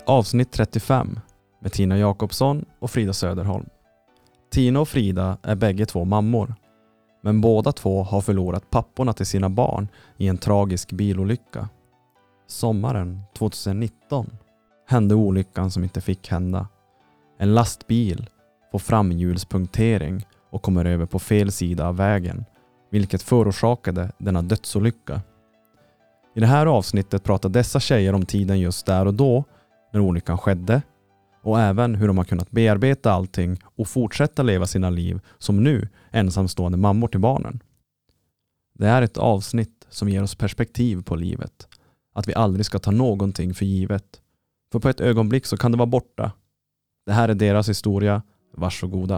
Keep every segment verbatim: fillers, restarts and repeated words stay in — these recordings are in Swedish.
avsnitt trettiofem med Tina Jakobsson och Frida Söderholm. Tina och Frida är bägge två mammor, men båda två har förlorat papporna till sina barn i en tragisk bilolycka. Sommaren tjugonitton hände olyckan som inte fick hända. En lastbil får framhjulspunktering och kommer över på fel sida av vägen, vilket förorsakade denna dödsolycka. I det här avsnittet pratar dessa tjejer om tiden just där och då när olyckan skedde, och även hur de har kunnat bearbeta allting och fortsätta leva sina liv som nu ensamstående mammor till barnen. Det är ett avsnitt som ger oss perspektiv på livet, att vi aldrig ska ta någonting för givet, för på ett ögonblick så kan det vara borta. Det här är deras historia, varsågoda.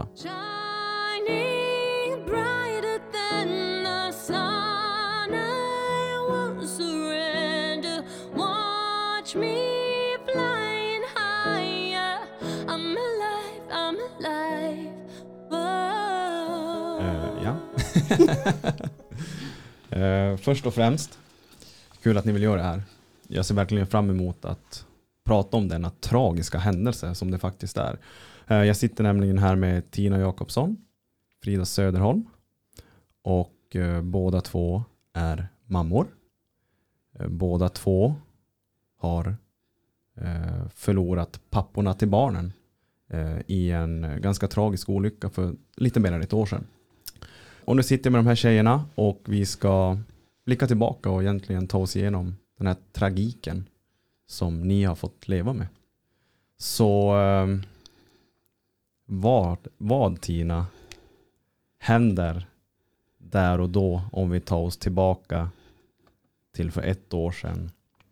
uh, först och främst, kul att ni vill göra det här. Jag ser verkligen fram emot att prata om denna tragiska händelse som det faktiskt är. Uh, jag sitter nämligen här med Tina Jakobsson, Frida Söderholm, och uh, båda två är mammor. Uh, båda två har uh, förlorat papporna till barnen uh, i en ganska tragisk olycka för lite mer än ett år sedan. Och nu sitter jag med de här tjejerna och vi ska blicka tillbaka och egentligen ta oss igenom den här tragiken som ni har fått leva med. Så eh, vad, vad Tina händer där och då om vi tar oss tillbaka till för ett år sedan?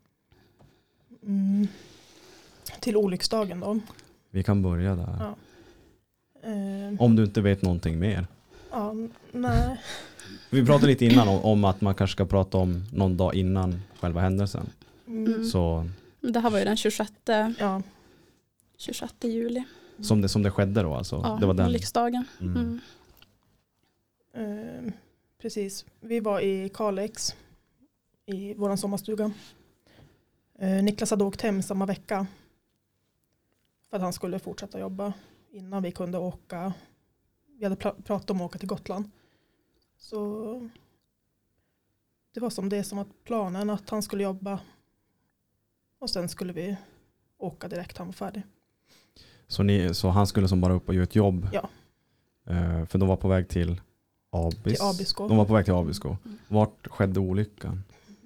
Mm. Till olycksdagen då. Vi kan börja där. Ja. Eh. Om du inte vet någonting mer. Ja, nej. Vi pratade lite innan om, om att man kanske ska prata om någon dag innan själva händelsen. Mm. Så, det här var ju den tjugosjätte, ja. tjugosjätte juli. Som det, som det skedde då alltså? Ja, det var den olycksdagen. Mm. Mm. Eh, precis. Vi var i Kalix i våran sommarstuga. Eh, Niklas hade åkt hem samma vecka för att han skulle fortsätta jobba innan vi kunde åka. Vi hade pr- pratat om att åka till Gotland. Så det var som det som var planen, att han skulle jobba. Och sen skulle vi åka direkt, han var färdig. Så, ni, så han skulle som bara upp och göra ett jobb? Ja. Uh, för de var på väg till Abis. Till Abisko. De var på väg till Abisko. Vart skedde olyckan?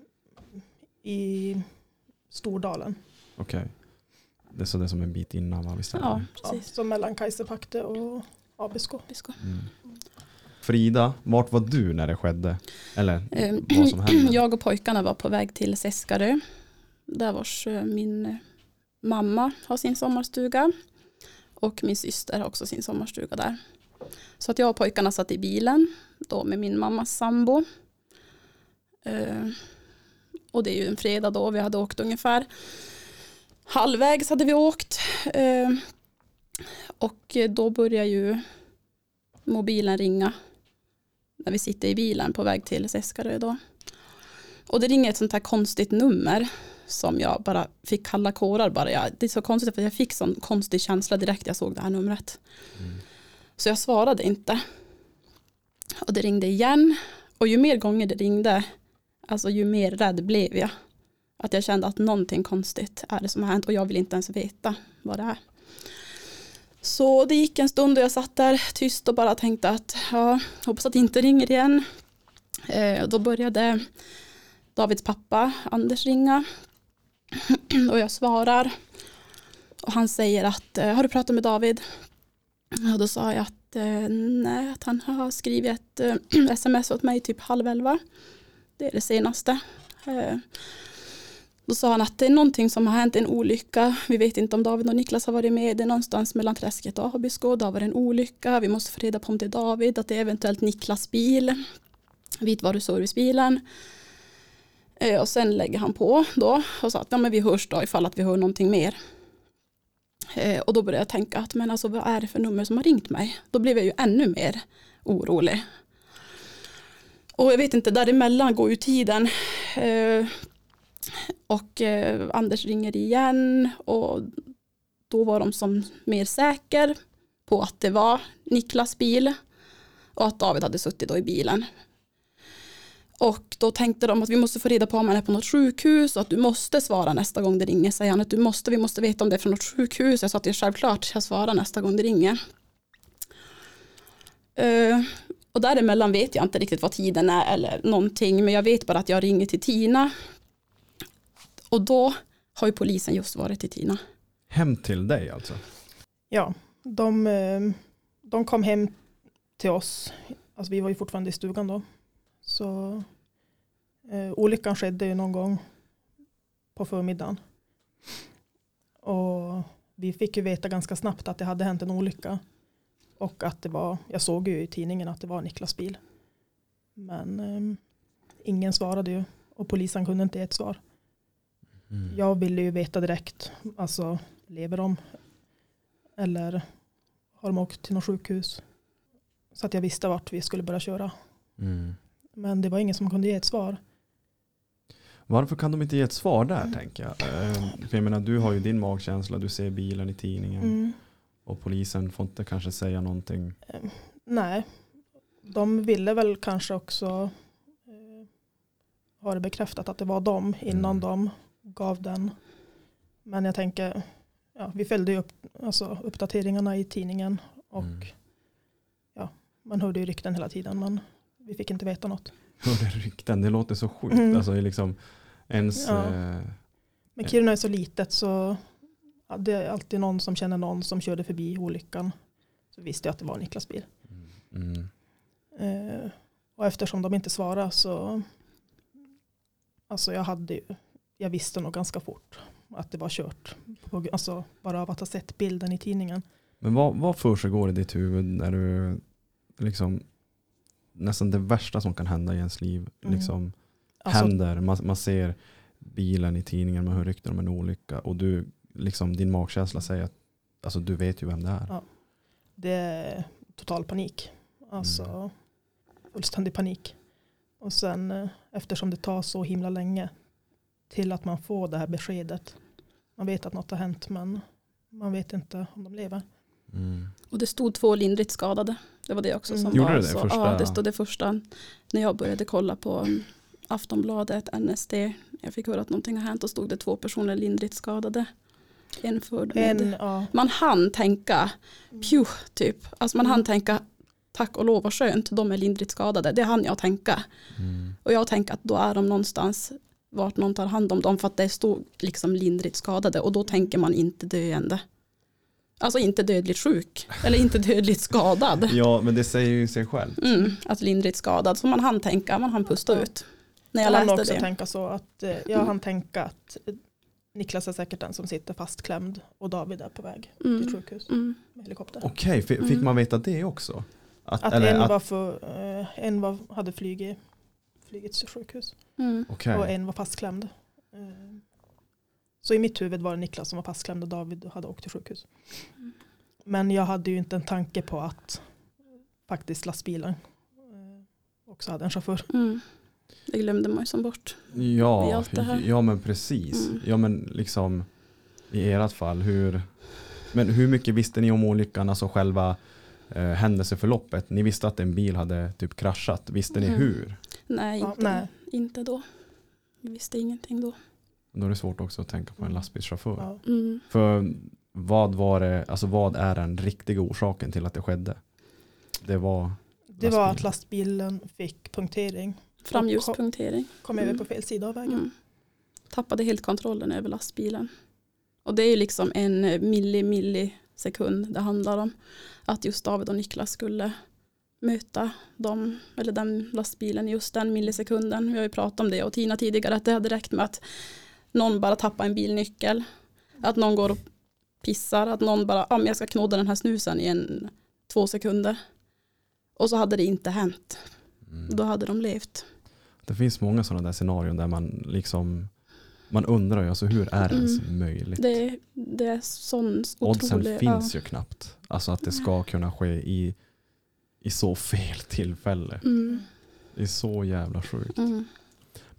I Stordalen. Okej. Okay. Det är så det som en bit innan, va? Visst? Ja, ja, så mellan Kajsepakte och Abisko. Abisko. Mm. Frida, vart var du när det skedde? Eller eh, vad som hände? Jag och pojkarna var på väg till Seskarö. Där vars min mamma har sin sommarstuga. Och min syster har också sin sommarstuga där. Så att jag och pojkarna satt i bilen då med min mammas sambo. Eh, och det är ju en fredag då. Vi hade åkt ungefär halvvägs hade vi åkt. Eh, och då börjar ju mobilen ringa när vi sitter i bilen på väg till Seskarö då. Och det ringer ett sånt här konstigt nummer som jag bara fick kalla kårar bara. Jag, det är så konstigt för jag fick sån konstig känsla direkt jag såg det här numret. Mm. Så jag svarade inte. Och det ringde igen. Och ju mer gånger det ringde, alltså ju mer rädd blev jag. Att jag kände att någonting konstigt är det som har hänt och jag vill inte ens veta vad det är. Så det gick en stund och jag satt där tyst och bara tänkte att ja, hoppas att det inte ringer igen. Eh, då började Davids pappa Anders ringa och jag svarar. Och han säger att har du pratat med David? Och då sa jag att eh, nej, att han har skrivit ett eh, sms åt mig typ halv elva. Det är det senaste. Eh, Då sa han att det är någonting som har hänt, en olycka. Vi vet inte om David och Niklas har varit med. Det är någonstans mellan Träsket och Abisko. Det har varit en olycka. Vi måste få reda på om det är David. Att det är eventuellt Niklas bil. Vitvaruservicebilen. Eh, och sen lägger han på då. Och sa att ja, men vi hörs då ifall att vi hör någonting mer. Eh, och då började jag tänka att men alltså, vad är det för nummer som har ringt mig? Då blev jag ju ännu mer orolig. Och jag vet inte, däremellan går ju tiden. Eh, Och eh, Anders ringer igen och då var de som mer säker på att det var Niklas bil och att David hade suttit då i bilen. Och då tänkte de att vi måste få reda på om han är på något sjukhus och att du måste svara nästa gång det ringer. Säger han att du måste, vi måste veta om det är från något sjukhus. Jag sa att det är självklart, jag svarar nästa gång det ringer. Uh, och däremellan vet jag inte riktigt vad tiden är eller någonting. Men jag vet bara att jag ringer till Tina. Och då har ju polisen just varit till Tina. Hem till dig alltså? Ja, de, de kom hem till oss. Alltså vi var ju fortfarande i stugan då. Så eh, olyckan skedde ju någon gång på förmiddagen. Och vi fick ju veta ganska snabbt att det hade hänt en olycka. Och att det var, jag såg ju i tidningen att det var Niklas bil. Men eh, ingen svarade ju. Och polisen kunde inte ge ett svar. Mm. Jag ville ju veta direkt. Alltså, lever de? Eller har de åkt till något sjukhus? Så att jag visste vart vi skulle börja köra. Mm. Men det var ingen som kunde ge ett svar. Varför kan de inte ge ett svar där, mm. tänker jag? För jag menar, du har ju din magkänsla, du ser bilen i tidningen. Mm. Och polisen får inte kanske säga någonting. Nej, de ville väl kanske också eh, ha det bekräftat att det var de innan mm. de gav den. Men jag tänker, ja, vi följde ju upp, alltså, uppdateringarna i tidningen. Och mm. ja, man hörde ju rykten hela tiden, men vi fick inte veta något. Hörde rykten, det låter så sjukt. Mm. Alltså liksom ens... Ja. Eh, men Kiruna är så litet så ja, det är alltid någon som känner någon som körde förbi olyckan. Så visste jag att det var Niklas bil. Mm. Eh, och eftersom de inte svarade så... Alltså jag hade ju... Jag visste nog ganska fort att det var kört. På, alltså bara av att ha sett bilden i tidningen. Men vad, vad för sig går i ditt huvud när du liksom... Nästan det värsta som kan hända i ens liv mm. liksom alltså, händer. Man, man ser bilen i tidningen, man hör rykten om en olycka och du, liksom, din magkänsla säger att alltså, du vet ju vem det är. Ja, det är total panik. Alltså mm. fullständig panik. Och sen eftersom det tar så himla länge till att man får det här beskedet. Man vet att något har hänt men man vet inte om de lever. Mm. Och det stod två lindrigt skadade. Det var det också som mm. var. Det, så, första? Ja, det stod det första. När jag började kolla på Aftonbladet, N S D. Jag fick höra att någonting har hänt och stod det två personer lindrigt skadade. En för en, ja. Man hann tänka pju, typ. Alltså man mm. hann tänka tack och lov och skönt, de är lindrigt skadade. Det hann jag tänka. Mm. Och jag tänker att då är de någonstans vart någon tar hand om dem för att det stod liksom lindrigt skadade och då tänker man inte döende. Alltså inte dödligt sjuk. Eller inte dödligt skadad. Ja, men det säger ju sig själv. Mm, att lindrigt skadad. Så man hann tänka, man hann pusta ja. ut. När jag, jag läste också det. Tänka så att, jag hann tänka att Niklas är säkert den som sitter fastklämd. Och David är på väg mm. till sjukhus mm. med helikopter. Okej, okay, fick mm. man veta det också? Att, att, eller, en, att... Var för, uh, en var, hade flygit, flygit till sjukhus. Mm. Okay. Och en var fastklämd. Uh, Så i mitt huvud var det Niklas som var fastklämd och David hade åkt till sjukhus. Mm. Men jag hade ju inte en tanke på att faktiskt lastbilen också hade en chaufför. Mm. Det glömde man ju som bort. Ja, ja men precis. Mm. Ja men liksom i ert fall, hur, men hur mycket visste ni om olyckan, alltså själva eh, händelseförloppet? Ni visste att en bil hade typ kraschat. Visste ni mm. hur? Nej, inte, ja, nej, inte då. Vi visste ingenting då. Då är det svårt också att tänka på en lastbilschaufför. Ja. Mm. För vad var det, alltså vad är den riktiga orsaken till att det skedde? Det var Det var att lastbilen fick punktering. Framljuspunktering. Kom, kom mm. över på fel sida av vägen. Mm. Tappade helt kontrollen över lastbilen. Och det är ju liksom en milli millisekund det handlar om. Att just David och Niklas skulle möta dem, eller den lastbilen just den millisekunden. Vi har ju pratat om det och Tina tidigare att det hade räckt med att någon bara tappar en bilnyckel. Att någon går och pissar. Att någon bara, ja men jag ska knåda den här snusen i en två sekunder. Och så hade det inte hänt. Mm. Då hade de levt. Det finns många sådana där scenarion där man liksom, man undrar ju alltså hur är det ens mm. möjligt? Det, det är sån otrolig... Oddsen finns ja. ju knappt. Alltså att det ska kunna ske i, i så fel tillfälle. Mm. Det är så jävla sjukt. Mm.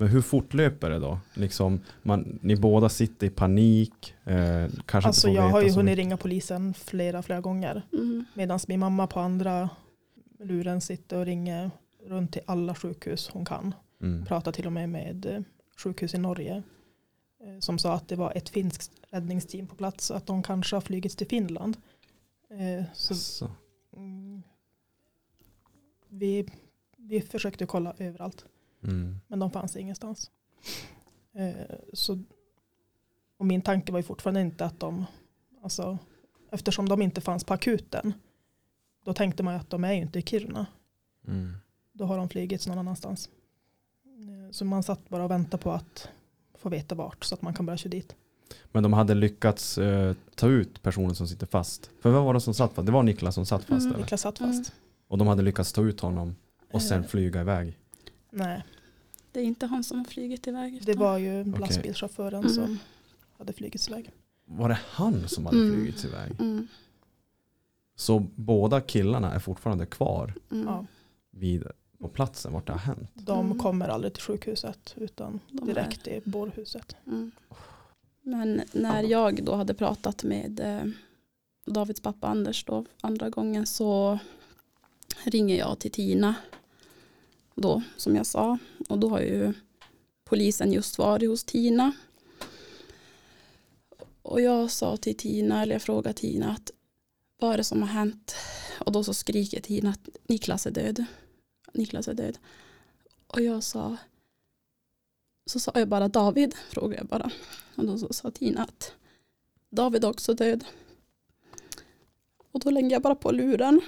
Men hur fortlöper det då? Liksom, man, ni båda sitter i panik. Eh, kanske Alltså inte får jag veta har ju så hunnit mycket. ringa polisen flera, flera gånger. Mm. Medan min mamma på andra luren sitter och ringer runt till alla sjukhus hon kan. Mm. Pratar till och med med eh, sjukhus i Norge. Eh, som sa att det var ett finskt räddningsteam på plats. Så att de kanske har flygits till Finland. Eh, så, Så. mm, vi, vi försökte kolla överallt. Mm. Men de fanns ingenstans. Eh, så, och min tanke var ju fortfarande inte att de, alltså, eftersom de inte fanns på akuten, då tänkte man ju att de är ju inte i Kiruna. Mm. Då har de flygits någon annanstans. Eh, så man satt bara och väntade på att få veta vart så att man kan börja köra dit. Men de hade lyckats eh, ta ut personen som sitter fast. För vad var det som satt fast? Det var Niklas som satt fast Mm. eller? Niklas satt fast. Mm. Och de hade lyckats ta ut honom och sen Eh. flyga iväg. Nej, Det är inte han som har flugit iväg. det utan- var ju Okej. lastbilschauffören Mm. som hade flygits iväg. Var det han som hade Mm. flygits iväg? Mm. Så båda killarna är fortfarande kvar Mm. Ja, vid, på platsen vart det har hänt. de Mm. kommer aldrig till sjukhuset utan De direkt till bårhuset. Mm. Men när jag då hade pratat med eh, Davids pappa Anders då andra gången, så ringer jag till Tina då, som jag sa, och då har ju polisen just varit hos Tina. Och jag sa till Tina, eller jag frågade Tina att vad är det som har hänt? Och då så skriker Tina att Niklas är död. Niklas är död. Och jag sa, så sa jag bara David, frågade jag bara. Och då så sa Tina att David är också död. Och då lägger jag bara på luren.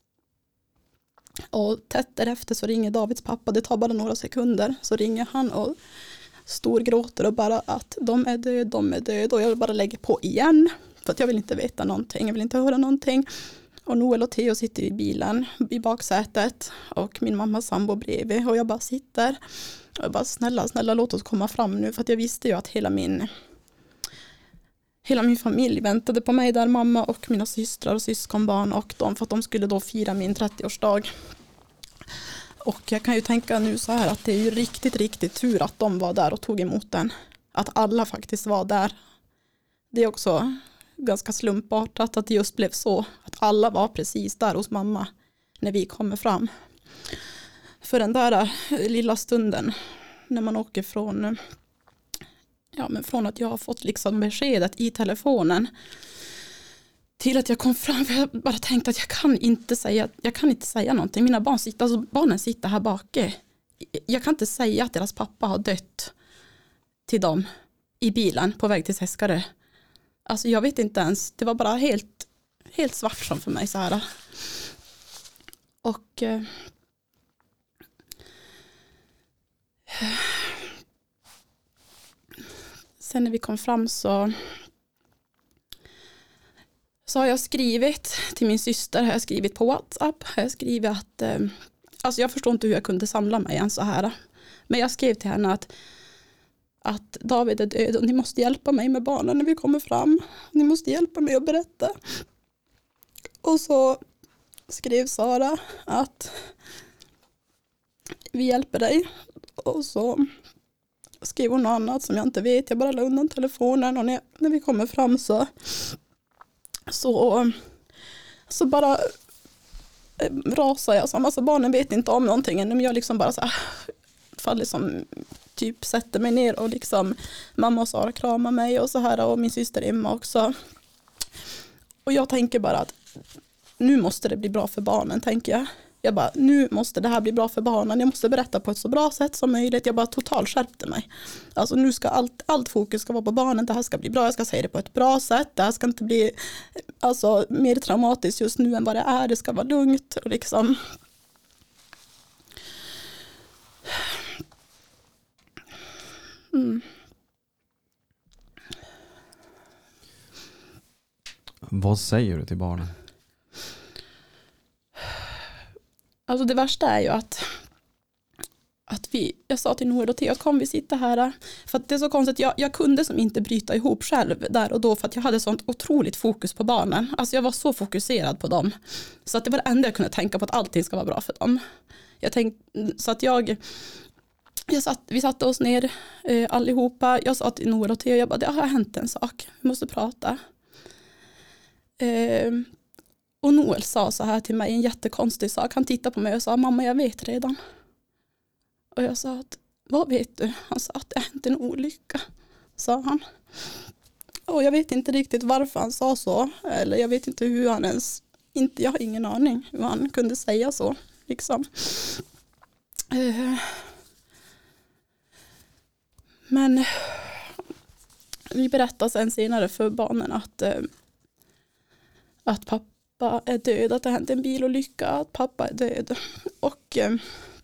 Och tätt därefter så ringer Davids pappa, det tar bara några sekunder. Så ringer han och storgråter och bara att de är död, de är död. Och jag bara lägger på igen. För att jag vill inte veta någonting, jag vill inte höra någonting. Och Noel och Theo sitter i bilen i baksätet. Och min mamma sambo bredvid. Och jag bara sitter. Och jag bara snälla, snälla låt oss komma fram nu. För att jag visste ju att hela min, hela min familj väntade på mig där. Mamma och mina systrar och syskonbarn och de. För att de skulle då fira min trettioårsdag. Och jag kan ju tänka nu så här att det är ju riktigt, riktigt tur att de var där och tog emot den. Att alla faktiskt var där. Det är också ganska slumpartat att det just blev så. Att alla var precis där hos mamma när vi kommer fram. För den där lilla stunden när man åker från, ja, men från att jag har fått liksom beskedet i telefonen till att jag kom fram, för jag bara tänkte att jag kan inte säga, jag kan inte säga någonting. Mina barn sitter, alltså barnen sitter här bak. Jag kan inte säga att deras pappa har dött till dem i bilen på väg till Seskarö. Alltså jag vet inte ens, det var bara helt, helt svart som för mig så här. Och eh, sen när vi kom fram så så har jag skrivit till min syster, har jag skrivit på WhatsApp, har jag skrivit att eh, alltså jag förstår inte hur jag kunde samla mig än så här. Men jag skrev till henne att att David är död och ni måste hjälpa mig med barnen när vi kommer fram. Ni måste hjälpa mig att berätta. Och så skrev Sara att vi hjälper dig. Och så skrev hon något annat som jag inte vet. Jag bara la undan telefonen och när, när vi kommer fram så så, så bara rasar jag. Alltså barnen vet inte om någonting ännu, men jag liksom bara så här fall liksom typ sätter mig ner och liksom mamma och Sara kramar mig och så här och min syster Emma också. Och jag tänker bara att nu måste det bli bra för barnen, tänker jag. Jag bara, nu måste det här bli bra för barnen. Jag måste berätta på ett så bra sätt som möjligt. Jag bara totalt skärpte mig. Alltså nu ska allt, allt fokus ska vara på barnen. Det här ska bli bra. Jag ska säga det på ett bra sätt. Det här ska inte bli alltså, mer traumatiskt just nu än vad det är. Det ska vara lugnt och liksom. Mm. Vad säger du till barnen? Alltså det värsta är ju att att vi, jag sa till Noel och Theo att kom vi sitta här. För att det är så konstigt, jag, jag kunde som inte bryta ihop själv där och då för att jag hade sånt otroligt fokus på barnen. Alltså jag var så fokuserad på dem. Så att det var det enda jag kunde tänka på, att allting ska vara bra för dem. Jag tänkte, så att jag Jag satt, vi satte oss ner eh, allihopa. Jag sa till Nora och Theo, jag bara, det har hänt en sak. Vi måste prata. Eh, och Noel sa så här till mig, en jättekonstig sak. Han tittade på mig och sa, mamma jag vet redan. Och jag sa, att, vad vet du? Han sa att det har hänt en olycka, sa han. Och jag vet inte riktigt varför han sa så. Eller jag vet inte hur han ens, inte, jag har ingen aning hur han kunde säga så. Liksom. Eh, men vi berättade sen senare för barnen att, eh, att pappa är död, att det har hänt en bilolycka, att pappa är död. Och eh,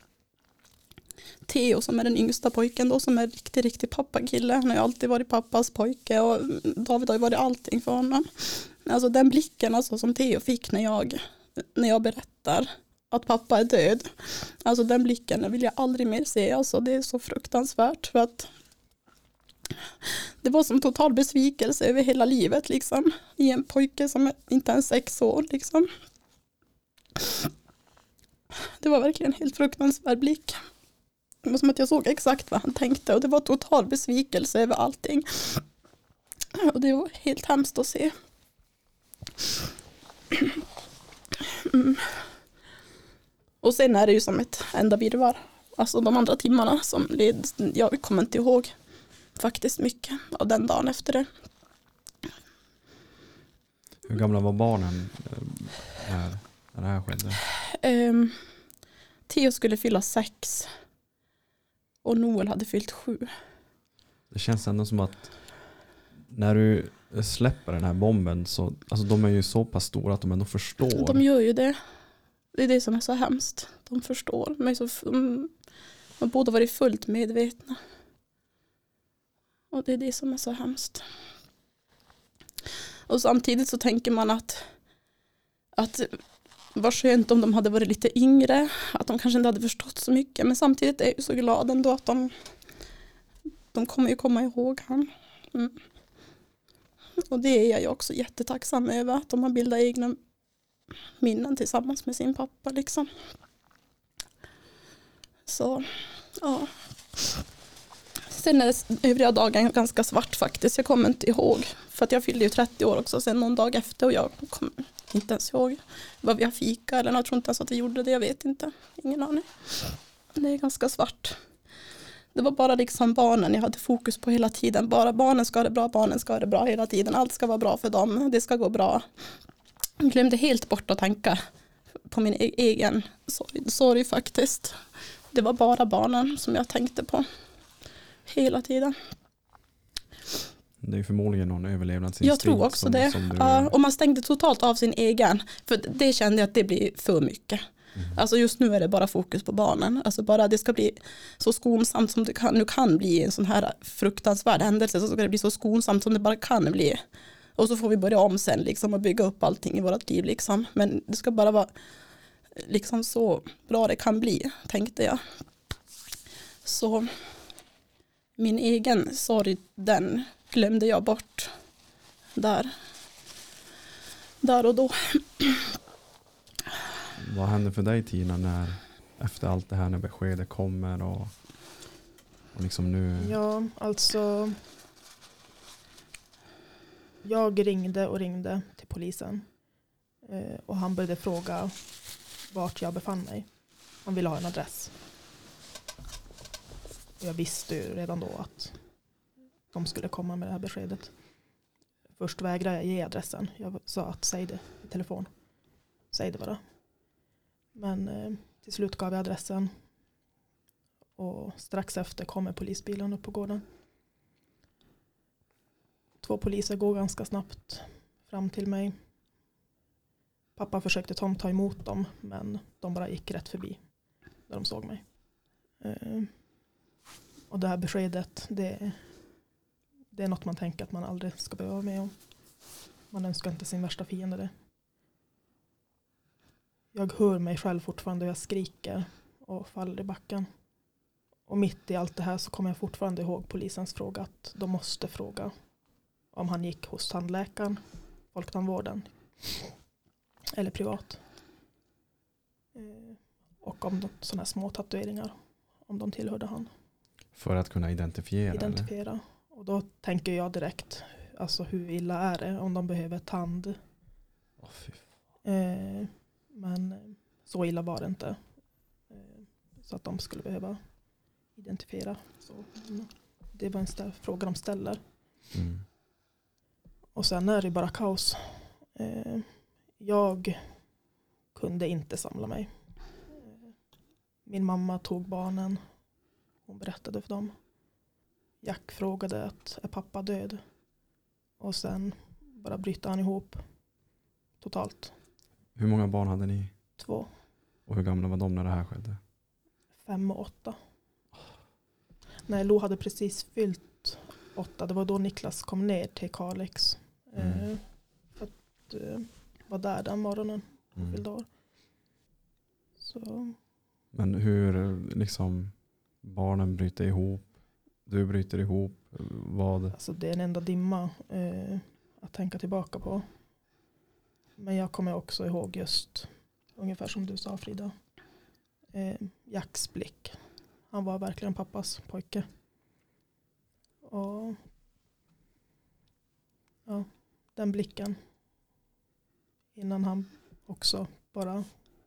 Theo som är den yngsta pojken då, som är riktigt, riktigt pappakille. Han har ju alltid varit pappas pojke och David har ju varit allting för honom. Alltså den blicken alltså, som Theo fick när jag, när jag berättar att pappa är död. Alltså den blicken vill jag aldrig mer se. Alltså det är så fruktansvärt för att det var som total besvikelse över hela livet liksom. I en pojke som inte är sex år liksom. Det var verkligen en helt fruktansvärd blick. Det var som att jag såg exakt vad han tänkte och det var total besvikelse över allting. Och det var helt hemskt att se. Mm. Och sen är det ju som ett enda virvar. Alltså de andra timmarna som led, jag kommer inte ihåg faktiskt mycket av den dagen efter det. Hur gamla var barnen när, när det här skedde? Um, Theo skulle fylla sex och Noel hade fyllt sju. Det känns ändå som att när du släpper den här bomben så, alltså de är ju så pass stora att de ändå förstår. De gör ju det. Det är det som är så hemskt. De förstår. De, är så, de, de borde varit fullt medvetna. Och det är det som är så hemskt. Och samtidigt så tänker man att att var skönt om de hade varit lite yngre. Att de kanske inte hade förstått så mycket. Men samtidigt är jag så glad ändå att de de kommer ju komma ihåg han. Mm. Och det är jag ju också jättetacksam över. Att de har bildat egna minnen tillsammans med sin pappa liksom. Så, ja. Sen är övriga dagen ganska svart faktiskt. Jag kommer inte ihåg. För att jag fyllde ju trettio år också sen någon dag efter. Och jag kommer inte ens ihåg vad vi har fika. Eller jag tror inte ens att vi gjorde det. Jag vet inte. Ingen aning. Det är ganska svart. Det var bara liksom barnen jag hade fokus på hela tiden. Bara barnen ska ha det bra, barnen ska ha det bra hela tiden. Allt ska vara bra för dem. Det ska gå bra. Jag glömde helt bort att tänka på min egen sorg, sorg faktiskt. Det var bara barnen som jag tänkte på hela tiden. Det är förmodligen någon överlevnadsinstinkt. Jag tror också som, det. Som du... Ja, och man stängde totalt av sin egen. För det kände jag att det blir för mycket. Mm. Alltså just nu är det bara fokus på barnen. Alltså bara det ska bli så skonsamt som det kan, nu kan bli en sån här fruktansvärd händelse. Så ska det bli så skonsamt som det bara kan bli. Och så får vi börja om sen liksom och bygga upp allting i vårt liv liksom. Men det ska bara vara liksom så bra det kan bli, tänkte jag. Så min egen sorg, den glömde jag bort där. Där och då. Vad hände för dig, Tina, när efter allt det här, när beskedet kommer och, och liksom nu? Ja, alltså jag ringde och ringde till polisen eh, och han började fråga vart jag befann mig. Han ville ha en adress. Och jag visste ju redan då att de skulle komma med det här beskedet. Först vägrade jag ge adressen. Jag sa att säg det i telefon. Säg det bara. Men eh, till slut gav jag adressen. Och strax efter kommer polisbilen upp på gården. Två poliser går ganska snabbt fram till mig. Pappa försökte Tom ta emot dem, men de bara gick rätt förbi när de såg mig. Eh, och det här beskedet, det, det är något man tänker att man aldrig ska behöva vara med om. Man önskar inte sin värsta fiende det. Jag hör mig själv fortfarande och jag skriker och faller i backen. Och mitt i allt det här så kommer jag fortfarande ihåg polisens fråga att de måste fråga om han gick hos tandläkaren, folktandvården eller privat. Och om de, sådana här små tatueringar, om de tillhörde han. För att kunna identifiera? identifiera. Eller? Och då tänker jag direkt, alltså hur illa är det om de behöver tand. Oh, fy. Eh, men så illa var det inte. Eh, så att de skulle behöva identifiera. Så, mm, det var en stä- fråga de ställer. Mm. Och sen är det bara kaos. Eh, jag kunde inte samla mig. Eh, min mamma tog barnen. Hon berättade för dem. Jack frågade att är pappa död? Och sen bara bryta han ihop totalt. Hur många barn hade ni? Två, Och hur gamla var de när det här skedde? fem och åtta. När Lo hade precis fyllt åtta, det var då Niklas kom ner till Kalix. Mm. Eh, för att eh, vara där den morgonen. Mm. Fyllde år. Så Men hur liksom barnen bryter ihop? Du bryter ihop? Vad? alltså det är en enda dimma eh, att tänka tillbaka på. Men jag kommer också ihåg just ungefär som du sa, Frida. Eh, Jacks blick. Han var verkligen pappas pojke. Och ja, den blicken. Innan han också bara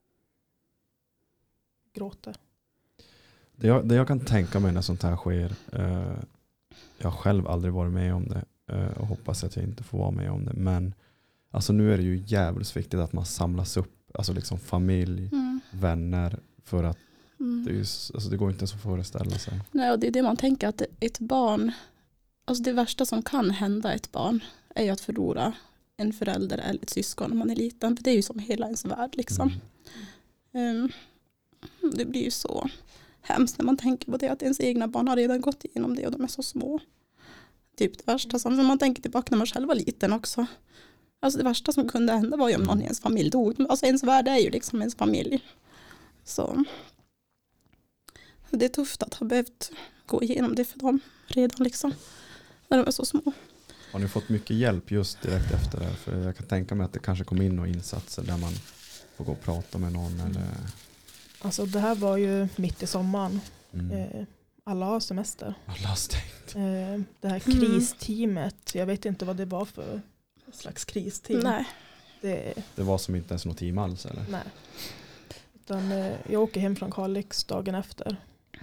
gråter. Det jag, det jag kan tänka mig när sånt här sker, eh, jag har själv aldrig varit med om det eh, och hoppas att jag inte får vara med om det, men alltså nu är det ju jävligt viktigt att man samlas upp, alltså liksom familj, Mm. vänner, för att Mm. det, är ju, s- alltså det går inte ens att föreställa sig. Nej, och det är det man tänker, att ett barn, alltså det värsta som kan hända ett barn är ju att förlora en förälder eller ett syskon när man är liten, för det är ju som hela ens värld liksom. Mm. Um, det blir ju så hemskt när man tänker på det, att ens egna barn har redan gått igenom det och de är så små. Typ det värsta som, för man tänker tillbaka när man själv var liten också. Alltså det värsta som kunde hända var ju om någon i ens familj dog. Alltså ens värld är ju liksom ens familj. Så det är tufft att ha behövt gå igenom det för dem redan liksom, när de är så små. Har ni fått mycket hjälp just direkt efter det? För jag kan tänka mig att det kanske kom in några insatser där man får gå och prata med någon. Eller... Alltså det här var ju mitt i sommaren. Mm. Eh, alla har semester. Alla har stängt. Eh, det här kristeamet, jag vet inte vad det var för slags kristeam. Nej. Det, Det var som inte ens något team alls, eller? nej. Utan, eh, jag åker hem från Kalix dagen efter.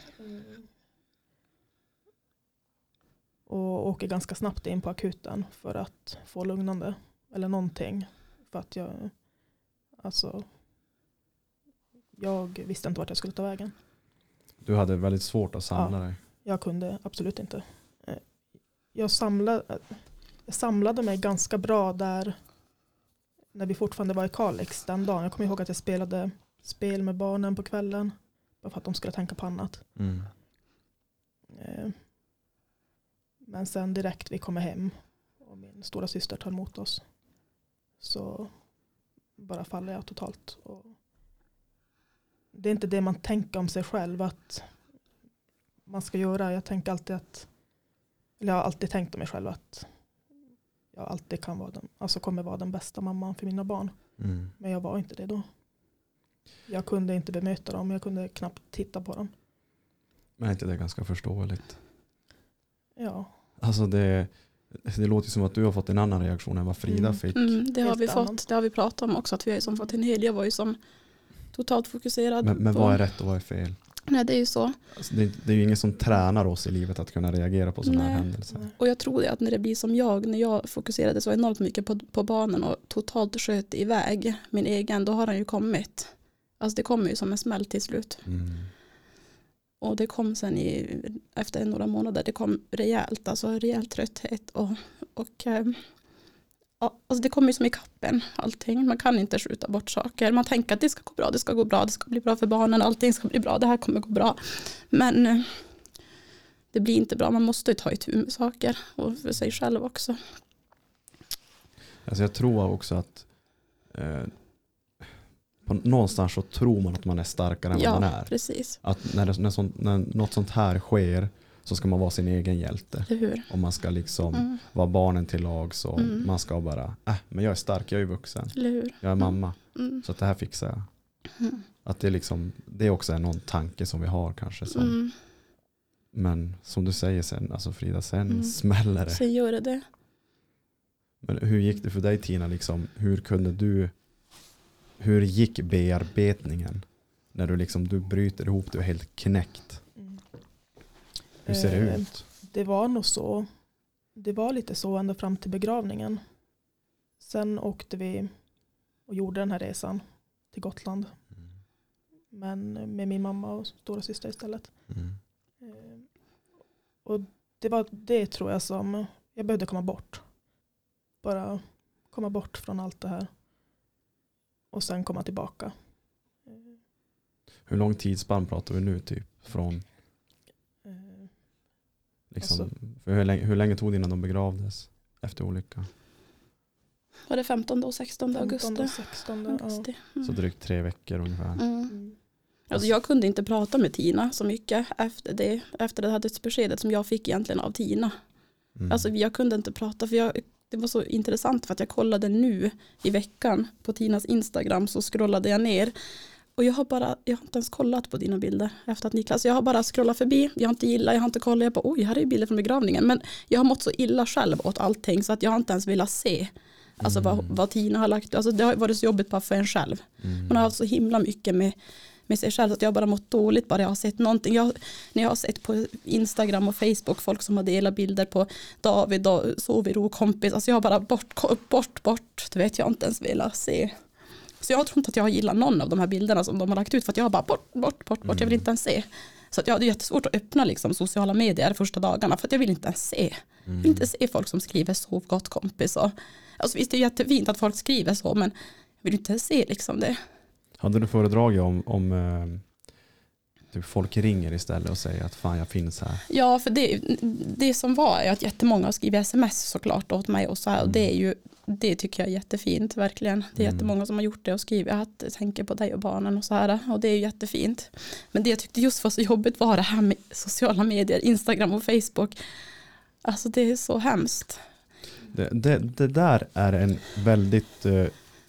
Och åker ganska snabbt in på akuten för att få lugnande. Eller någonting. För att jag, alltså, jag visste inte vart jag skulle ta vägen. Du hade väldigt svårt att samla Ja. dig. Jag kunde absolut inte. Eh, Jag samlade, jag samlade mig ganska bra där när vi fortfarande var i Kalix den dagen. Jag kommer ihåg att jag spelade spel med barnen på kvällen. Bara för att de skulle tänka på annat. Mm. Eh, Men sen direkt vi kommer hem och min stora syster tar emot oss, så bara faller jag totalt. Och det är inte det man tänker om sig själv att man ska göra. Jag tänker alltid att, eller jag har alltid tänkt om mig själv att jag alltid kan vara den, alltså kommer vara den bästa mamman för mina barn. Mm. Men jag var inte det då. Jag kunde inte bemöta dem, jag kunde knappt titta på dem. Men är inte det ganska förståeligt? Ja. Alltså det, det låter som att du har fått en annan reaktion än vad Frida Mm. fick. Mm, det har Helt vi annan. fått, det har vi pratat om också, att vi har ju som fått en hel, jag var ju som totalt fokuserad Men, men på, vad är rätt och vad är fel? nej det är ju så. Alltså det, det är ju ingen som tränar oss i livet att kunna reagera på sådana här Nej. händelser. Och jag tror det att när det blir som jag, när jag fokuserade så enormt mycket på, på barnen och totalt sköt iväg min egen, då har han ju kommit. Alltså det kommer ju som en smäll till slut. Mm. Och det kom sen i, efter några månader, det kom rejält, alltså rejält trötthet och, och eh, ja, alltså det kommer ju som i kappen allting. Man kan inte skjuta bort saker. Man tänker att det ska gå bra, det ska gå bra, det ska bli bra för barnen, allting ska bli bra, det här kommer gå bra. Men eh, det blir inte bra, man måste ta itu med saker och för sig själv också. Alltså jag tror också att eh, på någonstans så tror man att man är starkare än Ja, vad man är. precis. Att när, det, när, sånt, när något sånt här sker så ska man vara sin egen hjälte. Eller hur? Och man ska liksom Mm. vara barnen till lag, så Mm. man ska bara, äh, men jag är stark, jag är vuxen. Eller hur? Jag är mamma, Mm. så att det här fixar jag. Mm. Att det liksom, det också är någon tanke som vi har kanske. Som, Mm. Men som du säger sen, alltså Frida, sen Mm. smäller det. Sen gör det det. Men hur gick det för dig, Tina? Liksom, hur kunde du, hur gick bearbetningen? När du liksom, du bryter ihop, du är helt knäckt. Mm. Hur ser det Eh, ut? Det var nog så. Det var lite så ända fram till begravningen. Sen åkte vi och gjorde den här resan till Gotland. Mm. Men med min mamma och stora syster istället. Mm. Eh, Och det var det, tror jag, som jag behövde komma bort. Bara komma bort från allt det här. Och sen komma tillbaka. Hur lång tidsspann pratar vi nu typ? Från, Eh, liksom, Alltså- för hur, länge, hur länge tog det innan de begravdes efter olyckan? Var det femtonde och sextonde augusti? femtonde, sextonde, ja. augusti. Så Mm. drygt tre veckor ungefär. Mm. Mm. Alltså jag kunde inte prata med Tina så mycket efter det, efter det här dödsbeskedet som jag fick egentligen av Tina. Mm. Alltså jag kunde inte prata för jag, det var så intressant för att jag kollade nu i veckan på Tinas Instagram, så scrollade jag ner och jag har bara, jag har inte ens kollat på dina bilder efter att Niklas, jag har bara scrollat förbi, jag har inte gillat, jag har inte kollat, jag bara oj, här är ju bilder från begravningen, men jag har mått så illa själv åt allting så att jag har inte ens velat se alltså Mm. vad, vad Tina har lagt, alltså det har varit så jobbigt bara för en själv. Mm. Man har haft så himla mycket med, med sig själv att jag bara mått dåligt bara jag har sett någonting. Jag, när jag har sett på Instagram och Facebook folk som har delat bilder på David och sov i ro kompis. Alltså jag har bara bort, bort, bort. Det vet jag inte ens velat se. Så jag tror inte att jag har gillat någon av de här bilderna som de har lagt ut för att jag har bara bort, bort, bort, bort. Jag vill inte ens se. Så att jag hade jättesvårt att öppna liksom sociala medier första dagarna för att jag vill inte ens se. Jag vill inte se folk som skriver sov gott kompis. Och, alltså visst det är jättefint att folk skriver så, men jag vill inte ens se liksom det. Hade du föredragit om, om eh, typ folk ringer istället och säger att fan jag finns här? Ja, för det, det som var är att jättemånga har skrivit sms såklart åt mig och så här, och det är ju, det tycker jag är jättefint verkligen. Det är Mm. jättemånga som har gjort det och skrivit att jag tänker på dig och barnen och så här, och det är ju jättefint. Men det jag tyckte just var så jobbigt var det här med sociala medier, Instagram och Facebook. Alltså det är så hemskt. Det, det, det där är en väldigt eh,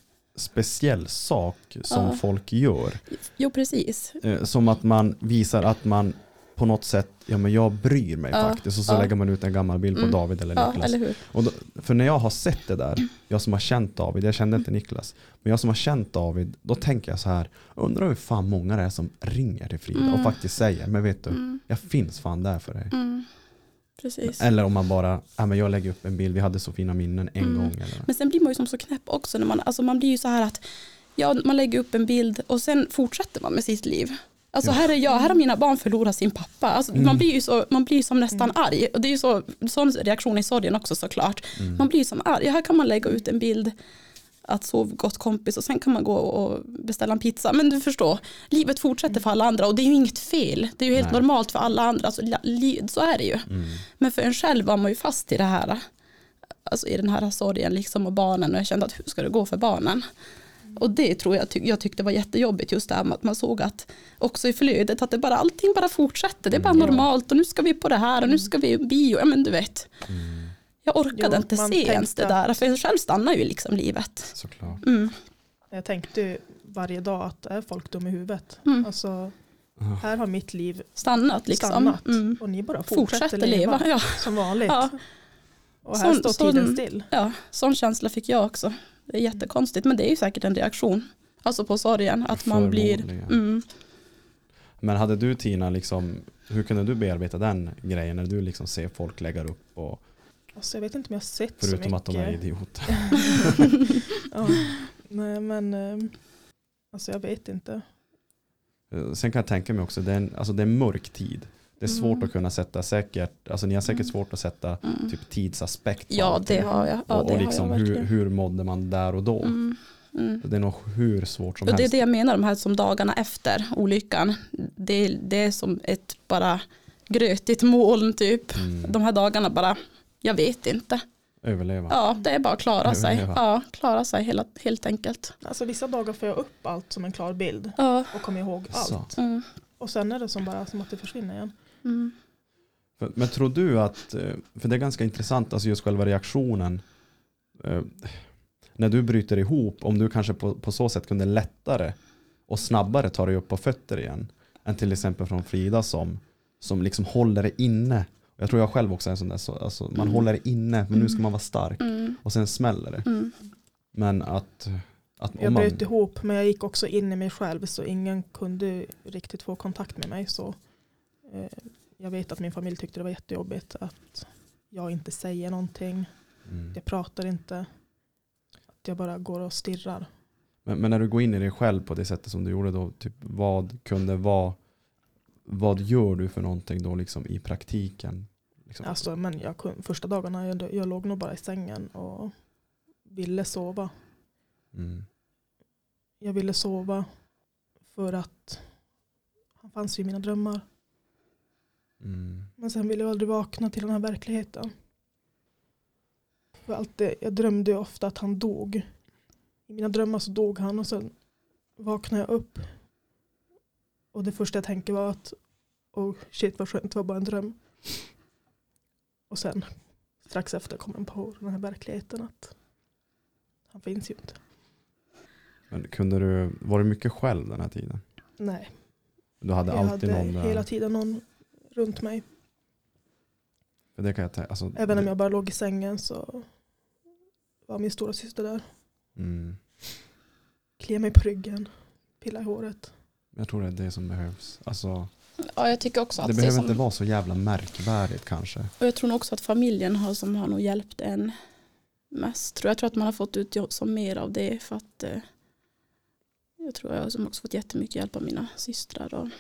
speciell sak som Ja. folk gör. Jo, precis. Eh, som att man visar att man på något sätt, ja men jag bryr mig Ja, faktiskt. Och så ja. lägger man ut en gammal bild på Mm. David eller Ja, Niklas. eller hur? Och då, för när jag har sett det där, jag som har känt David, jag kände inte Niklas, men jag som har känt David, då tänker jag så här, undrar hur fan många det är som ringer till Frida Mm. och faktiskt säger, men vet du, Mm. jag finns fan där för dig. Mm. Precis. Eller om man bara, ja men jag lägger upp en bild, vi hade så fina minnen en Mm. gång. Eller? Men sen blir man ju som så knäpp också när man, alltså man blir ju så här att ja, man lägger upp en bild och sen fortsätter man med sitt liv. Alltså Ja. här är jag, här har mina barn förlorat sin pappa. Alltså Mm. man blir ju så, man blir ju som nästan Mm. arg. Och det är ju så, sån reaktion i sorgen också såklart. Mm. Man blir ju som arg. Här kan man lägga ut en bild att sov gott kompis och sen kan man gå och beställa en pizza. Men du förstår, livet fortsätter för alla andra och det är ju inget fel. Det är ju helt Nej. normalt för alla andra. Alltså, li, så är det ju. Mm. Men för en själv var man ju fast i det här. Alltså i den här sorgen liksom och barnen. Och jag kände att hur ska det gå för barnen? Och det tror jag, ty- jag tyckte var jättejobbigt just det här med att man såg att också i flödet att det bara, allting bara fortsätter. Det är bara Mm. normalt och nu ska vi på det här och nu ska vi bio. Ja men du vet. Mm. Jag orkade Jo, inte man se ens det tänkte där. För jag själv stannar ju liksom livet. Såklart. Mm. Jag tänkte ju varje dag att är folk dum i huvudet. Mm. Alltså, Ah. här har mitt liv Stannat liksom. stannat. Mm. Och ni bara fortsätter, Fortsätter leva, leva. Ja. som vanligt. Ja. Och här Sån- står sån- tiden still. Ja, sån känsla fick jag också. Det är jättekonstigt men det är ju säkert en reaktion. Alltså på sorgen. Att man blir... Förmodligen. Mm. Men hade du Tina, liksom, hur kunde du bearbeta den grejen när du liksom ser folk lägga upp och Alltså, jag vet inte om jag har sett så förutom mycket. att de är idioter. Ja. Nej men eh, alltså jag vet inte. Eh, Sen kan jag tänka mig också, det är en, alltså det är en mörk tid. Det är svårt Mm. att kunna sätta säkert, alltså ni har säkert Mm. svårt att sätta Mm. typ tidsaspekt på Ja, allting. det har jag. Ja, och det och liksom har jag hur, verkligen. hur mådde man där och då? Mm. Mm. Det är nog hur svårt som Och det är helst. det jag menar, de här som dagarna efter olyckan. Det, det är som ett bara grötigt moln typ. Mm. De här dagarna bara, jag vet inte. Överleva. Ja, det är bara att klara sig. Överleva. Ja, klara sig hela, helt enkelt. Alltså vissa dagar får jag upp allt som en klar bild. Ja. Och kommer ihåg Så. allt. Mm. Och sen är det som bara som att det försvinner igen. Mm. För- Men tror du att, eh, för det är ganska intressant, alltså just själva reaktionen, eh, när du bryter ihop, om du kanske på, på så sätt kunde lättare och snabbare ta dig upp på fötter igen, än till exempel från Frida som som liksom håller det inne. Jag tror jag själv också är en sån där, så, alltså, man Mm. håller det inne, men nu ska man vara stark. Mm. Och sen smäller det. Mm. Men att, att om Jag man... bröt ihop, men jag gick också in i mig själv så ingen kunde riktigt få kontakt med mig. Så eh, jag vet att min familj tyckte det var jättejobbigt att jag inte säger någonting. Mm. Jag pratar inte. Att jag bara går och stirrar. Men, men när du går in i dig själv på det sättet som du gjorde då, typ, vad kunde vara, vad gör du för någonting då liksom i praktiken? Liksom? Alltså, men jag, kun- första dagarna jag, jag låg nog bara i sängen och ville sova. Mm. Jag ville sova för att han fanns ju i mina drömmar. Mm. Men sen ville jag aldrig vakna till den här verkligheten. För allt det, jag drömde ju ofta att han dog. I mina drömmar så dog han och sen vaknade jag upp. Och det första jag tänkte var att oh shit vad skönt, det var bara en dröm. Och sen strax efter kom jag på den här verkligheten att han finns ju inte. Men kunde du, var du mycket själv den här tiden? Nej, Du hade jag alltid hade någon där. hela tiden någon runt mig. För det kan jag tänka, alltså, Även om det- jag bara låg i sängen så var min stora syster där. Mm. Klia mig på ryggen, pilla i håret. Jag tror det är det som behövs. Alltså, Ja, jag tycker också att det det, behöver som, inte vara så jävla märkvärdigt kanske. och jag tror nog också att familjen har, som har nog hjälpt en mest. Tror jag. jag tror att man har fått ut som mer av det för att eh, jag tror jag har också fått jättemycket hjälp av mina systrar och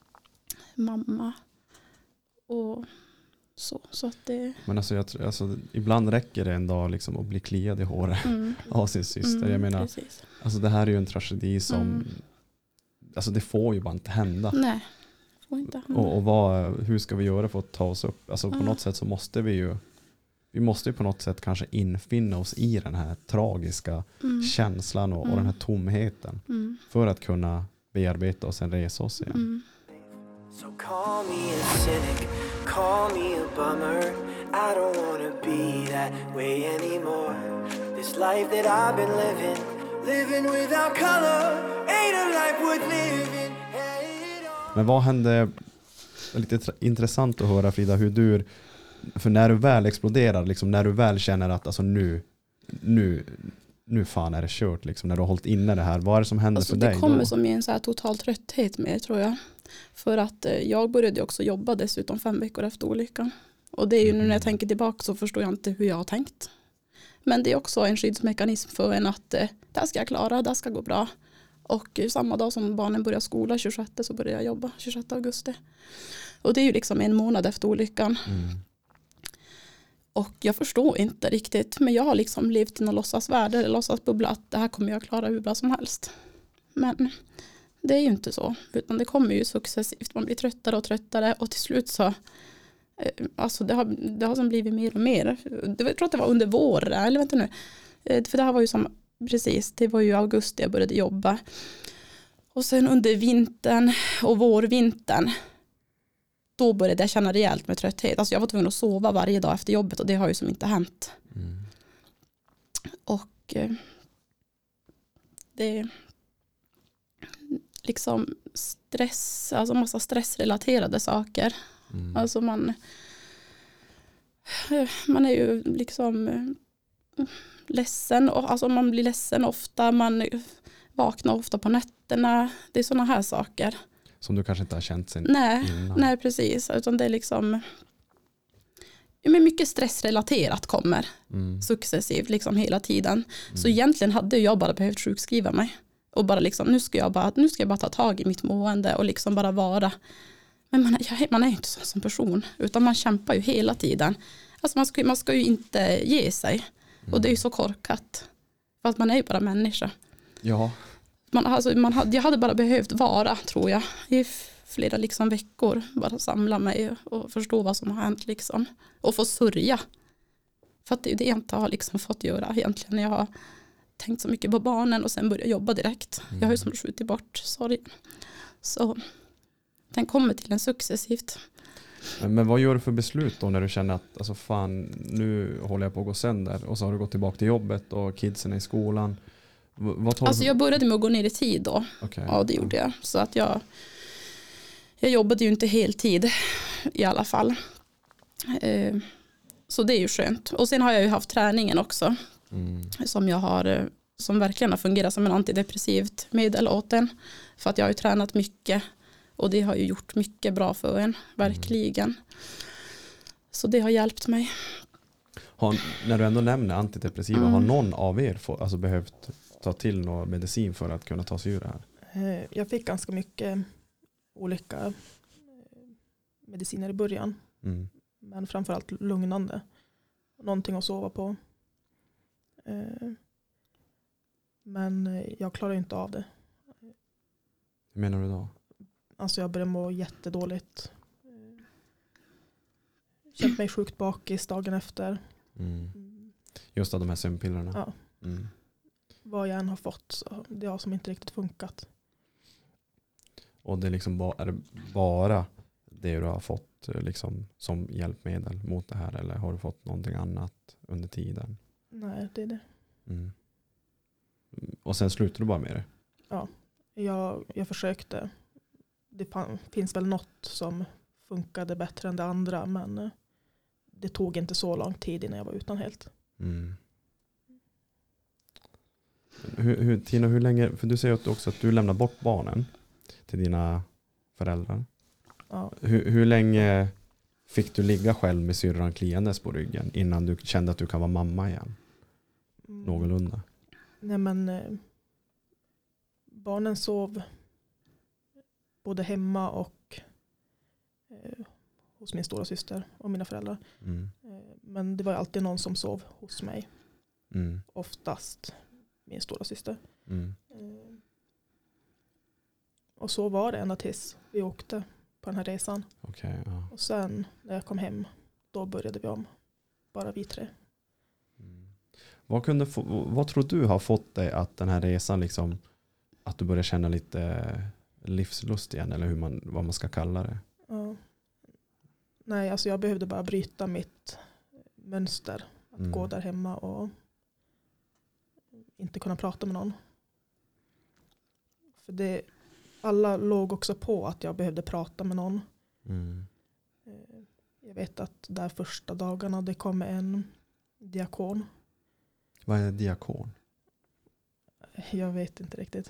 mamma och så. Så att det... Men alltså, jag, tror- alltså, ibland räcker det en dag liksom att bli kliad i håret Mm, av sin syster. mm, Jag menar, precis. alltså, det här är ju en tragedi som, Mm. alltså det får ju bara inte hända. Nej, får inte hända. Och, och vad, hur ska vi göra för att ta oss upp? Alltså på Mm. något sätt så måste vi ju, vi måste ju på något sätt kanske infinna oss i den här tragiska Mm, känslan och, och Mm. den här tomheten mm, för att kunna bearbeta och sen resa oss igen. mm. So call me a cynic, call me a bummer. I don't wanna be that way anymore. This life that I've been living, living without color, ain't a life worth living. Hey, it all. Men vad hände, det är lite tra- intressant att höra Frida, hur du, för när du väl exploderar, liksom, när du väl känner att alltså, nu, nu, nu fan är det kört, liksom, när du har hållit inne det här, vad är det som händer Alltså, för det dig kommer då? som en så här total trötthet med, tror jag. För att eh, jag började också jobba dessutom fem veckor efter olyckan. Och det är ju nu när jag tänker tillbaka så förstår jag inte hur jag har tänkt. Men det är också en skyddsmekanism för en att eh, det här ska jag klara, det här ska gå bra. Och eh, samma dag som barnen börjar skola, tjugosjätte, så börjar jag jobba, tjugosjätte augusti. Och det är ju liksom en månad efter olyckan. Mm. Och jag förstår inte riktigt, men jag har liksom levt i någon låtsasvärld eller låtsasbubbla att det här kommer jag klara hur bra som helst. Men det är ju inte så, utan det kommer ju successivt, man blir tröttare och tröttare och till slut så, eh, alltså det har, det har som blivit mer och mer. Det, jag tror att det var under våren, eller vänta nu, Eh, för det här var ju som, precis, det var ju augusti jag började jobba. Och sen under vintern och vårvintern, då började jag känna rejält med trötthet. Alltså jag var tvungen att sova varje dag efter jobbet och det har ju som inte hänt. Mm. Och eh, det är liksom stress, alltså massa stressrelaterade saker. Mm. Alltså man eh, man är ju liksom eh, ledsen, och alltså man blir ledsen ofta, man vaknar ofta på nätterna. Det är sådana här saker. Som du kanske inte har känt sen Nej, innan. nej precis, utan det är liksom men mycket stressrelaterat kommer Mm. successivt liksom hela tiden. Så Mm. egentligen hade jag bara behövt sjukskriva mig och bara liksom nu ska jag bara nu ska jag bara ta tag i mitt mående och liksom bara vara. Men man är, man är ju inte så som person, utan man kämpar ju hela tiden. Alltså man ska man ska ju inte ge sig. Och det är ju så korkat. För att man är ju bara människa. Ja, Man, alltså, man hade, jag hade bara behövt vara, tror jag, i flera liksom veckor. Bara samla mig och förstå vad som har hänt liksom. Och få sörja. För att det är det jag inte har liksom fått göra egentligen. Jag har tänkt så mycket på barnen och sen börjat jobba direkt. Jag har ju som skjutit bort sorgen. Så den kommer till en successivt. men, men vad gör du för beslut då när du känner att alltså fan, nu håller jag på att gå sönder, och så har du gått tillbaka till jobbet och kidsen är i skolan. V- vad tar Alltså du? jag började med att gå ner i tid då. Okej. Ja, det gjorde jag. Så att jag, jag jobbade ju inte heltid i alla fall. Eh, så det är ju skönt. Och sen har jag ju haft träningen också. Mm. Som jag har, som verkligen har fungerat som en antidepressivt medel åt en. För att jag har ju tränat mycket. Och det har ju gjort mycket bra för en, verkligen. Mm. Så det har hjälpt mig. Har, när du ändå nämner antidepressiva, Mm. har någon av er få, alltså behövt ta till någon medicin för att kunna ta sig ur det här? Jag fick ganska mycket olika mediciner i början. Mm. Men framförallt lugnande. Någonting att sova på. Men jag klarar inte av det. Hur menar du då? Alltså jag började må jättedåligt. Känt mig sjukt bakis dagen efter. Mm. Just av de här sömnpillerna? Ja. Mm. Vad jag än har fått så det har som inte riktigt funkat. Och det är liksom bara, är det bara det du har fått liksom som hjälpmedel mot det här, eller har du fått någonting annat under tiden? Nej, det är det. Mm. Och sen slutar du bara med det? Ja, jag, jag försökte. Det fann, finns väl något som funkade bättre än det andra, men det tog inte så lång tid innan jag var utan helt. Mm. Hur, hur, Tina, hur länge, för du säger också att du lämnar bort barnen till dina föräldrar. Ja. Hur, hur länge fick du ligga själv med syrran kliandes på ryggen innan du kände att du kan vara mamma igen? Mm. Någorlunda. Nej, men eh, barnen sov både hemma och eh, hos min stora syster och mina föräldrar. Mm. Eh, men det var alltid någon som sov hos mig. Mm. Oftast min stora syster. Mm. Eh, och så var det ända tills vi åkte på den här resan. Okay, ja. Och sen när jag kom hem, då började vi om. Bara vi tre. Mm. Vad, kunde få, vad tror du har fått dig att den här resan liksom, att du börjar känna lite livslust igen, eller hur man, vad man ska kalla det? Ja. Nej, alltså jag behövde bara bryta mitt mönster. Att Mm. gå där hemma och inte kunna prata med någon. För det, alla låg också på att jag behövde prata med någon. Mm. Jag vet att där första dagarna det kom en diakon. Vad är diakon? Jag vet inte riktigt.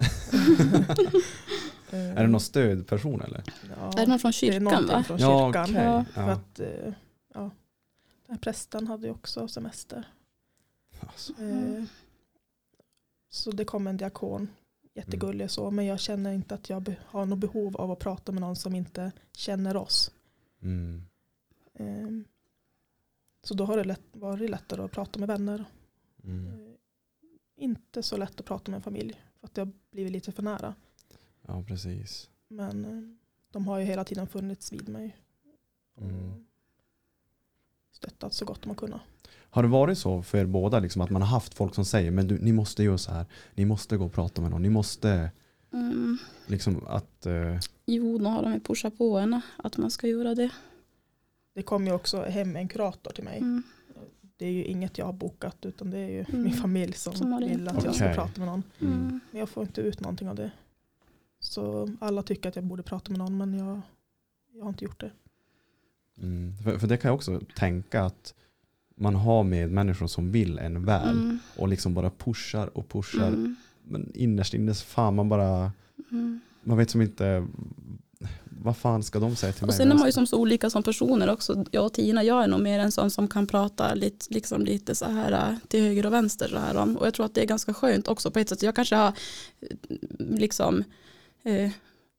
Är det någon stödperson eller? Ja, Är det någon från det är kyrkan, någonting va? från Ja, kyrkan. okej. Ja. För Ja. att eh, ja, den här prästen hade ju också semester. Alltså. Eh, Så det kom en diakon. Jättegullig och så. Men jag känner inte att jag be- har något behov av att prata med någon som inte känner oss. Mm. Eh, Så då har det lätt, varit lättare att prata med vänner. Mm. Eh, Inte så lätt att prata med en familj. För att det har blivit lite för nära. Ja, precis. Men eh, de har ju hela tiden funnits vid mig. Och Mm. stöttat så gott de har kunnat. Har det varit så för er båda liksom, att man har haft folk som säger, men du, ni måste göra så här, ni måste gå och prata med någon, ni måste Mm. liksom att uh, Jo, då har de ju pushat på en att man ska göra det. Det kom ju också hem en kurator till mig. Mm. Det är ju inget jag har bokat, utan det är ju Mm. min familj som, Som har det. vill att jag ska Okej. prata med någon. Mm. Men jag får inte ut någonting av det. Så alla tycker att jag borde prata med någon, men jag, jag har inte gjort det. mm, för, för det kan jag också tänka att man har med människor som vill en väl Mm. och liksom bara pushar och pushar, Mm. men innerst inne så fan man bara Mm. man vet som inte vad fan ska de säga till Och mig? sen är man ju som så olika som personer också. Jag och Tina, jag är nog mer en sån som kan prata lite, liksom lite så här äh, till höger och vänster så här om. Och jag tror att det är ganska skönt också på ett sätt. Jag kanske har liksom eh,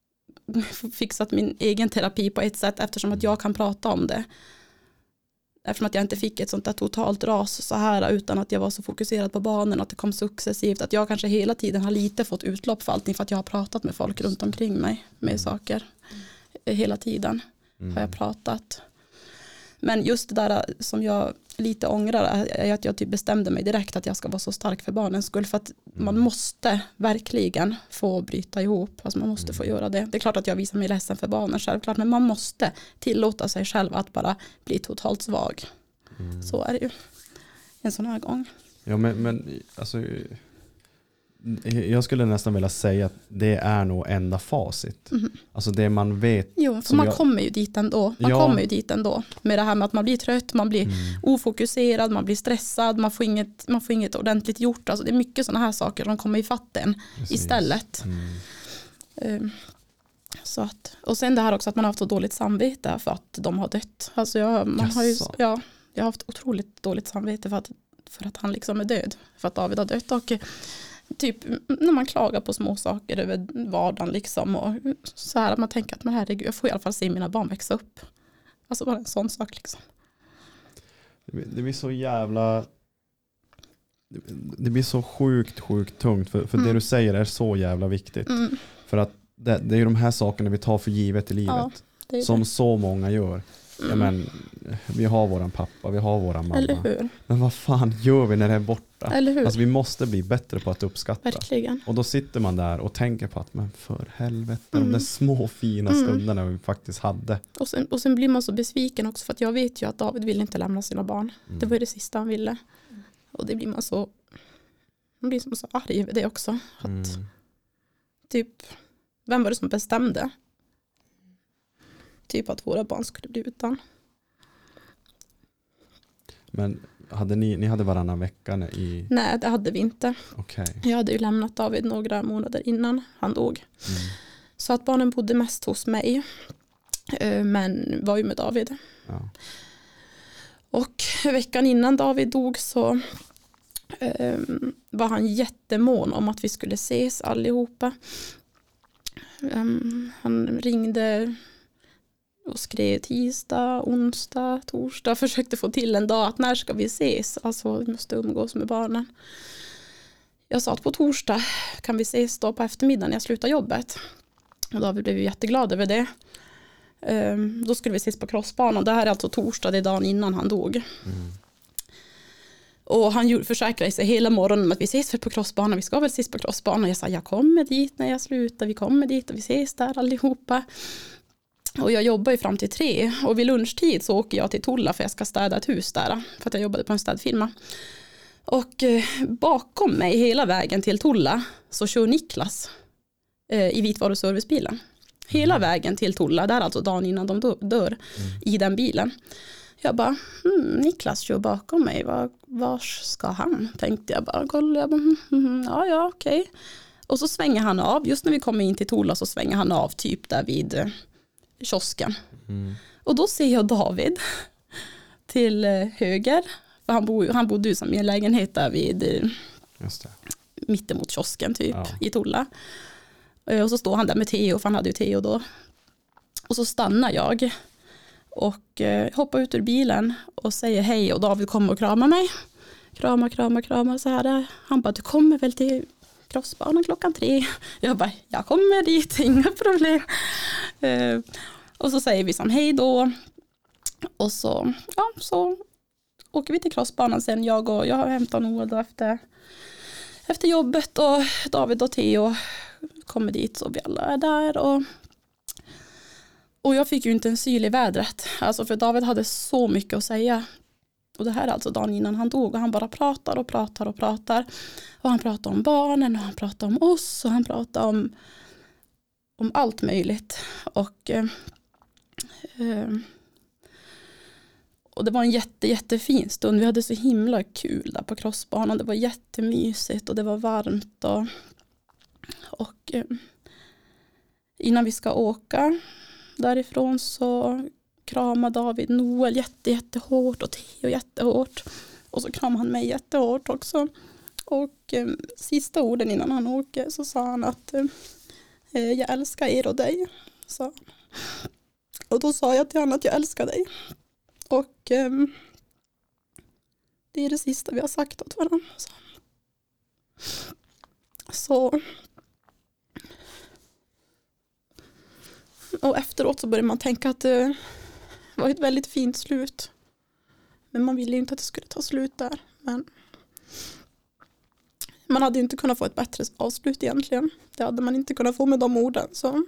fixat min egen terapi på ett sätt eftersom att jag kan prata om det. Eftersom att jag inte fick ett sånt där totalt ras så här utan att jag var så fokuserad på banan, att det kom successivt, att jag kanske hela tiden har lite fått utlopp för allting för att jag har pratat med folk runt omkring mig med Mm. saker. Hela tiden Mm. har jag pratat. Men just det där som jag lite ångrar är att jag typ bestämde mig direkt att jag ska vara så stark för barnens skull, för att Mm. man måste verkligen få bryta ihop. Alltså man måste Mm. få göra det. Det är klart att jag visar mig ledsen för barnen självklart, men man måste tillåta sig själv att bara bli totalt svag. Mm. Så är det ju en sån här gång. Ja, men, men alltså, jag skulle nästan vilja säga att det är nog enda facit. Mm. Alltså det man vet. Jo, för man jag... kommer ju dit ändå. Man ja. kommer ju dit ändå. Med det här med att man blir trött, man blir mm. ofokuserad, man blir stressad, man får inget, man får inget ordentligt gjort. Alltså det är mycket sådana här saker som kommer i fatten istället. Mm. Um, så att, och sen det här också att man har haft så dåligt samvete för att de har dött. Alltså jag, man yes. har ju, ja, jag har haft otroligt dåligt samvete för att, för att han liksom är död. För att David har dött och typ när man klagar på små saker över vardagen liksom och så här att man tänker att men herregud, jag får i alla fall se mina barn växa upp. Alltså bara en sån sak liksom. Det blir så jävla det blir så sjukt sjukt tungt för, för mm. det du säger är så jävla viktigt. Mm. För att det, det är ju de här sakerna vi tar för givet i livet ja, som det. Så många gör. Mm. Ja, men, vi har våran pappa, vi har våran mamma. Eller hur? Men vad fan gör vi när det är borta? Eller hur? Alltså vi måste bli bättre på att uppskatta. Verkligen. Och då sitter man där och tänker på att men för helvete, mm. de där små fina stunderna mm. vi faktiskt hade. Och sen, och sen blir man så besviken också för att jag vet ju att David ville inte lämna sina barn. Mm. Det var det sista han ville. Och det blir man så man blir som så arg över det också. Att mm. typ, vem var det som bestämde? Typ att våra barn skulle bli utan. Men hade ni, ni hade varannan vecka i... Nej, det hade vi inte. Okay. Jag hade ju lämnat David några månader innan han dog. Mm. Så att barnen bodde mest hos mig. Men var ju med David. Ja. Och veckan innan David dog så um, var han jättemån om att vi skulle ses allihopa. Um, han ringde och skrev tisdag, onsdag, torsdag. Försökte få till en dag att när ska vi ses? Alltså vi måste umgås med barnen. Jag sa att på torsdag kan vi ses då på eftermiddagen när jag slutar jobbet. Och då blev vi jätteglada över det. Um, då skulle vi ses på crossbanan. Det här är alltså torsdag, det är dagen innan han dog. Mm. Och han försäkrade sig hela morgonen om att vi ses på crossbanan. Vi ska väl ses på crossbanan. Jag sa jag kommer dit när jag slutar. Vi kommer dit och vi ses där allihopa. Och jag jobbar ju fram till tre. Och vid lunchtid så åker jag till Tulla för jag ska städa ett hus där. För att jag jobbade på en städfirma. Och eh, bakom mig hela vägen till Tulla så kör Niklas eh, i vitvaruservicebilen. Hela vägen till Tulla, där alltså dagen innan de dör mm. i den bilen. Jag bara, hmm, Niklas kör bakom mig, var, vars ska han? Tänkte jag bara, kolla, jag bara, hmm, hmm, ja ja okej. Okay. Och så svänger han av, just när vi kommer in till Tulla så svänger han av typ där vid eh, kiosken. Mm. Och då ser jag David till eh, höger, för han, bo, han bodde ju som i en lägenhet där vid eh, just det. Mittemot kiosken typ ja. I Tulla. Och så står han där med Theo, för han hade ju Theo då. Och så stannar jag och eh, hoppar ut ur bilen och säger hej och David kommer och kramar mig. Krama, krama, krama så här. Han bara, du kommer väl till crossbanan klockan tre? Jag bara, jag kommer dit, inga problem. Eh, och så säger vi som hej då. Och så, ja, så åker vi till crossbanan sen. Jag och jag har hämtat Noah då efter, efter jobbet och David och Theo kommer dit så vi alla är där och, och jag fick ju inte en syl i vädret alltså för David hade så mycket att säga och det här är alltså dagen innan han dog och han bara pratar och pratar och pratar och han pratar om barnen och han pratar om oss och han pratar om om allt möjligt och eh, eh, och det var en jätte, jättefin stund. Vi hade så himla kul där på crossbanan. Det var jättemysigt och det var varmt och Och eh, innan vi ska åka därifrån så kramar David Noel jätte, jättehårt och Theo jättehårt. Och så kramar han mig jättehårt också. Och eh, sista orden innan han åker så sa han att eh, jag älskar er och dig. Så. Och då sa jag till honom att jag älskar dig. Och eh, det är det sista vi har sagt åt varandra. Så. så Och efteråt så började man tänka att det var ett väldigt fint slut. Men man ville ju inte att det skulle ta slut där. Men man hade inte kunnat få ett bättre avslut egentligen. Det hade man inte kunnat få med de orden. Så.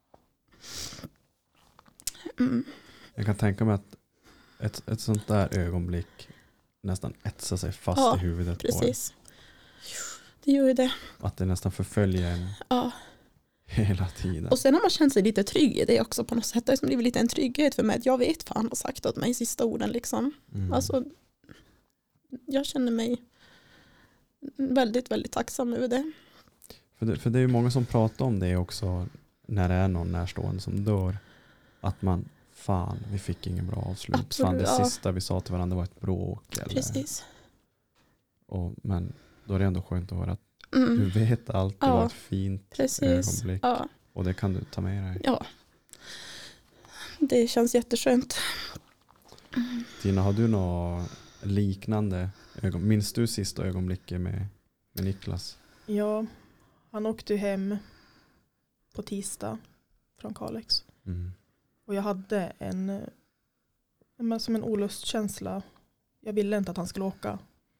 Mm. Jag kan tänka mig att ett, ett sånt där ögonblick nästan etsar sig fast ja, i huvudet. Precis. det gör ju det. Att det nästan förföljer en Ja. hela tiden. Och sen har man känt sig lite trygg i det också på något sätt. Det har blivit lite en trygghet för mig att jag vet vad han har sagt åt mig sista orden liksom. Mm. Alltså, jag känner mig väldigt, väldigt tacksam över det. För det, för det är ju många som pratar om det också när det är någon närstående som dör. Att man, fan, vi fick ingen bra avslut. Absolut, fan, det ja. sista vi sa till varandra var ett bråk. Eller, Precis. och, men då är det ändå skönt att höra att Mm. du vet allt. Det Ja, var ett fint Precis. ögonblick. Ja. Och det kan du ta med dig. Ja. Det känns jätteskönt. Tina, har du något liknande ögon? Minns du sista ögonblicket med, med Niklas? Ja, han åkte hem på tisdag från Kalix. Mm. Och jag hade en, men som en olustkänsla. Jag ville inte att han skulle åka.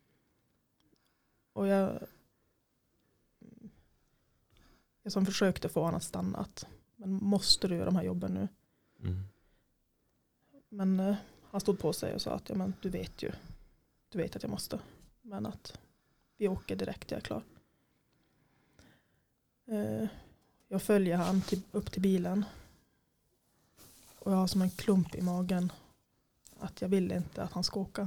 Och jag, jag som försökte få honom att stanna. Att, men måste du göra de här jobben nu? Mm. Men eh, han stod på sig och sa att ja, men, du vet ju. Du vet att jag måste. Men att vi åker direkt, jag är klar. Eh, jag följer han till, upp till bilen. Och jag har som en klump i magen. Att jag vill inte att han ska åka.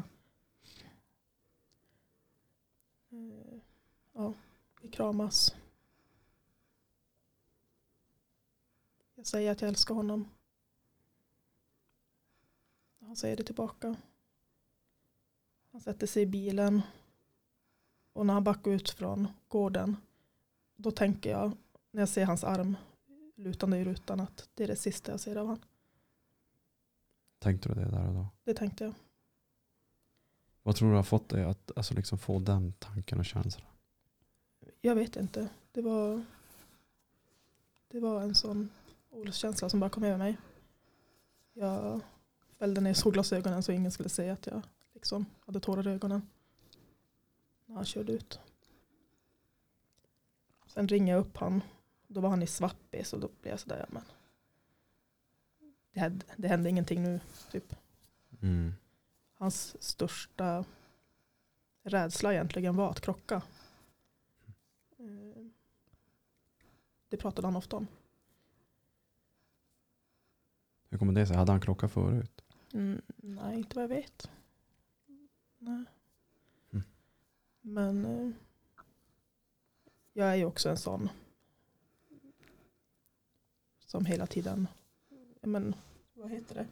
Eh, ja, vi kramas. Jag säger att jag älskar honom. Han säger det tillbaka. Han sätter sig i bilen. Och när han backar ut från gården. Då tänker jag, när jag ser hans arm lutande i rutan, att det är det sista jag ser av han. Tänkte du det där och då? Det tänkte jag. Vad tror du har fått dig att alltså, liksom få den tanken och känslan? Jag vet inte. Det var, det var en sån olustkänsla som bara kom över mig. Jag fällde ner solglasögonen så ingen skulle se att jag liksom hade tårar i ögonen. När han körde ut. Sen ringde jag upp han. Då var han i Svappis och då blev jag sådär, ja, men det hände, det hände ingenting nu typ. Mm. Hans största rädsla egentligen var att krocka. Det pratade han ofta om. Hur kommer det sig? Hade han krockat förut? Mm, nej, inte vad jag vet. Nej. Mm. Men eh, jag är ju också en sån som hela tiden, men vad heter det?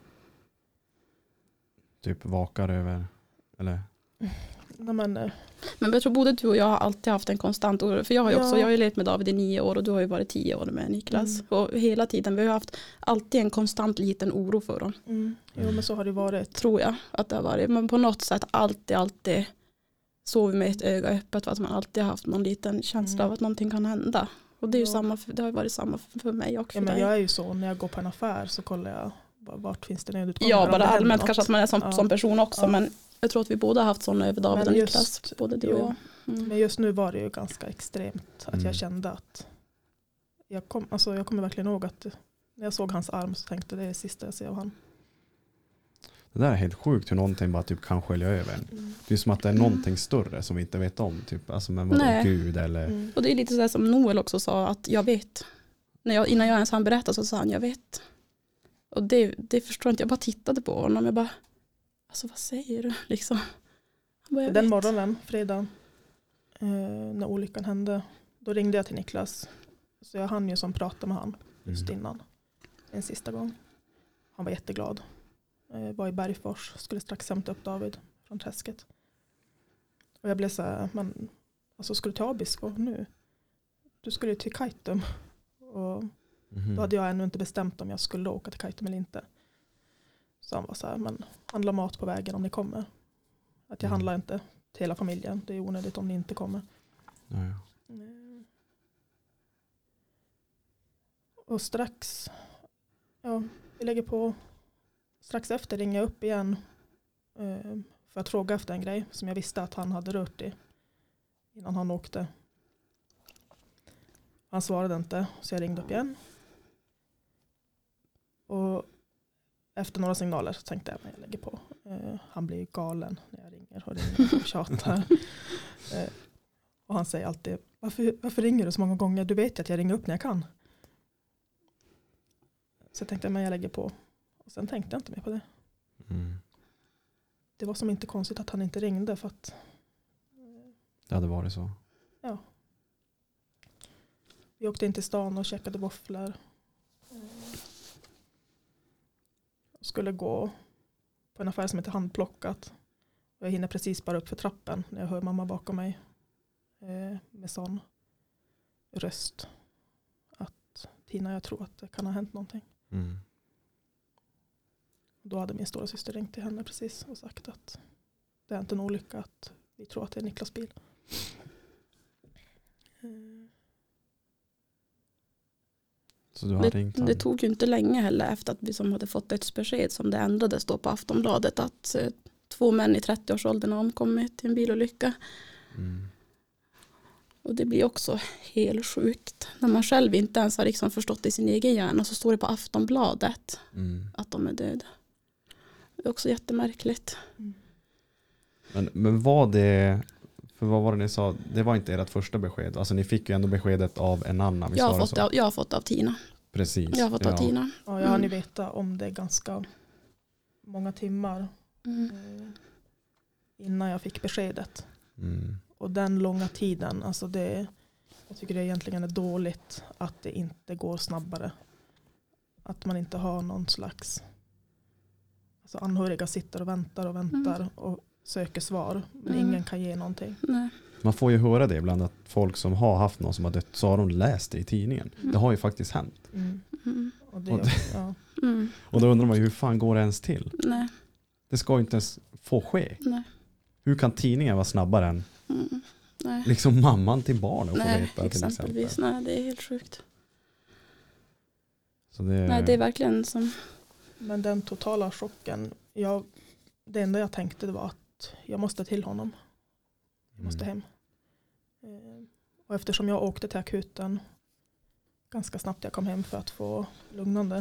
Typ vakar över, eller? Nej, men, eh, Men jag tror både du och jag har alltid haft en konstant oro. För jag har ju också, Ja. jag har ju levt med David i nio år och du har ju varit tio år med Niklas. Mm. Och hela tiden, vi har haft alltid en konstant liten oro för dem. mm, jo, men så har det varit. Tror jag att det har varit. Men på något sätt alltid, alltid sover med ett öga öppet. För att man alltid har haft någon liten känsla Mm. av att någonting kan hända. Och det, är ju Ja. samma, det har ju varit samma för, för mig och för Ja, men dig. jag är ju så, när jag går på en affär så kollar jag bara, vart finns det nödutgångar. Ja, om bara det händer allmänt något. kanske att man är som, Ja. som person också. Ja. Men jag tror att vi båda har haft sådana över David Men och just- Niklas. Både du och jo. jag. Mm. Men just nu var det ju ganska extremt att Mm. jag kände att jag, kom, alltså jag kommer verkligen ihåg att när jag såg hans arm så tänkte jag, det är det sista jag ser av han. Det där är helt sjukt hur någonting bara typ kan skölja över en. Mm. Det är som att det är någonting större som vi inte vet om. Typ. Alltså, men vadå, Nej. Gud eller... Mm. Och det är lite så där som Noel också sa, att jag vet. När jag, innan jag ens hann berätta så sa han, jag vet. Och det, det förstår jag inte, jag bara tittade på honom. Jag bara, alltså vad säger du? Liksom. Jag bara, jag Den vet. morgonen, fredag, eh, när olyckan hände, då ringde jag till Niklas. Så jag hann ju som prata med han just Mm. innan. En sista gång. Han var jätteglad. Eh, var i Bergfors, skulle strax hämta upp David från träsket. Och jag blev så här, men alltså ska du till Abisko nu? Du skulle ju till Kaitum. Och Mhm. då hade jag ännu inte bestämt om jag skulle åka till Kaitum eller inte. Så han var så här, men handla mat på vägen om ni kommer. Att jag Mm. handlar inte till hela familjen. Det är onödigt om ni inte kommer. Ja, ja. Mm. Och strax, ja, vi lägger på, strax efter ringer jag upp igen eh, för att fråga efter en grej som jag visste att han hade rört i innan han åkte. Han svarade inte, så jag ringde upp igen. Och efter några signaler så tänkte jag, men jag lägger på. Eh, han blir galen när jag ringer och ringer och tjatar. eh, Och han säger alltid, varför, varför ringer du så många gånger? Du vet ju att jag ringer upp när jag kan. Så jag tänkte, men jag lägger på. Och sen tänkte jag inte mer på det. Mm. Det var som inte konstigt att han inte ringde för att... Det hade varit så. Ja. Vi åkte in till stan och käkade våfflor. Jag skulle gå på en affär som heter Handplockat. Och jag hinner precis bara upp för trappen när jag hör mamma bakom mig. Eh, med sån röst. Att Tina, jag tror att det kan ha hänt någonting. Mm. Då hade min stora syster ringt till henne precis och sagt att det är inte en olycka, att vi tror att det är Niklas bil. Så du har Det, ringt han? det tog ju inte länge heller efter att vi som hade fått ett besked som det ändrades då på Aftonbladet att eh, två män i trettioårsåldern har omkommit i en bilolycka. Mm. Och det blir också helt sjukt. När man själv inte ens har liksom förstått i sin egen hjärna så står det på Aftonbladet Mm. att de är döda. Det är också jättemärkligt. Mm. Men, men var det, för vad var det ni sa, det var inte ert första besked. Alltså ni fick ju ändå beskedet av en annan. Jag har, fått det, av- jag har fått det av Tina. Precis. Jag har fått det av Tina. Ja, jag har ni Mm. veta om det ganska många timmar Mm. eh, innan jag fick beskedet. Mm. Och den långa tiden, alltså det, jag tycker det egentligen är dåligt att det inte går snabbare. Att man inte har någon slags, alltså anhöriga sitter och väntar och väntar Mm. och söker svar. Men Mm. ingen kan ge någonting. Nej. Man får ju höra det ibland att folk som har haft någon som har dött så har de läst det i tidningen. Mm. Det har ju faktiskt hänt. Mm. Mm. Och det, Och det- ja. Mm. Och då undrar man ju hur fan går det ens till? Nej. Det ska ju inte ens få ske. Nej. Hur kan tidningen vara snabbare än Mm. Nej. liksom mamman till barnen att få Nej, veta till exempelvis. exempel? Nej, det är helt sjukt. Så det, Nej, det är verkligen som... Men den totala chocken, jag, det enda jag tänkte det var att jag måste till honom. Jag måste Mm. hem. Eh, Och eftersom jag åkte till akuten ganska snabbt jag kom hem för att få lugnande,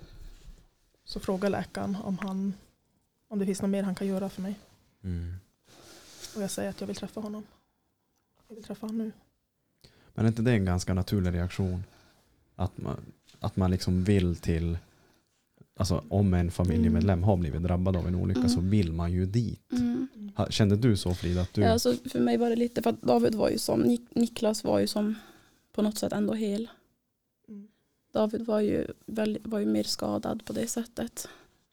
så frågade läkaren om, han, om det finns något mer han kan göra för mig. Mm. Och jag säger att jag vill träffa honom. Jag vill träffa honom nu. Men är inte det en ganska naturlig reaktion? Att man, att man liksom vill till, alltså om en familjemedlem har blivit drabbad av en olycka Mm. så vill man ju dit. Mm. Ha- Kände du så, Frida? Att du, Ja, alltså, för mig var det lite, för att David var ju som, Nik- Niklas var ju som på något sätt ändå hel. Mm. David var ju, väldigt, var ju mer skadad på det sättet.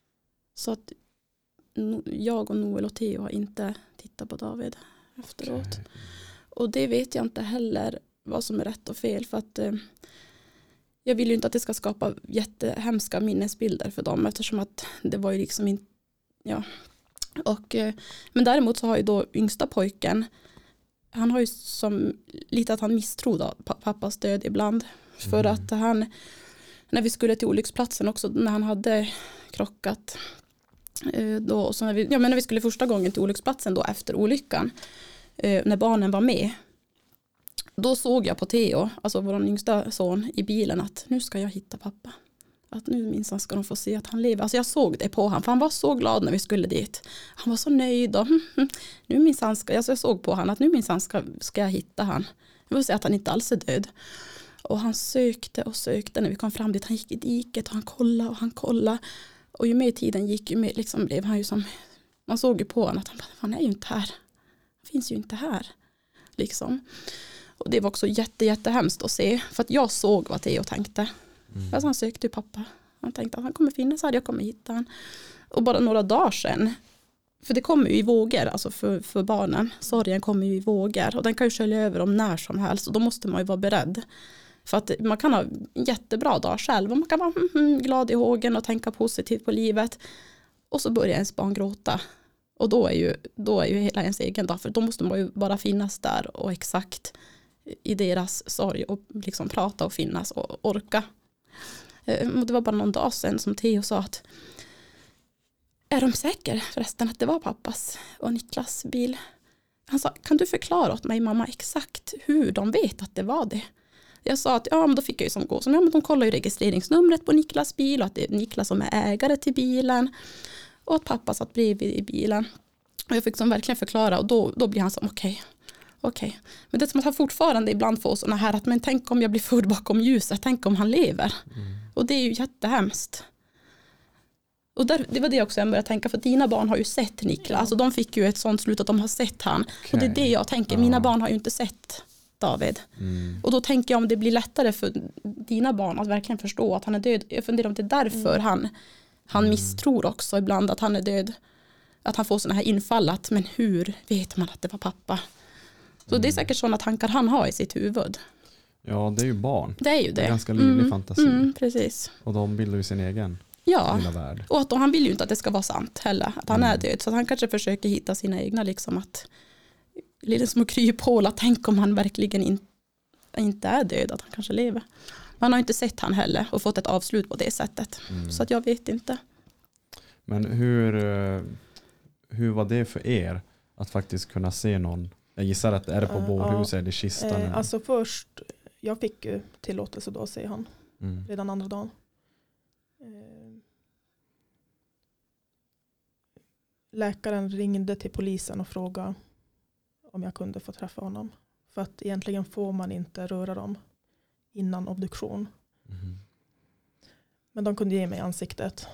Så att no, jag och Noel och Theo har inte tittat på David efteråt. Okej. Och det vet jag inte heller vad som är rätt och fel. För att eh, jag vill ju inte att det ska skapa jättehemska minnesbilder för dem. Eftersom att det var ju liksom inte, ja. Och, eh, men däremot så har ju då yngsta pojken, han har ju som lite att han misstror då, pa- pappas död ibland. För Mm. att han, när vi skulle till olycksplatsen också, när han hade krockat, eh, då, och så när, vi, ja, men när vi skulle första gången till olycksplatsen då efter olyckan, eh, när barnen var med, då såg jag på Theo, alltså vår yngsta son, i bilen att nu ska jag hitta pappa. Att nu minsann ska de få se att han lever. Alltså jag såg det på honom, för han var så glad när vi skulle dit. Han var så nöjd och nu minsann ska, alltså jag såg på honom att nu minsann ska, ska jag hitta han. Jag vill säga att han inte alls är död. Och han sökte och sökte när vi kom fram dit. Han gick i diket och han kollade och han kollade. Och ju mer tiden gick, ju mer liksom blev han ju som, man såg ju på honom att han, han är ju inte här. Han finns ju inte här. Liksom. Och det var också jätte, jättehemskt att se. För att jag såg vad Theo tänkte. Mm. Alltså han sökte ju pappa. Han tänkte att han kommer finnas här, jag kommer hitta han. Och bara några dagar sedan, för det kommer ju i vågor, alltså för, för barnen. Sorgen kommer ju i vågor och den kan ju skölja över dem när som helst. Och då måste man ju vara beredd. För att man kan ha en jättebra dag själv och man kan vara mm, mm, glad i hågen och tänka positivt på livet. Och så börjar ens barn gråta. Och då är ju, då är ju hela ens egen dag, för då måste man ju bara finnas där och exakt i deras sorg och liksom prata och finnas och orka. Och det var bara någon dag sedan som Theo sa att är de säkra förresten att det var pappas och Niklas bil? Han sa, kan du förklara åt mig mamma exakt hur de vet att det var det? Jag sa att ja, men då fick jag ju som gå som ja, men de kollar ju registreringsnumret på Niklas bil och att det är Niklas som är ägare till bilen och att pappa satt bredvid i bilen. Och jag fick som verkligen förklara och då, då blir han som okej. Okay. okej. Okay. Men det är som att han fortfarande ibland får såna här att men tänk om jag blir född bakom ljuset, tänk om han lever. Mm. Och det är ju jättehemskt. Och där, det var det också jag började tänka, för dina barn har ju sett Niklas. Alltså de fick ju ett sånt slut att de har sett han. Okay. Och det är det jag tänker, ja. Mina barn har ju inte sett David. Mm. Och då tänker jag om det blir lättare för dina barn att verkligen förstå att han är död. Jag funderar om det är därför mm. han, han mm. misstror också ibland att han är död. Att han får såna här infall att, men hur vet man att det var pappa? Så mm. det är säkert sådana tankar han har i sitt huvud. Ja, det är ju barn. Det är ju det. Det är ganska livlig mm. fantasi. Mm, precis. Och de bildar ju sin egen ja. lilla värld. Och att han vill ju inte att det ska vara sant heller. Att han mm. är död. Så att han kanske försöker hitta sina egna liksom att lite små kryphål. Att tänk om han verkligen in, inte är död. Att han kanske lever. Man har inte sett han heller och fått ett avslut på det sättet. Mm. Så att jag vet inte. Men hur, hur var det för er att faktiskt kunna se någon? Jag gissar att det är på bårhuset uh, eller kistan. Eh, alltså först, jag fick ju tillåtelse då att se han. Mm. Redan andra dagen. Eh, läkaren ringde till polisen och frågade om jag kunde få träffa honom. För att egentligen får man inte röra dem innan obduktion. Mm. Men de kunde ge mig ansiktet.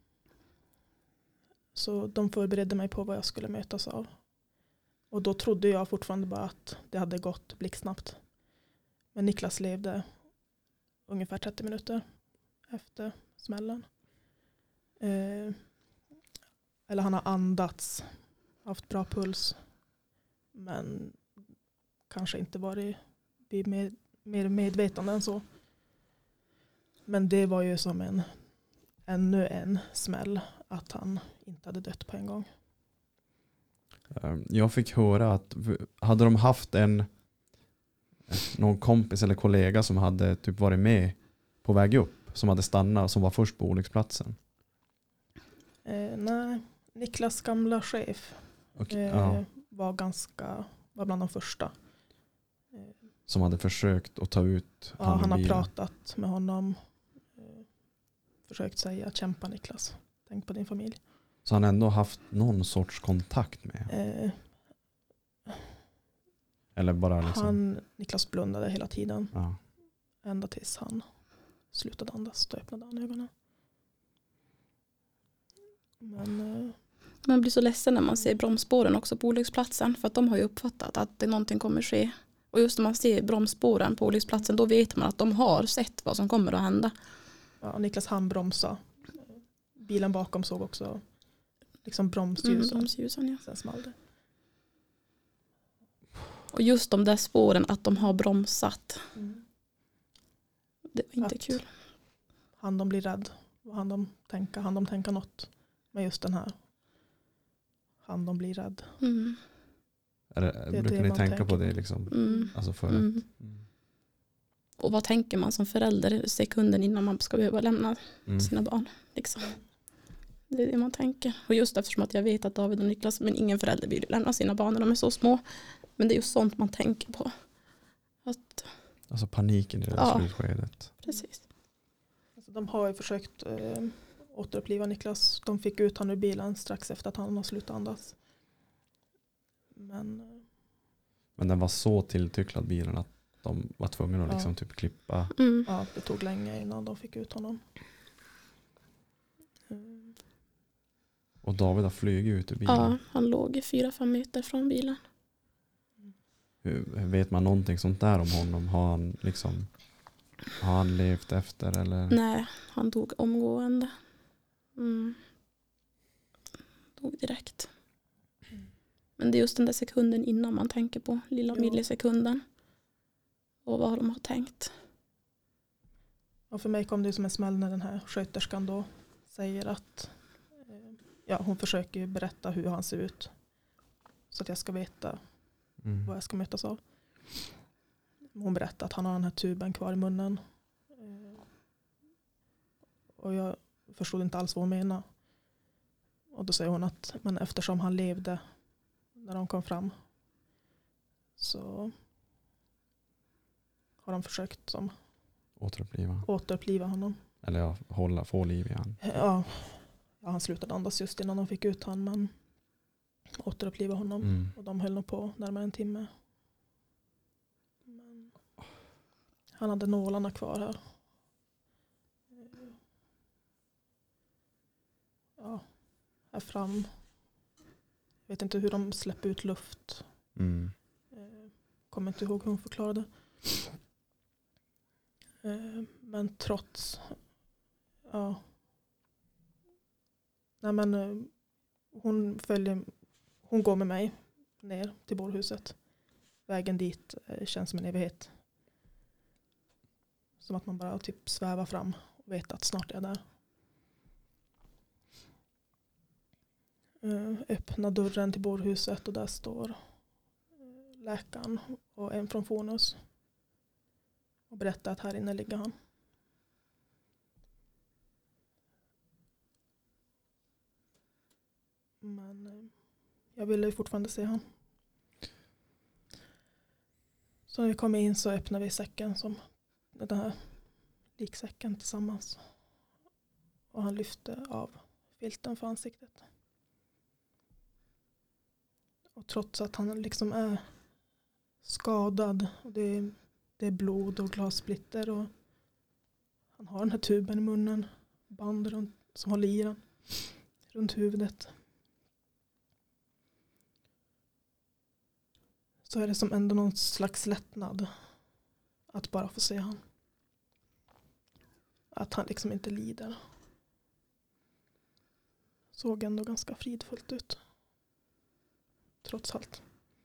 Så de förberedde mig på vad jag skulle mötas av. Och då trodde jag fortfarande bara att det hade gått blixtsnabbt. Men Niklas levde ungefär trettio minuter efter smällen. Eh, eller han har andats, haft bra puls. Men kanske inte varit med, mer medvetande än så. Men det var ju som en ännu en smäll att han inte hade dött på en gång. Jag fick höra att hade de haft en någon kompis eller kollega som hade typ varit med på väg upp, som hade stannat, som var först på olycksplatsen? Eh, nej, Niklas gamla chef okay, eh, ja. var ganska var bland de första. Som hade försökt att ta ut ja, han har pratat med honom. Eh, försökt säga, kämpa Niklas. Tänk på din familj. Så han ändå haft någon sorts kontakt med? Eh, Eller bara liksom... Han, Niklas blundade hela tiden. Ja. Ända tills han slutade andas. Då öppnade han ögonen. Men... Eh, man blir så ledsen när man ser bromsspåren också på olycksplatsen. För att de har ju uppfattat att det någonting kommer ske. Och just när man ser bromsspåren på olycksplatsen, då vet man att de har sett vad som kommer att hända. Ja, Niklas hann bromsa. Bilen bakom såg också liksom bromsljusen. Mm, bromsljusen, ja. Sen small det. Och just de där spåren, att de har bromsat. Mm. Det var inte att kul. Han de blir rädd. Han de tänka, han de tänka något. Men just den här. Han de blir rädd. Mm. Är det, det brukar det ni tänka på det liksom? Mm. Alltså för mm. att, mm. Och vad tänker man som förälder sekunden innan man ska behöva lämna mm. sina barn? Liksom. Det är det man tänker. Och just eftersom att jag vet att David och Niklas, men ingen förälder vill lämna sina barn när de är så små. Men det är ju sånt man tänker på. Att, alltså paniken i det ja, slutskedet. Precis. Alltså, de har ju försökt äh, återuppliva Niklas. De fick ut han ur bilen strax efter att han har slutat andas. Men, äh, men den var så tilltycklad bilen att de var tvungna att ja. liksom typ klippa. Mm. Ja, det tog länge innan de fick ut honom. Mm. Och David har flugit ut ur bilen. Ja, han låg fyra fem meter från bilen. Hur, vet man någonting sånt där om honom? Har han liksom har han levt efter eller? Nej, han dog omgående. Mm. Dog direkt. Mm. Men det är just den där sekunden innan man tänker på. Lilla ja. millisekunden. Och vad de har tänkt. Och för mig kom det som en smäll när den här sköterskan då säger att ja, hon försöker berätta hur han ser ut. Så att jag ska veta mm. vad jag ska mötas av. Hon berättar att han har den här tuben kvar i munnen. Och jag förstod inte alls vad hon menar. Och då säger hon att men eftersom han levde när de kom fram så har de försökt som återuppliva, återuppliva honom. Eller ja, hålla, få liv i han. Ja, ja, han slutade andas just innan de fick ut han, men återuppliva honom. Mm. Och de höll nog på närmare en timme. Han hade nålarna kvar här. Ja, här fram. Jag vet inte hur de släpper ut luft. Mm. Kommer inte ihåg hur hon förklarade. Men trots... Ja. Nej men hon följer... Hon går med mig ner till bårhuset. Vägen dit känns som en evighet. Som att man bara typ svävar fram och vet att snart är jag där. Öppna dörren till bårhuset och där står läkaren och en från Fonus. Och berättar att här inne ligger han. Men jag ville ju fortfarande se han. Så när vi kom in så öppnade vi säcken som den här liksäcken tillsammans. Och han lyfte av filten för ansiktet. Och trots att han liksom är skadad och det är, det är blod och glassplitter och han har den här tuben i munnen, band runt, som håller i den runt huvudet. Så är det som ändå någon slags lättnad att bara få se han. Att han liksom inte lider. Såg ändå ganska fridfullt ut. Trots allt.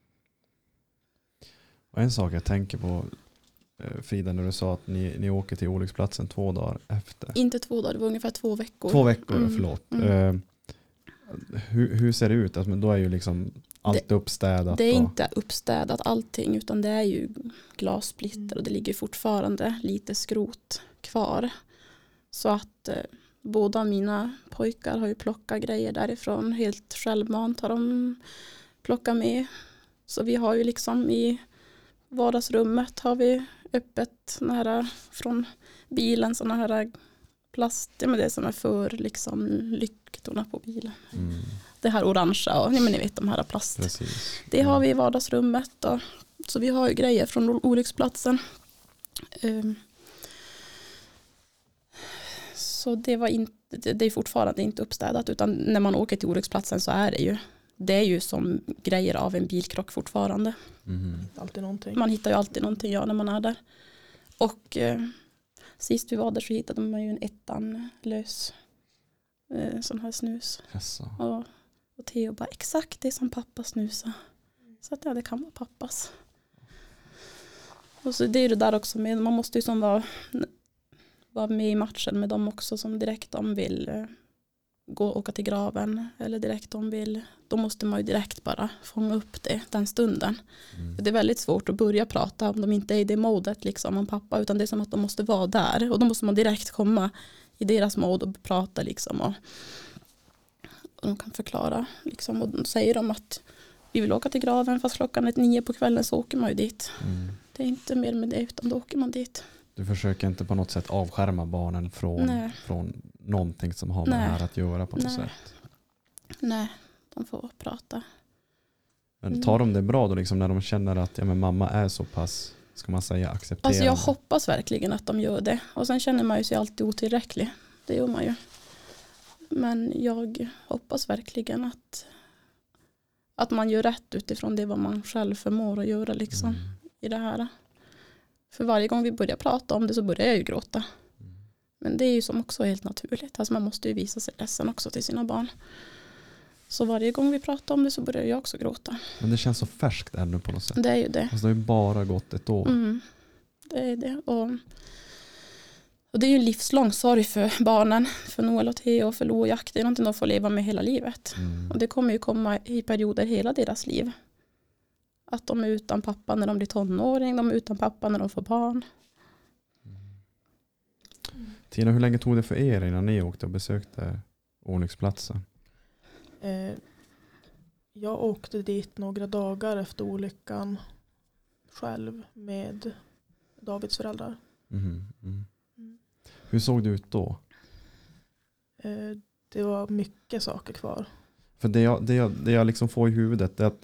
Och en sak jag tänker på, Frida, när du sa att ni, ni åker till olycksplatsen två dagar efter. Inte två dagar, det var ungefär två veckor. Två veckor, Mm. förlåt. Mm. Uh, hur, hur ser det ut? Alltså, men då är ju liksom allt det, uppstädat. Det är och... inte uppstädat allting, utan det är ju glassplitter och det ligger fortfarande lite skrot kvar. Så att eh, båda mina pojkar har ju plockat grejer därifrån. Helt självmant har de plockat med. Så vi har ju liksom i vardagsrummet har vi öppet nära från bilen såna här plast, ja, men det som är för liksom lyktorna på bilen. Mm. Det här orangea och ja, men ni vet de här plast. Precis. Det har vi i vardagsrummet och, så vi har ju grejer från olycksplatsen. Um, så det var inte, det är fortfarande inte uppstädat, utan när man åker till olycksplatsen så är det ju det är ju som grejer av en bilkrock fortfarande. Mm. Alltid någonting. Man hittar ju alltid någonting, ja, när man är där. Och eh, sist vi var där så hittade man ju en ettan lös eh, sån här snus. Yes. Och, och Theo bara, exakt det som pappa snusar. Så att ja, det kan vara pappas. Och så det är det där också med, man måste ju som vara, vara med i matchen med dem också, som direkt de vill eh, gå och åka till graven. Eller direkt de vill, då måste man ju direkt bara fånga upp det den stunden. Mm. Det är väldigt svårt att börja prata om de inte är i det modet liksom om pappa, utan det är som att de måste vara där. Och då måste man direkt komma i deras mod och prata liksom. Och, och de kan förklara liksom. Och då säger de att vi vill åka till graven, fast klockan är nio på kvällen så åker man ju dit. Mm. Det är inte mer med det, utan då åker man dit. Du försöker inte på något sätt avskärma barnen från, från någonting som har med Nej. det här att göra på något Nej. sätt. Nej, de får prata. Men tar de det bra då liksom, när de känner att ja, men mamma är så pass, ska man säga, accepterande? Alltså jag hoppas verkligen att de gör det. Och sen känner man ju sig alltid otillräcklig. Det gör man ju. Men jag hoppas verkligen att att man gör rätt utifrån det vad man själv förmår att göra liksom Mm. i det här. För varje gång vi börjar prata om det så börjar jag ju gråta. Mm. Men det är ju som också helt naturligt. Alltså man måste ju visa sig ledsen också till sina barn. Så varje gång vi pratar om det så börjar jag också gråta. Men det känns så färskt ännu på något sätt. Det är ju det. Fast det har ju bara gått ett år. Mm, det är det. Och, och det är ju en livslång sorg för barnen. För Noel och Theo och för Lo och Jack. Det är någonting de får leva med hela livet. Mm. Och det kommer ju komma i perioder hela deras liv. Att de är utan pappa när de blir tonåring. De är utan pappa när de får barn. Tina, hur länge tog det för er innan ni åkte och besökte olycksplatsen? Eh, jag åkte dit några dagar efter olyckan själv med Davids föräldrar. Mm. Mm. Mm. Hur såg det ut då? Eh, det var mycket saker kvar. För det jag, det jag, det jag liksom får i huvudet är att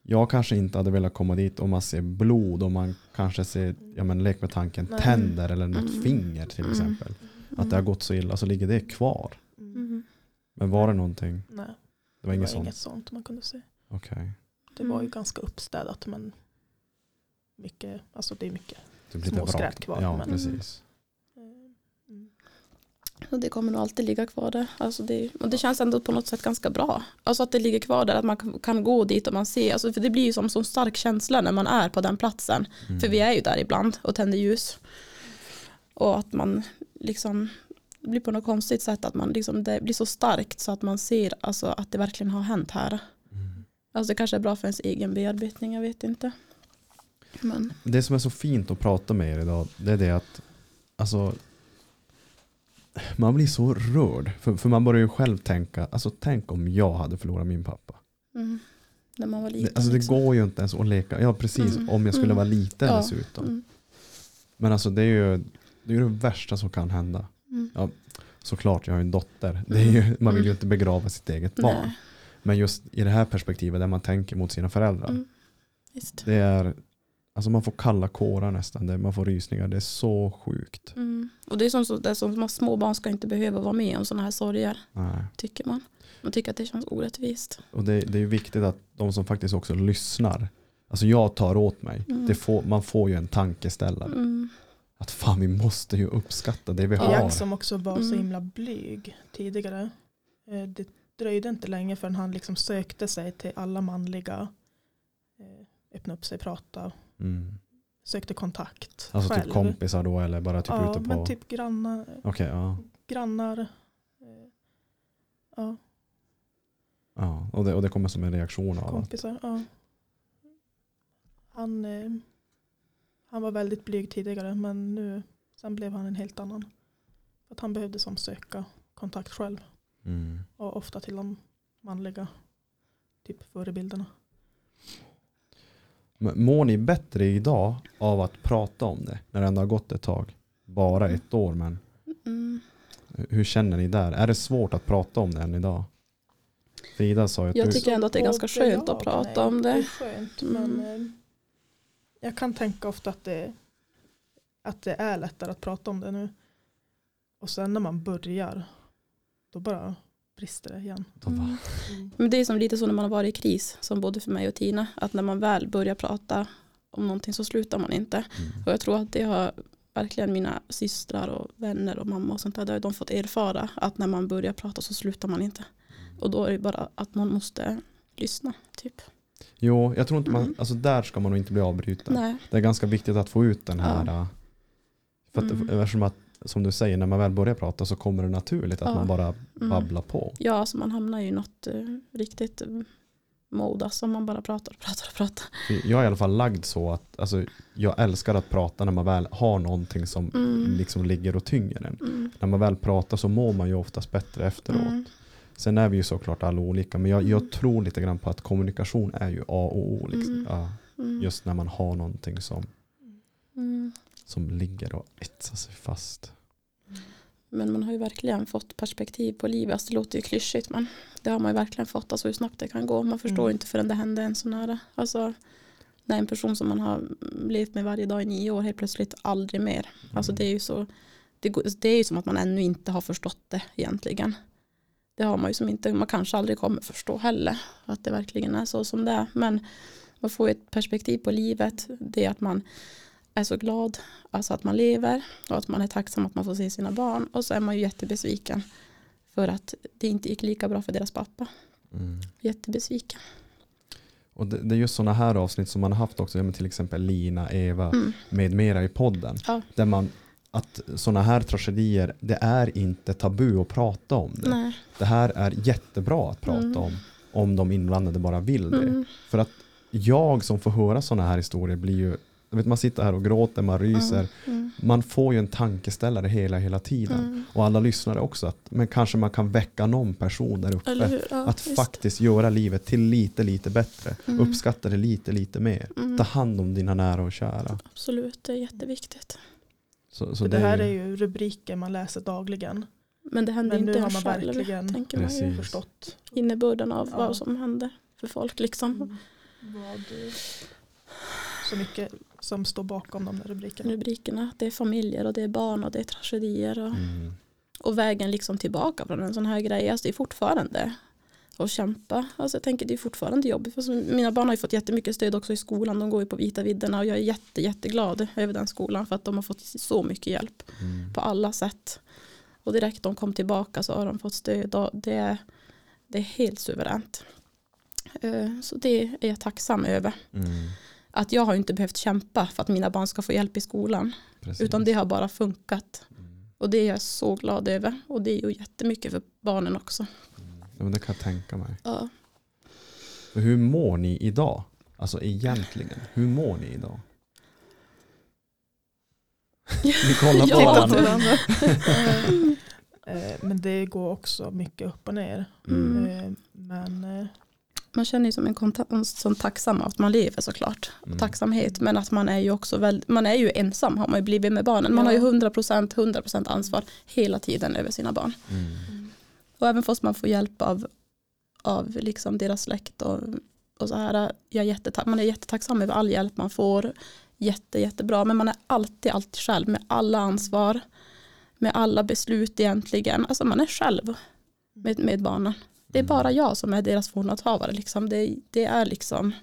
jag kanske inte hade velat komma dit om man ser blod och man kanske ser, ja men lek med tanken, Nej. tänder eller något Mm. finger till Mm. exempel. Att det har gått så illa så ligger det kvar. Mm. Mm. Men var det någonting? Nej, Det var inget det var sånt? inget sånt man kunde se. Okej. Det var ju Mm. ganska uppstädat men mycket, alltså det är mycket. Typ lite Små skräp vrakt. kvar, Ja, men- precis. Mm. Och det kommer nog alltid ligga kvar där. Alltså det, och det känns ändå på något sätt ganska bra. Alltså att det ligger kvar där, att man kan, kan gå dit och man ser. Alltså för det blir ju som en stark känsla när man är på den platsen. Mm. För vi är ju där ibland och tänder ljus. Och att man liksom det blir på något konstigt sätt att man liksom, det blir så starkt så att man ser alltså, att det verkligen har hänt här. Mm. Alltså det kanske är bra för ens egen bearbetning, jag vet inte. Men Det som är så fint att prata med er idag, det är det att alltså, man blir så rörd. För, för man börjar ju själv tänka, alltså tänk om jag hade förlorat min pappa. mm, när man var liten. Det, alltså det liksom. går ju inte ens att leka. Ja precis, Mm. om jag skulle Mm. vara liten Ja. dessutom. Mm, Men alltså det är ju det, är ju det värsta som kan hända. mm. Ja, såklart, jag har en dotter. Det är ju, man vill ju inte begrava sitt eget barn. Nej, Men just i det här perspektivet där man tänker mot sina föräldrar. mm, visst. Det är, alltså man får kalla kårar nästan. Det, man får rysningar. Det är så sjukt. Mm. Och det är som, så, det är som att små barn ska inte behöva vara med om sådana här sorger, Nej. tycker man. Man tycker att det känns orättvist. Och det, det är ju viktigt att de som faktiskt också lyssnar. Alltså jag tar åt mig. Mm. Det får, man får ju en tankeställare. Mm. Att fan, vi måste ju uppskatta det vi har. Jag som också var så Mm. himla blyg tidigare. eh, Det dröjde inte länge förrän han liksom sökte sig till alla manliga. eh, Öppna upp sig, prata. Mm. Sökte kontakt Alltså själv. typ kompisar då eller bara typ Ja, ute på... men typ grannar. Okej, ja. grannar. eh, Ja, ja. Och, det, och det kommer som en reaktion av att... kompisar. Ja. Han, eh, han var väldigt blyg tidigare men nu sen blev han en helt annan. För att han behövde som söka kontakt själv. Mm. Och ofta till de manliga typ förebilderna. Men mår ni bättre idag av att prata om det? När det ändå har gått ett tag. Bara ett år, men Mm. hur känner ni där? Är det svårt att prata om det än idag? Frida sa ju att Jag du... tycker ändå att det är ganska Både skönt ja att och prata nej. om Det är det. skönt Mm. men eh, jag kan tänka ofta att det, att det är lättare att prata om det nu. Och sen när man börjar då bara brister det igen. De bara, Mm. Men det är som lite så när man har varit i kris, som både för mig och Tina, att när man väl börjar prata om någonting så slutar man inte. mm. Och jag tror att det har verkligen mina systrar och vänner och mamma och sånt där, där de fått erfara att när man börjar prata så slutar man inte. Och då är det bara att man måste lyssna, typ. Jo, jag tror inte man... Mm. Alltså där ska man nog inte bli avbruten. Nej. Det är ganska viktigt att få ut den här... Ja. För att, Mm. eftersom att, som du säger, när man väl börjar prata så kommer det naturligt att Ja. man bara Mm. babblar på. Ja, alltså man hamnar ju i något uh, riktigt uh, mode, alltså man bara pratar och pratar och pratar. För jag är i alla fall lagd så att alltså, jag älskar att prata när man väl har någonting som Mm. liksom ligger och tynger en. Mm. När man väl pratar så mår man ju oftast bättre efteråt. Mm. Sen är vi ju såklart alla olika, men jag, Mm. jag tror lite grann på att kommunikation är ju A och O. Liksom. Mm. Ja, Mm. just när man har någonting som, Mm. som ligger och etsar sig fast. Men man har ju verkligen fått perspektiv på livet. Alltså det låter ju klyschigt, men det har man ju verkligen fått. Alltså hur snabbt det kan gå. Man förstår Mm. inte förrän det händer en så nära. Alltså när en person som man har levt med varje dag i nio år helt plötsligt aldrig mer. Alltså det är ju så, det, går- det är ju som att man ännu inte har förstått det egentligen. Det har man ju som inte, man kanske aldrig kommer förstå heller. Att det verkligen är så som det är. Men man får ju ett perspektiv på livet. Det är att man är så glad, alltså att man lever och att man är tacksam att man får se sina barn, och så är man ju jättebesviken för att det inte gick lika bra för deras pappa. Mm. Jättebesviken. Och det, det är just sådana här avsnitt som man har haft också, med till exempel Lina, Eva Mm. med mera i podden. Ja. Där man, att sådana här tragedier, det är inte tabu att prata om det. Nej. Det här är jättebra att prata Mm. om, om de inblandade bara vill det. Mm. För att jag som får höra sådana här historier blir ju, jag vet, man sitter här och gråter, man ryser. Mm. Man får ju en tankeställare hela, hela tiden. Mm. Och alla lyssnare också. Att, men kanske man kan väcka någon person där uppe. Eller hur? Ja, att visst. faktiskt göra livet till lite, lite bättre. Mm. Uppskatta det lite, lite mer. Mm. Ta hand om dina nära och kära. Absolut, det är jätteviktigt. Så, så För det här är ju rubriker man läser dagligen. Men det händer Men nu inte har en man själv, verkligen tänker man ju. Precis. Förstått. Innebörden av Ja. vad som händer för folk liksom. Mm. vad så mycket som står bakom de där rubrikerna. Rubrikerna, det är familjer och det är barn och det är tragedier. Och, Mm. och vägen liksom tillbaka från en sån här grej, alltså det är fortfarande att kämpa. Alltså jag tänker det är fortfarande jobbigt. Alltså mina barn har ju fått jättemycket stöd också i skolan. De går ju på Vita vidderna och jag är jätte, jätteglad över den skolan för att de har fått så mycket hjälp Mm. på alla sätt. Och direkt de kom tillbaka så har de fått stöd och det, det är helt suveränt. Eh, Så det är jag tacksam över. Mm. Att jag har inte behövt kämpa för att mina barn ska få hjälp i skolan. Precis. Utan det har bara funkat. Mm. Och det är jag så glad över. Och det är ju jättemycket för barnen också. Ja, men det kan jag tänka mig. Ja. För hur mår ni idag? Alltså egentligen, hur mår ni idag? Ni kollar på Ja, Titta på varandra. varandra. Eh, Men det går också mycket upp och ner. Mm. Eh, Men eh, Man känner ju som en, kontakt, en sån tacksam att man lever såklart. Mm. Tacksamhet. Men att man är ju också väldigt, man är ju ensam har man ju blivit med barnen. Man Ja. har ju hundra procent, hundra procent ansvar hela tiden över sina barn. Mm. Och även fast man får hjälp av, av liksom deras släkt och, och så här. Jag är jättetack, man är jättetacksam över all hjälp man får. Jätte, jättebra. Men man är alltid, alltid själv med alla ansvar. Med alla beslut egentligen. Alltså man är själv med, med barnen. Det är bara jag som är deras vårdnadshavare. Liksom. Det, det är liksom...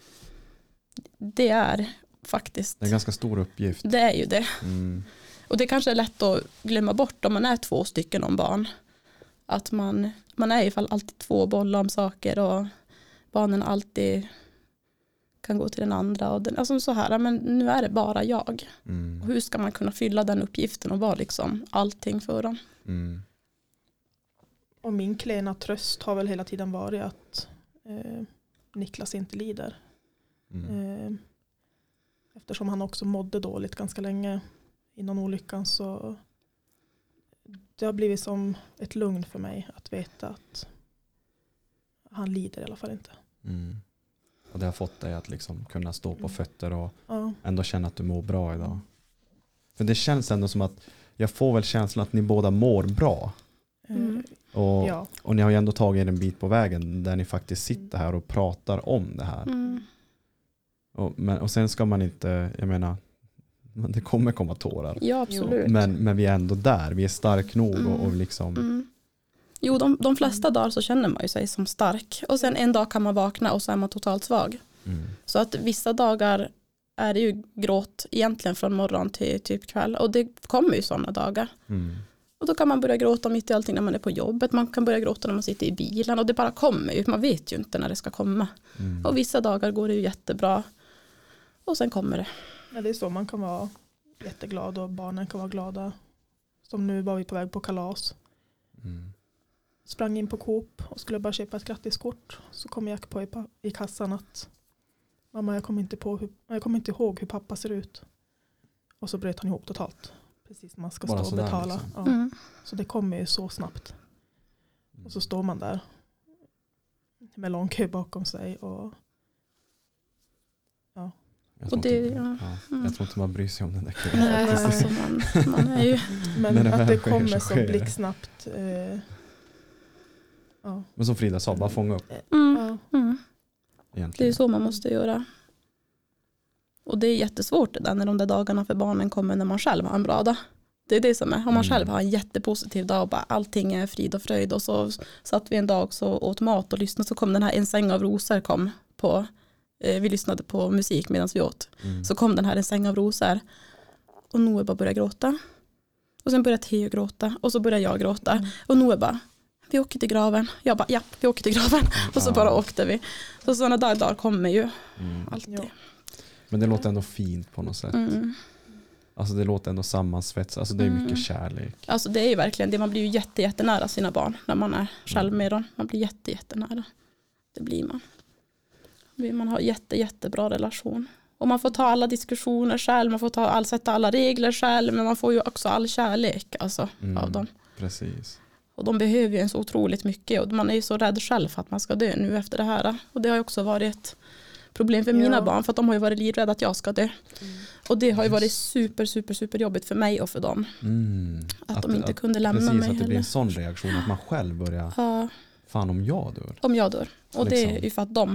Det är faktiskt... Det är en ganska stor uppgift. Det är ju det. Mm. Och det kanske är lätt att glömma bort om man är två stycken om barn. Att man, man är i alla fall alltid två bollar om saker och barnen alltid kan gå till den andra. Och den, alltså så här, men nu är det bara jag. Mm. Och hur ska man kunna fylla den uppgiften och vara liksom allting för dem? Mm. och min klena tröst har väl hela tiden varit att eh, Niklas inte lider. Mm. Eh, eftersom han också mådde dåligt ganska länge innan olyckan, så det har blivit som ett lugn för mig att veta att han lider i alla fall inte. Mm. Och det har fått dig att liksom kunna stå på Mm. fötter och Ja. ändå känna att du mår bra idag. För det känns ändå som att jag får väl känslan att ni båda mår bra. Eh, Mm. Och, ja. och ni har ju ändå tagit er en bit på vägen där ni faktiskt sitter här och pratar om det här. Mm. Och, men, och sen ska man inte, jag menar, det kommer komma tårar. Ja, absolut. Men, men vi är ändå där, vi är stark nog Mm. och, och liksom... Mm. Jo, de, de flesta dagar så känner man ju sig som stark. Och sen en dag kan man vakna och så är man totalt svag. Mm. Så att vissa dagar är det ju gråt egentligen från morgon till typ kväll. Och det kommer ju sådana dagar. Mm. Och då kan man börja gråta mitt i allting när man är på jobbet. Man kan börja gråta när man sitter i bilen. Och det bara kommer ju. Man vet ju inte när det ska komma. Mm. Och vissa dagar går det ju jättebra. Och sen kommer det. Men det är så, man kan vara jätteglad och barnen kan vara glada. Som nu var vi på väg på kalas. Mm. Sprang in på Coop och skulle bara köpa ett grattiskort. Så kom Jack på i, pa- i kassan att mamma, jag kommer inte, på hur, jag kommer inte ihåg hur pappa ser ut. Och så bröt han ihop totalt. Precis när man ska Bara stå och sådär betala. liksom. Ja. Mm. Så det kommer ju så snabbt. Och så står man där med lång kö bakom sig. Och Jag tror Och det- inte, ja. ja, Mm. jag tror inte man bryr sig om den där kön. Nej, faktiskt. alltså man, man är ju... Men När det att väl det sker kommer så så sker det. blixtsnabbt. Eh, ja. Men som Frida sa, bara fånga upp Mm. Ja. Mm. Det är egentligen. ju så man måste göra. Och det är jättesvårt det där när de där dagarna för barnen kommer när man själv har en bra dag. Det är det som är. Om man Mm. själv har en jättepositiv dag och bara allting är frid och fröjd. Och så satt vi en dag så åt mat och lyssnade, så kom den här En säng av rosor kom på. Eh, vi lyssnade på musik medan vi åt. Mm. Så kom den här En säng av rosor. Och Noe bara började gråta. Och sen började Theo gråta. Och så började jag gråta. Mm. Och Noe bara, vi åker till graven. Jag bara, ja, vi åker till graven. Och så Ja. bara åkte vi. Så sådana där dagar kommer ju Mm. alltid. Ja. Men det låter ändå fint på något sätt. Mm. Alltså det låter ändå sammansvetsat. Alltså det är Mm. mycket kärlek. Alltså det är ju verkligen det, man blir ju jätte, jättenära sina barn när man är själv Mm. med dem. Man blir jätte, jättenära. Det blir man. Man har jätte, jättebra relation. Och man får ta alla diskussioner själv, man får ta all, sätta alla regler själv, men man får ju också all kärlek alltså, Mm. av dem. Precis. Och de behöver ju en så otroligt mycket, och man är ju så rädd själv för att man ska dö nu efter det här. Och det har ju också varit ett problem för mina Ja. barn, för att de har ju varit livrädda att jag ska dö. Mm. Och det har ju varit Just. super, super, super jobbigt för mig och för dem. Mm. Att, de inte kunde lämna precis, mig att det blir heller. en sån reaktion att man själv börjar, Ja, fan om jag dör. om jag dör. Och det är Liksom. ju för att de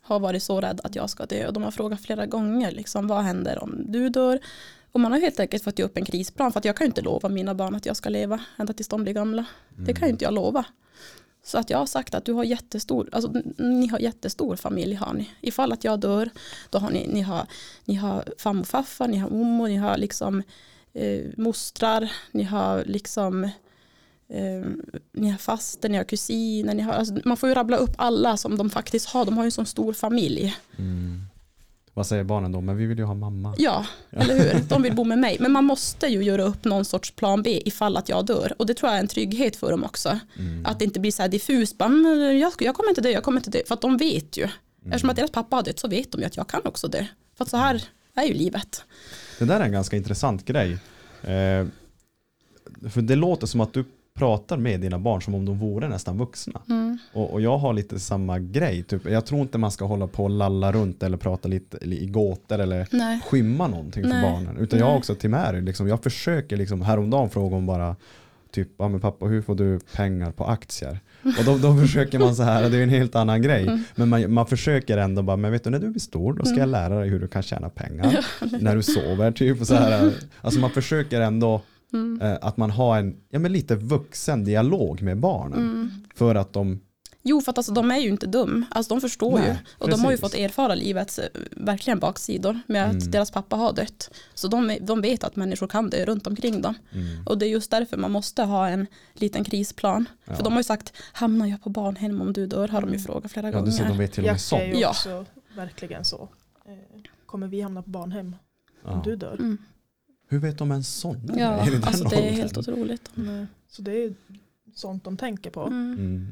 har varit så rädd att jag ska dö. Och de har frågat flera gånger liksom, vad händer om du dör? Och man har helt enkelt fått ge upp en krisplan. För att jag kan ju inte lova mina barn att jag ska leva ända tills de blir gamla. Mm. Det kan ju inte jag lova. Så att jag har sagt att du har jättestor, alltså ni har jättestor familj har ni. Ifall att jag dör, då har ni, ni har, ni har fam och faffar, ni har omo, ni har liksom eh, mostrar, ni har liksom eh, ni har faster, ni har kusiner, ni har, alltså, man får ju rabbla upp alla som de faktiskt har. De har ju en sån stor familj. Mm. Vad säger barnen då? Men vi vill ju ha mamma. Ja, eller hur? De vill bo med mig. Men man måste ju göra upp någon sorts plan B ifall att jag dör. Och det tror jag är en trygghet för dem också. Mm. Att det inte blir så här diffus. Jag, jag kommer inte dö, jag kommer inte dö. För att de vet ju. Mm. Eftersom att deras pappa har dött så vet de ju att jag kan också dö. För att så här är ju livet. Det där är en ganska intressant grej. Eh, för det låter som att du pratar med dina barn som om de vore nästan vuxna. Mm. Och, och jag har lite samma grej. Typ. Jag tror inte man ska hålla på och lalla runt eller prata lite i gåtor eller Nej. skymma någonting Nej. för barnen. Utan Nej. jag också till Mary. Liksom, jag försöker liksom, häromdagen fråga om bara typ, ja men pappa, hur får du pengar på aktier? Och då, då försöker man så här, det är en helt annan grej. Mm. Men man, man försöker ändå bara, men vet du, när du blir stor, då ska jag lära dig hur du kan tjäna pengar. När du sover, typ. Och så här. Alltså man försöker ändå Mm. att man har en ja, men lite vuxen dialog med barnen. Mm. För att de... Jo, för att alltså, de är ju inte dum. Alltså de förstår Nej, ju. Och precis. De har ju fått erfara livets verkligen baksidor med mm. att deras pappa har dött. Så de, de vet att människor kan dö runt omkring dem. Mm. Och det är just därför man måste ha en liten krisplan. Ja. För de har ju sagt, hamnar jag på barnhem om du dör? Har de ju frågat flera ja, gånger. Ja, de vet till och med så. är ju ja. också verkligen så. Kommer vi hamna på barnhem om ja. du dör? Mm. Hur vet de en sån? Ja, är alltså det är helt otroligt. Mm. Så det är sånt de tänker på. Mm. Mm.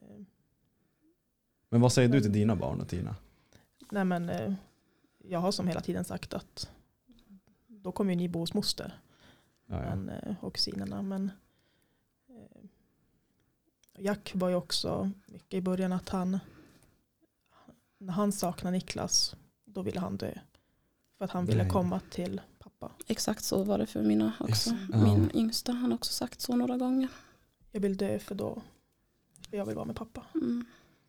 Men vad säger du till dina barn och Tina? Nej men jag har som hela tiden sagt att då kommer ju ni bo hos moster. Ja, ja. Men, och kusinerna. Men Jack var ju också mycket i början att han när han saknade Niklas då ville han dö. För att han ville Nej. komma till pappa. Exakt så var det för mina också. Yes. Ja. Min yngsta han har också sagt så några gånger. Jag vill dö för då jag vill vara med pappa. Mm.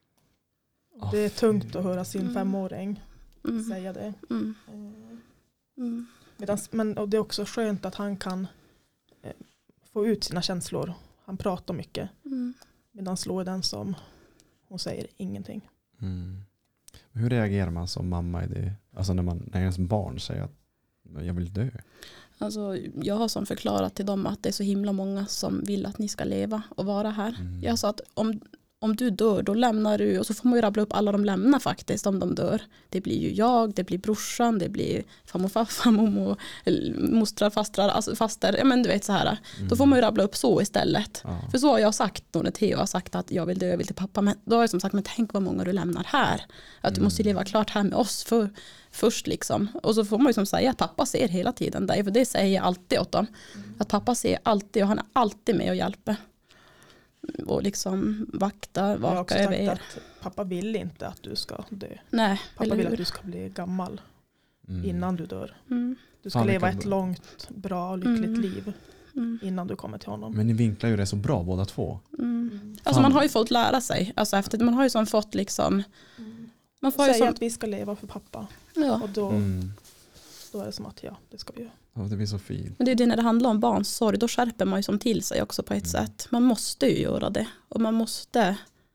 Det är tungt att höra sin mm. femåring mm. säga det. Mm. Mm. Medans, men och det är också skönt att han kan eh, få ut sina känslor. Han pratar mycket. Mm. Medan slår den som hon säger ingenting. Mm. Hur reagerar man som mamma i det? Alltså när, man, när ens barn säger att jag vill dö? Alltså, jag har som förklarat till dem att det är så himla många som vill att ni ska leva och vara här. Mm. Jag sa att om, om du dör då lämnar du, och så får man ju rabbla upp alla de lämnar faktiskt om de dör. Det blir ju jag, det blir brorsan, det blir farmor, farfar, mormor, mostrar, fastrar, alltså faster, ja men du vet så här. Mm. Då får man ju rabbla upp så istället. Ja. För så har jag sagt då när Theo har sagt att jag vill dö, jag vill till pappa. Men då har jag som sagt, men tänk vad många du lämnar här. Att du mm. måste leva klart här med oss för, först liksom. Och så får man ju som säga att pappa ser hela tiden dig. För det säger jag alltid åt dem. Mm. Att pappa ser alltid och han är alltid med och hjälper. Och liksom vakta, vaka över er. Att pappa vill inte att du ska dö. Nej, pappa vill att du ska bli gammal mm. innan du dör. Mm. Du ska Fan, leva kan... ett långt, bra, lyckligt mm. liv mm. innan du kommer till honom. Men ni vinklar ju det så bra båda två. Mm. Mm. Alltså man har ju fått lära sig. Alltså efter, man har ju som fått liksom... Mm. Man får säga som... att vi ska leva för pappa. Ja. Och då, mm. då är det som att ja, det ska vi göra. Ja, det blir så fint. Men det är det när det handlar om barns sorg, då skärper man ju som till sig också på ett mm. sätt. Man måste ju göra det. Och man måste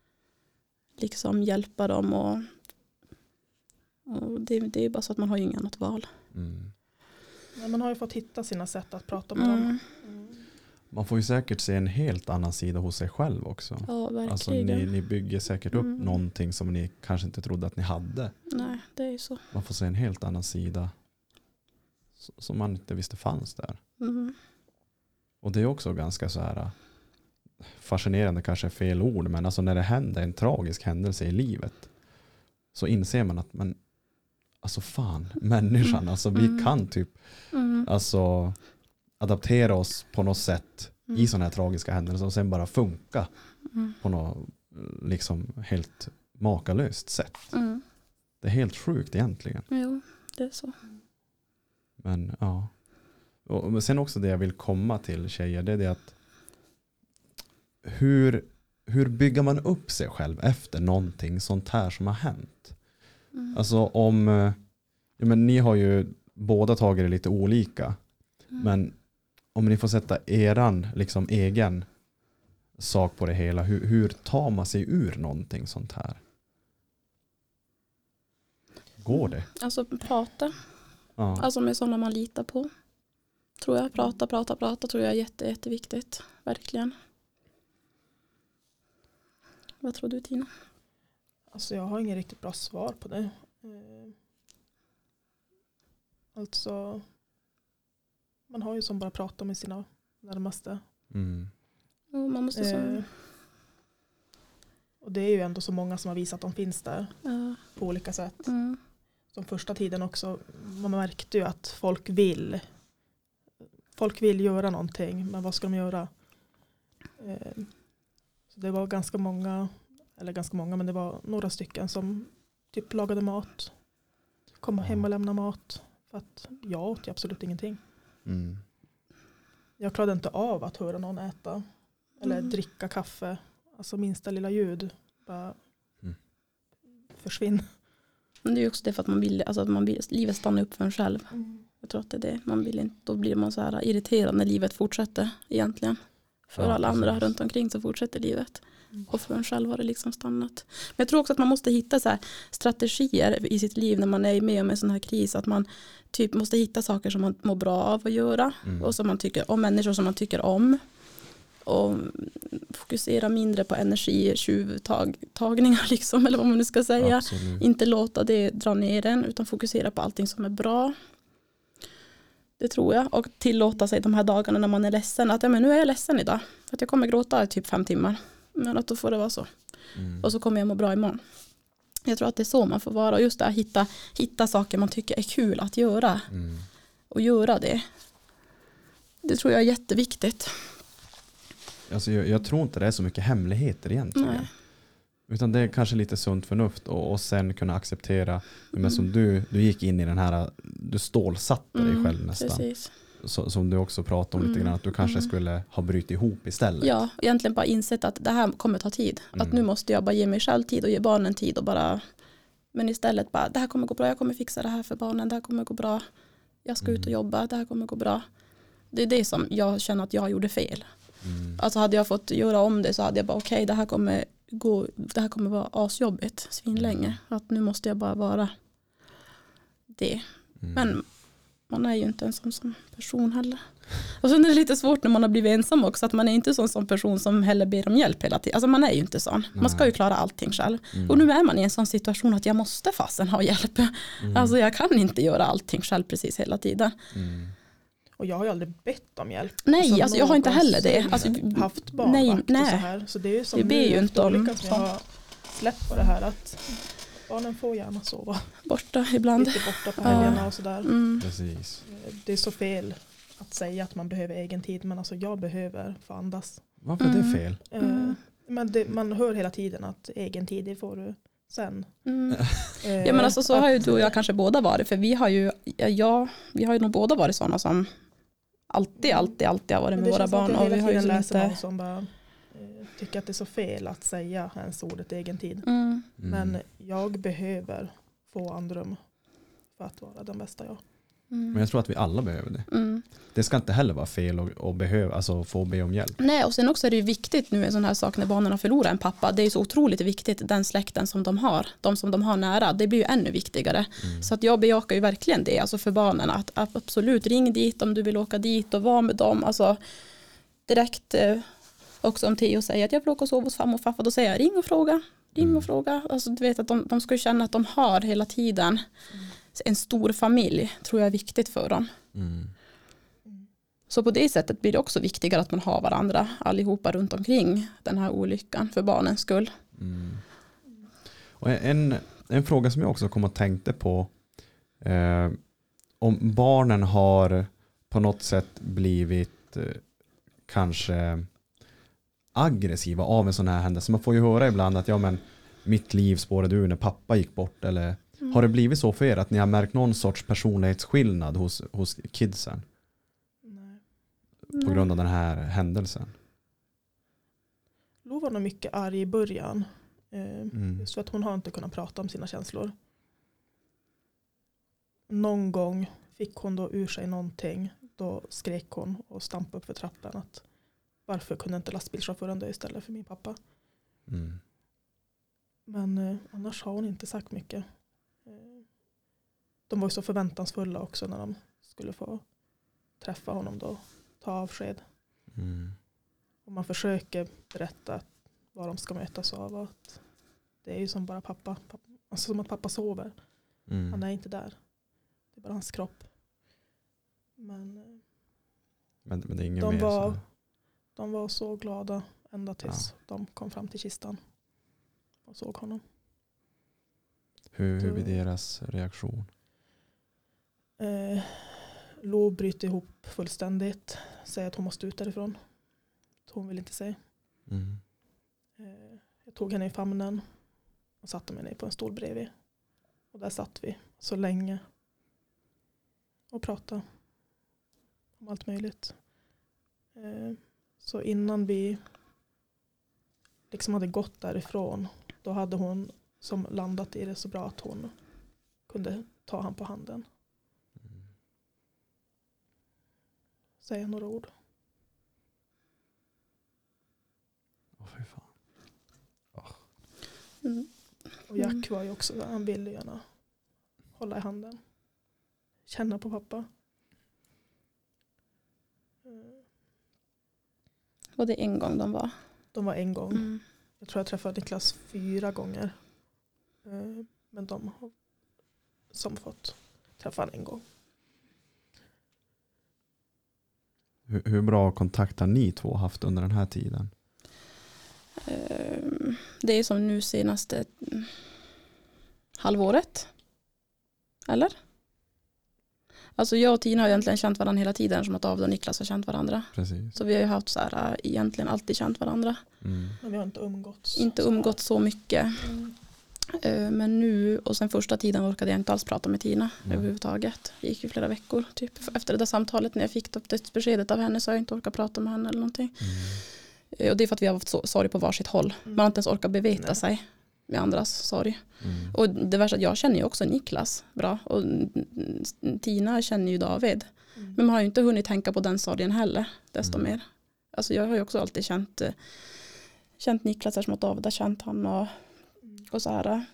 liksom hjälpa dem. Och, och det, det är bara så att man har ju inget annat val. Mm. Men man har ju fått hitta sina sätt att prata med mm. dem. Mm. Man får ju säkert se en helt annan sida hos sig själv också. Ja, verkligen. Alltså ni, ni bygger säkert upp mm. någonting som ni kanske inte trodde att ni hade. Nej, det är ju så. Man får se en helt annan sida som man inte visste fanns där. Mm. Och det är också ganska så här fascinerande, kanske är fel ord, men alltså när det händer en tragisk händelse i livet så inser man att men alltså fan, människan, mm. alltså vi mm. kan typ mm. alltså adaptera oss på något sätt mm. i sådana här tragiska händelser och sen bara funka mm. på något liksom helt makalöst sätt. Mm. Det är helt sjukt egentligen. Jo, det är så. Men ja. Och, men sen också det jag vill komma till, tjejer, det är det att hur, hur bygger man upp sig själv efter någonting sånt här som har hänt? Mm. Alltså om, eh, ja, men ni har ju båda tagit det lite olika. Mm. Men om ni får sätta eran liksom egen sak på det hela, hur, hur tar man sig ur någonting sånt här? Går det? Alltså prata. Ja. Alltså med sådana man litar på. Tror jag. Prata, prata, prata tror jag är jätte, jätteviktigt. Verkligen. Vad tror du, Tina? Alltså jag har ingen riktigt bra svar på det. Eh, Alltså man har ju som bara prata med sina närmaste. Mm. Jo, man måste så... Eh, Och det är ju ändå så många som har visat att de finns där Ja. på olika sätt. Mm. Som första tiden också, man märkte ju att folk vill. Folk vill göra någonting, men vad ska de göra? Eh, Så det var ganska många, eller ganska många, men det var några stycken som typ lagade mat. Kom hem och lämna mat. För att jag åt ju absolut ingenting. Mm. Jag klarade inte av att höra någon äta. Eller Mm. dricka kaffe. Alltså minsta lilla ljud. Bara Mm. försvinn. Men det är ju också det för att man vill, alltså att man vill, livet stannar upp för en själv. Jag tror att det är det. Man vill inte, då blir man så här irriterad när livet fortsätter egentligen. För Ja, alla andra precis. runt omkring så fortsätter livet. Mm. Och för en själv har det liksom stannat. Men jag tror också att man måste hitta så här strategier i sitt liv när man är med om en sån här kris. Att man typ måste hitta saker som man mår bra av att göra. Mm. Och som man tycker om, människor som man tycker om. Och fokusera mindre på energitjuvtagningar liksom, eller vad man nu ska säga. Absolut. Inte låta det dra ner en, utan fokusera på allting som är bra. Det tror jag. Och tillåta sig de här dagarna när man är ledsen. Att ja, men nu är jag ledsen idag. För att jag kommer gråta i typ fem timmar. Men att då får det vara så. Mm. Och så kommer jag må bra imorgon. Jag tror att det är så man får vara. Och just det här, hitta, hitta saker man tycker är kul att göra. Mm. Och göra det. Det tror jag är jätteviktigt. Alltså, jag, jag tror inte det är så mycket hemligheter egentligen. Nej. Utan det är kanske lite sunt förnuft och, och sen kunna acceptera. Men Mm. som du, du gick in i den här, du stålsatte dig själv nästan. Precis. Så, som du också pratade om lite Mm. grann, att du kanske Mm. skulle ha brutit ihop istället. Ja, egentligen bara insett att det här kommer ta tid. Att Mm. nu måste jag bara ge mig själv tid och ge barnen tid och bara, men istället bara, det här kommer gå bra, jag kommer fixa det här för barnen, det här kommer gå bra, jag ska ut och Mm. jobba, det här kommer gå bra. Det är det som jag känner att jag gjorde fel. Mm. Alltså hade jag fått göra om det så hade jag bara, okej, okay, det här kommer gå, det här kommer vara asjobbigt svinlänge. Att nu måste jag bara vara det. Mm. Men man är ju inte en sån som person heller. Och sen är det lite svårt när man har blivit ensam också. Att man är inte en sån som person som heller ber om hjälp hela tiden. Alltså man är ju inte sån. Man ska ju klara allting själv. Mm. Och nu är man i en sån situation att jag måste fasen ha hjälp. Mm. Alltså jag kan inte göra allting själv precis hela tiden. Mm. Och jag har ju aldrig bett om hjälp. Nej, alltså jag har inte heller det. någonsin Alltså, haft barnvakt nej, och nej. så här. Så det är ju som Vi ber nu ju efter inte om olyckan som jag sånt. har släppt på det här att barnen får gärna sova Borta ibland. lite borta på Ja. helgerna och sådär. Mm. Precis. Det är så fel att säga att man behöver egen tid, men alltså jag behöver få andas. Varför är det Mm. fel? Eh, Mm. Men det, man hör hela tiden att egen tid, det får du sen. Mm. Eh, Ja men alltså så har ju att- du och jag kanske båda varit. För vi har ju, ja, vi har ju nog båda varit sådana som alltid, alltid, alltid har varit men med det våra känns som att barn. jag Och vi hela har ju tiden som läser någon inte... som bara eh, tycker att det är så fel att säga ens ordet egen tid. Mm. Mm. Men jag behöver få andrum för att vara den bästa jag. Men Mm. jag tror att vi alla behöver det. Mm. Det ska inte heller vara fel att, att behöva, alltså få be om hjälp. Nej, och sen också är det ju viktigt nu en sån här sak när barnen har förlorat en pappa. Det är ju så otroligt viktigt, den släkten som de har, de som de har nära, det blir ju ännu viktigare. Mm. Så att jag bejakar ju verkligen det, alltså för barnen, att, att absolut ring dit om du vill åka dit och vara med dem. Alltså direkt eh, också om Theo säger att jag vill åka och sova hos farmor och farfar, då säger jag ring och fråga, ring Mm. och fråga. Alltså du vet att de, de ska ju känna att de har hela tiden en stor familj, tror jag är viktigt för dem. Mm. Så på det sättet blir det också viktigare att man har varandra allihopa runt omkring den här olyckan för barnens skull. Mm. Och en, en fråga som jag också kom och tänkte på, eh, om barnen har på något sätt blivit eh, kanske aggressiva av en sån här händelse. Man får ju höra ibland att ja, men mitt liv spårade ur när pappa gick bort. Eller Mm. har det blivit så för er att ni har märkt någon sorts personlighetsskillnad hos, hos kidsen Nej. på grund av den här händelsen? Lo var nog mycket arg i början. Eh, Mm. Just för att hon har inte kunnat prata om sina känslor. någon gång fick hon då ur sig någonting. Då skrek hon och stampade upp för trappan att varför kunde inte lastbilschauffören dö istället för min pappa. Mm. Men eh, annars har hon inte sagt mycket. Eh, de var ju så förväntansfulla också när de skulle få träffa honom då. Ta avsked. Mm. Och man försöker berätta vad de ska mötas av. Och att det är ju som bara pappa. pappa alltså som att pappa sover. Mm. Han är inte där. Det är bara hans kropp. Men, eh, Men, men det är ingen de, mer var, så. de var så glada ända tills ja. de kom fram till kistan. Och såg honom. Hur, hur blir deras reaktion? Eh, Lo bryter ihop fullständigt. Säger att hon måste ut därifrån. Hon vill inte säga. Mm. Eh, jag tog henne i famnen. Och satte mig ner på en stol bredvid. Och där satt vi så länge. Och pratade. Om allt möjligt. Eh, så innan vi liksom hade gått därifrån. Då hade hon som landat i det så bra att hon kunde ta han på handen. Mm. Säga några ord. Åh, fy fan. Oh. Mm. Och Jack var ju också, han ville gärna hålla i handen. Känna på pappa. Var det en gång de var? De var en gång. Mm. Jag tror jag träffade Niklas fyra gånger. Men de har som fått träffa han en gång. Hur, hur bra kontakt har ni två haft under den här tiden? Um, det är som nu senaste halvåret. Eller? Alltså jag och Tina har egentligen känt varandra hela tiden som att David och Niklas har känt varandra. Precis. Så vi har ju haft så här, egentligen alltid känt varandra. Mm. Men vi har inte umgåtts. Inte så umgåtts så mycket. Mm. Uh, men nu och sen första tiden orkade jag inte alls prata med Tina mm. överhuvudtaget. Det gick ju flera veckor. Typ. Efter det där samtalet när jag fick dödsbeskedet av henne så har jag inte orkat prata med henne eller någonting. Mm. Och det är för att vi har haft sorg på varsitt håll. Man har inte ens orkat beveta Nej. sig med andras sorg. Mm. Och det värsta, jag känner ju också Niklas bra. Och Tina känner ju David. Mm. Men man har ju inte hunnit tänka på den sorgen heller. Desto Mm. mer. Alltså jag har ju också alltid känt, känt Niklas som att David har känt han. Och, och så här.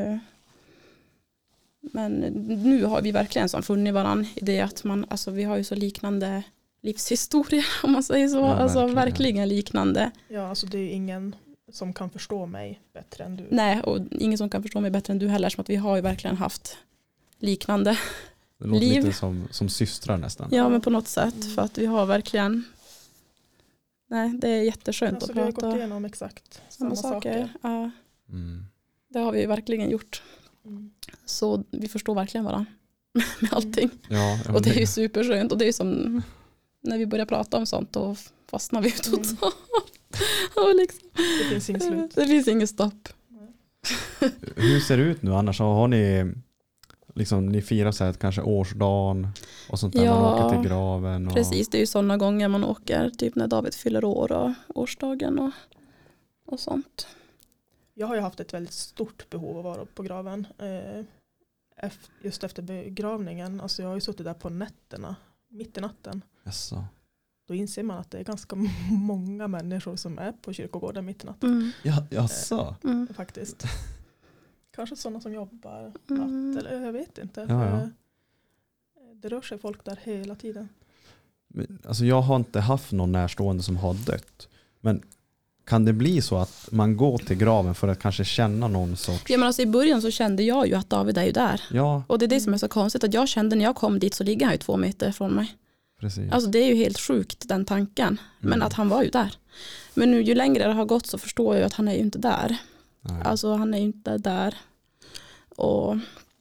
Men nu har vi verkligen som funnit varandra i det att man, alltså vi har ju så liknande livshistoria om man säger så. Ja, alltså verkligen. verkligen liknande. Ja, alltså det är ingen som kan förstå mig bättre än du. Nej, och ingen som kan förstå mig bättre än du heller. Som att vi har ju verkligen haft liknande Det låter liv. lite som, som systrar nästan. Ja, men på något sätt. Mm. För att vi har verkligen... Nej, det är jätteskönt Alltså, att vi har prata. gått igenom exakt samma samma saker. saker. Ja, Mm. det har vi verkligen gjort. Mm. Så vi förstår verkligen varandra med allting. Ja, Och det är ju superskönt. Och det är som när vi börjar prata om sånt då fastnar vi totalt. Mm. Och liksom, Det finns inget slut. det finns inget stopp. Hur ser det ut nu annars? Har ni liksom, ni firar så här kanske årsdagen och sånt där, Ja, man åker till graven och... Precis, det är ju sådana gånger man åker. Typ när David fyller år och årsdagen och, och sånt. Jag har ju haft ett väldigt stort behov av att vara på graven. Eh, ef- just efter begravningen. Alltså jag har ju suttit där på nätterna. Mitt i natten. Jaså. Då inser man att det är ganska många människor som är på kyrkogården mitt i natten. Mm. Ja, jaså. Mm. Faktiskt. Kanske sådana som jobbar Mm. natt. Eller jag vet inte. Ja, ja. Eh, Det rör sig folk där hela tiden. Men, alltså jag har inte haft någon närstående som har dött. Men kan det bli så att man går till graven för att kanske känna någon sorts... Ja, men alltså i början så kände jag ju att David är ju där. Ja, Och det är det som är så konstigt. Att jag kände när jag kom dit så ligger han ju två meter från mig. precis. Alltså det är ju helt sjukt den tanken. Men Mm. att han var ju där. Men nu ju längre det har gått så förstår jag ju att han är ju inte där. Nej. Alltså han är ju inte där. Och,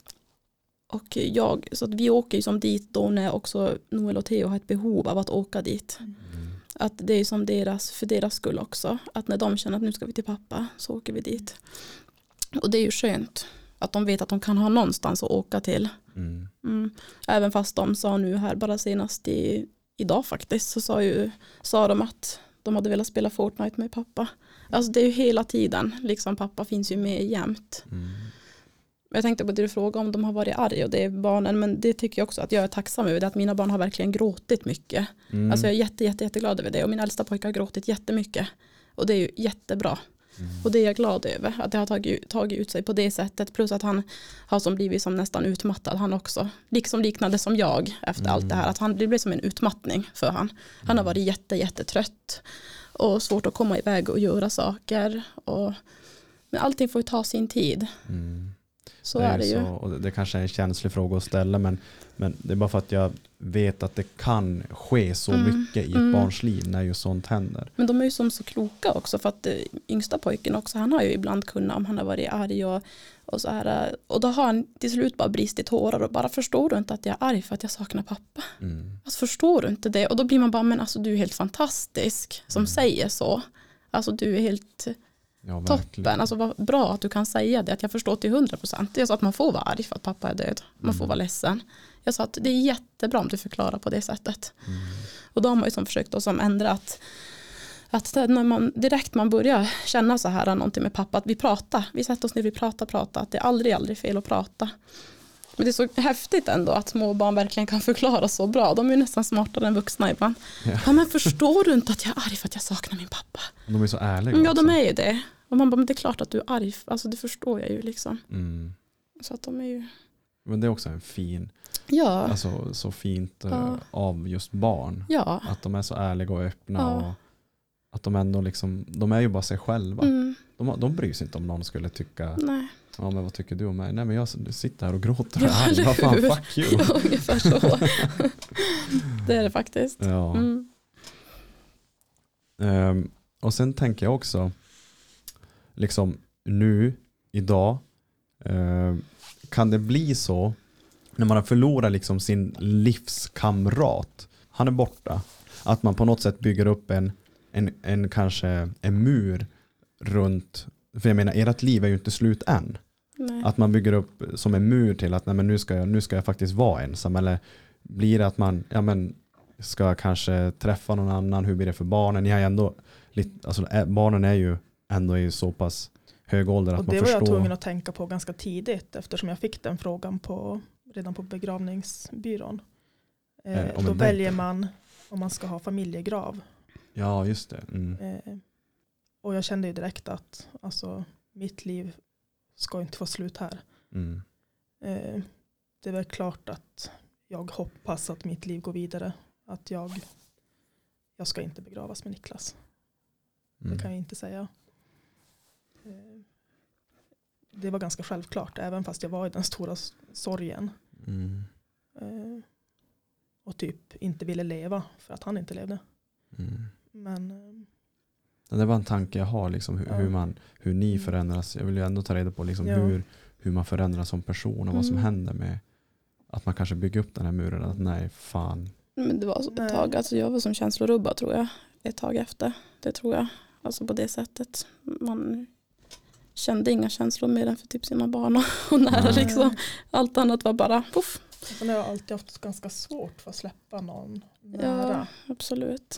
och jag, så att vi åker ju som dit då när också Noel och Theo har ett behov av att åka dit. Mm. Att det är som deras, för deras skull också. Att när de känner att nu ska vi till pappa så åker vi dit. Och det är ju skönt. Att de vet att de kan ha någonstans att åka till. Mm. Mm. Även fast de sa nu här bara senast i, idag faktiskt så sa, ju, sa de att de hade velat spela Fortnite med pappa. Alltså det är ju hela tiden. Liksom pappa finns ju med jämt. Mm. Jag tänkte på det du frågade om de har varit arga och det är barnen, men det tycker jag också att jag är tacksam över det, att mina barn har verkligen gråtit mycket. Mm. Alltså jag är jätte, jätte, jätteglad över det, och min äldsta pojke har gråtit jättemycket och det är ju jättebra. Mm. Och det är jag glad över, att det har tagit, tagit ut sig på det sättet, plus att han har som blivit som nästan utmattad han också, liksom liknande som jag efter mm. allt det här, att han, det blir som en utmattning för han. Han mm. har varit jätte, jättetrött och svårt att komma iväg och göra saker, och men allting får ju ta sin tid. Mm. Så det är, är det ju. Så, och det kanske är en känslig fråga att ställa, men, men det är bara för att jag vet att det kan ske så mm. mycket i ett mm. barns liv när ju sånt händer. Men de är ju som så kloka också, för att yngsta pojken också, han har ju ibland kunnat, om han har varit arg och, och så här, och då har han till slut bara brist i tårar och bara, förstår du inte att jag är arg för att jag saknar pappa? Mm. Alltså förstår du inte det? Och då blir man bara, men alltså du är helt fantastisk som mm. säger så. Alltså du är helt... Ja, toppen, alltså vad bra att du kan säga det, att jag förstår till hundra procent. Jag sa att man får vara arg för att pappa är död, man mm. får vara ledsen. Jag sa att det är jättebra om du förklarar på det sättet. Mm. Och då har man ju som försökt att som ändra att, att när man, direkt man börjar känna så här någonting med pappa, att vi pratar, vi sätter oss ner, vi pratar, pratar, att det är aldrig, aldrig fel att prata. Men det är så häftigt ändå att små barn verkligen kan förklara så bra. De är ju nästan smartare än vuxna ibland. Ja. Ja, men förstår du inte att jag är arg för att jag saknar min pappa? De är så ärliga. Ja, de är ju det. Och man bara, men det är klart att du är arg. Alltså det förstår jag ju liksom. Mm. Så att de är ju... Men det är också en fin... Ja. Alltså så fint ja. uh, av just barn. Ja. Att de är så ärliga och öppna. Ja. Och att de ändå liksom... De är ju bara sig själva. Mm. De, de bryr sig inte om någon skulle tycka... Nej. Ja, men vad tycker du om mig? Nej, men jag sitter här och gråter. Ja, vad fan, fuck you. Ja, ungefär så. Det är det faktiskt. Ja. Mm. Um, och sen tänker jag också... Liksom nu, idag, eh, kan det bli så när man har förlorat liksom sin livskamrat, han är borta, att man på något sätt bygger upp en, en, en kanske en mur runt, för jag menar, ert liv är ju inte slut än. Nej. Att man bygger upp som en mur till att nej, men nu, ska jag, nu ska jag faktiskt vara ensam, eller blir det att man ja, men, ska kanske träffa någon annan, hur blir det för barnen? Ni har ändå, lite, alltså, barnen är ju ändå i så pass hög ålder att och man det förstår. var jag tvungen att tänka på ganska tidigt, eftersom jag fick den frågan på, redan på begravningsbyrån. Eh, eh, då väljer man om man ska ha familjegrav. Ja, just det. Mm. Eh, och jag kände ju direkt att alltså, mitt liv ska inte få slut här. Mm. Eh, det är väl klart att jag hoppas att mitt liv går vidare. Att jag, jag ska inte begravas med Niklas. Mm. Det kan jag inte säga. Det var ganska självklart, även fast jag var i den stora sorgen. Mm. Och typ inte ville leva för att han inte levde. Mm. Men det var en tanke jag har, liksom, hur, ja. hur, man, hur ni förändras. Jag vill ju ändå ta reda på liksom, ja. hur, hur man förändras som person och mm. vad som händer med att man kanske bygger upp den här muren. Att nej, fan. Men det var så ett tag, alltså jag var som känslorubba tror jag, ett tag efter. Det tror jag. Alltså på det sättet. Man kände inga känslor mer än för typ sina barn och nära liksom. Allt annat var bara puff. Jag har alltid haft ganska svårt för att släppa någon nära. Ja, absolut.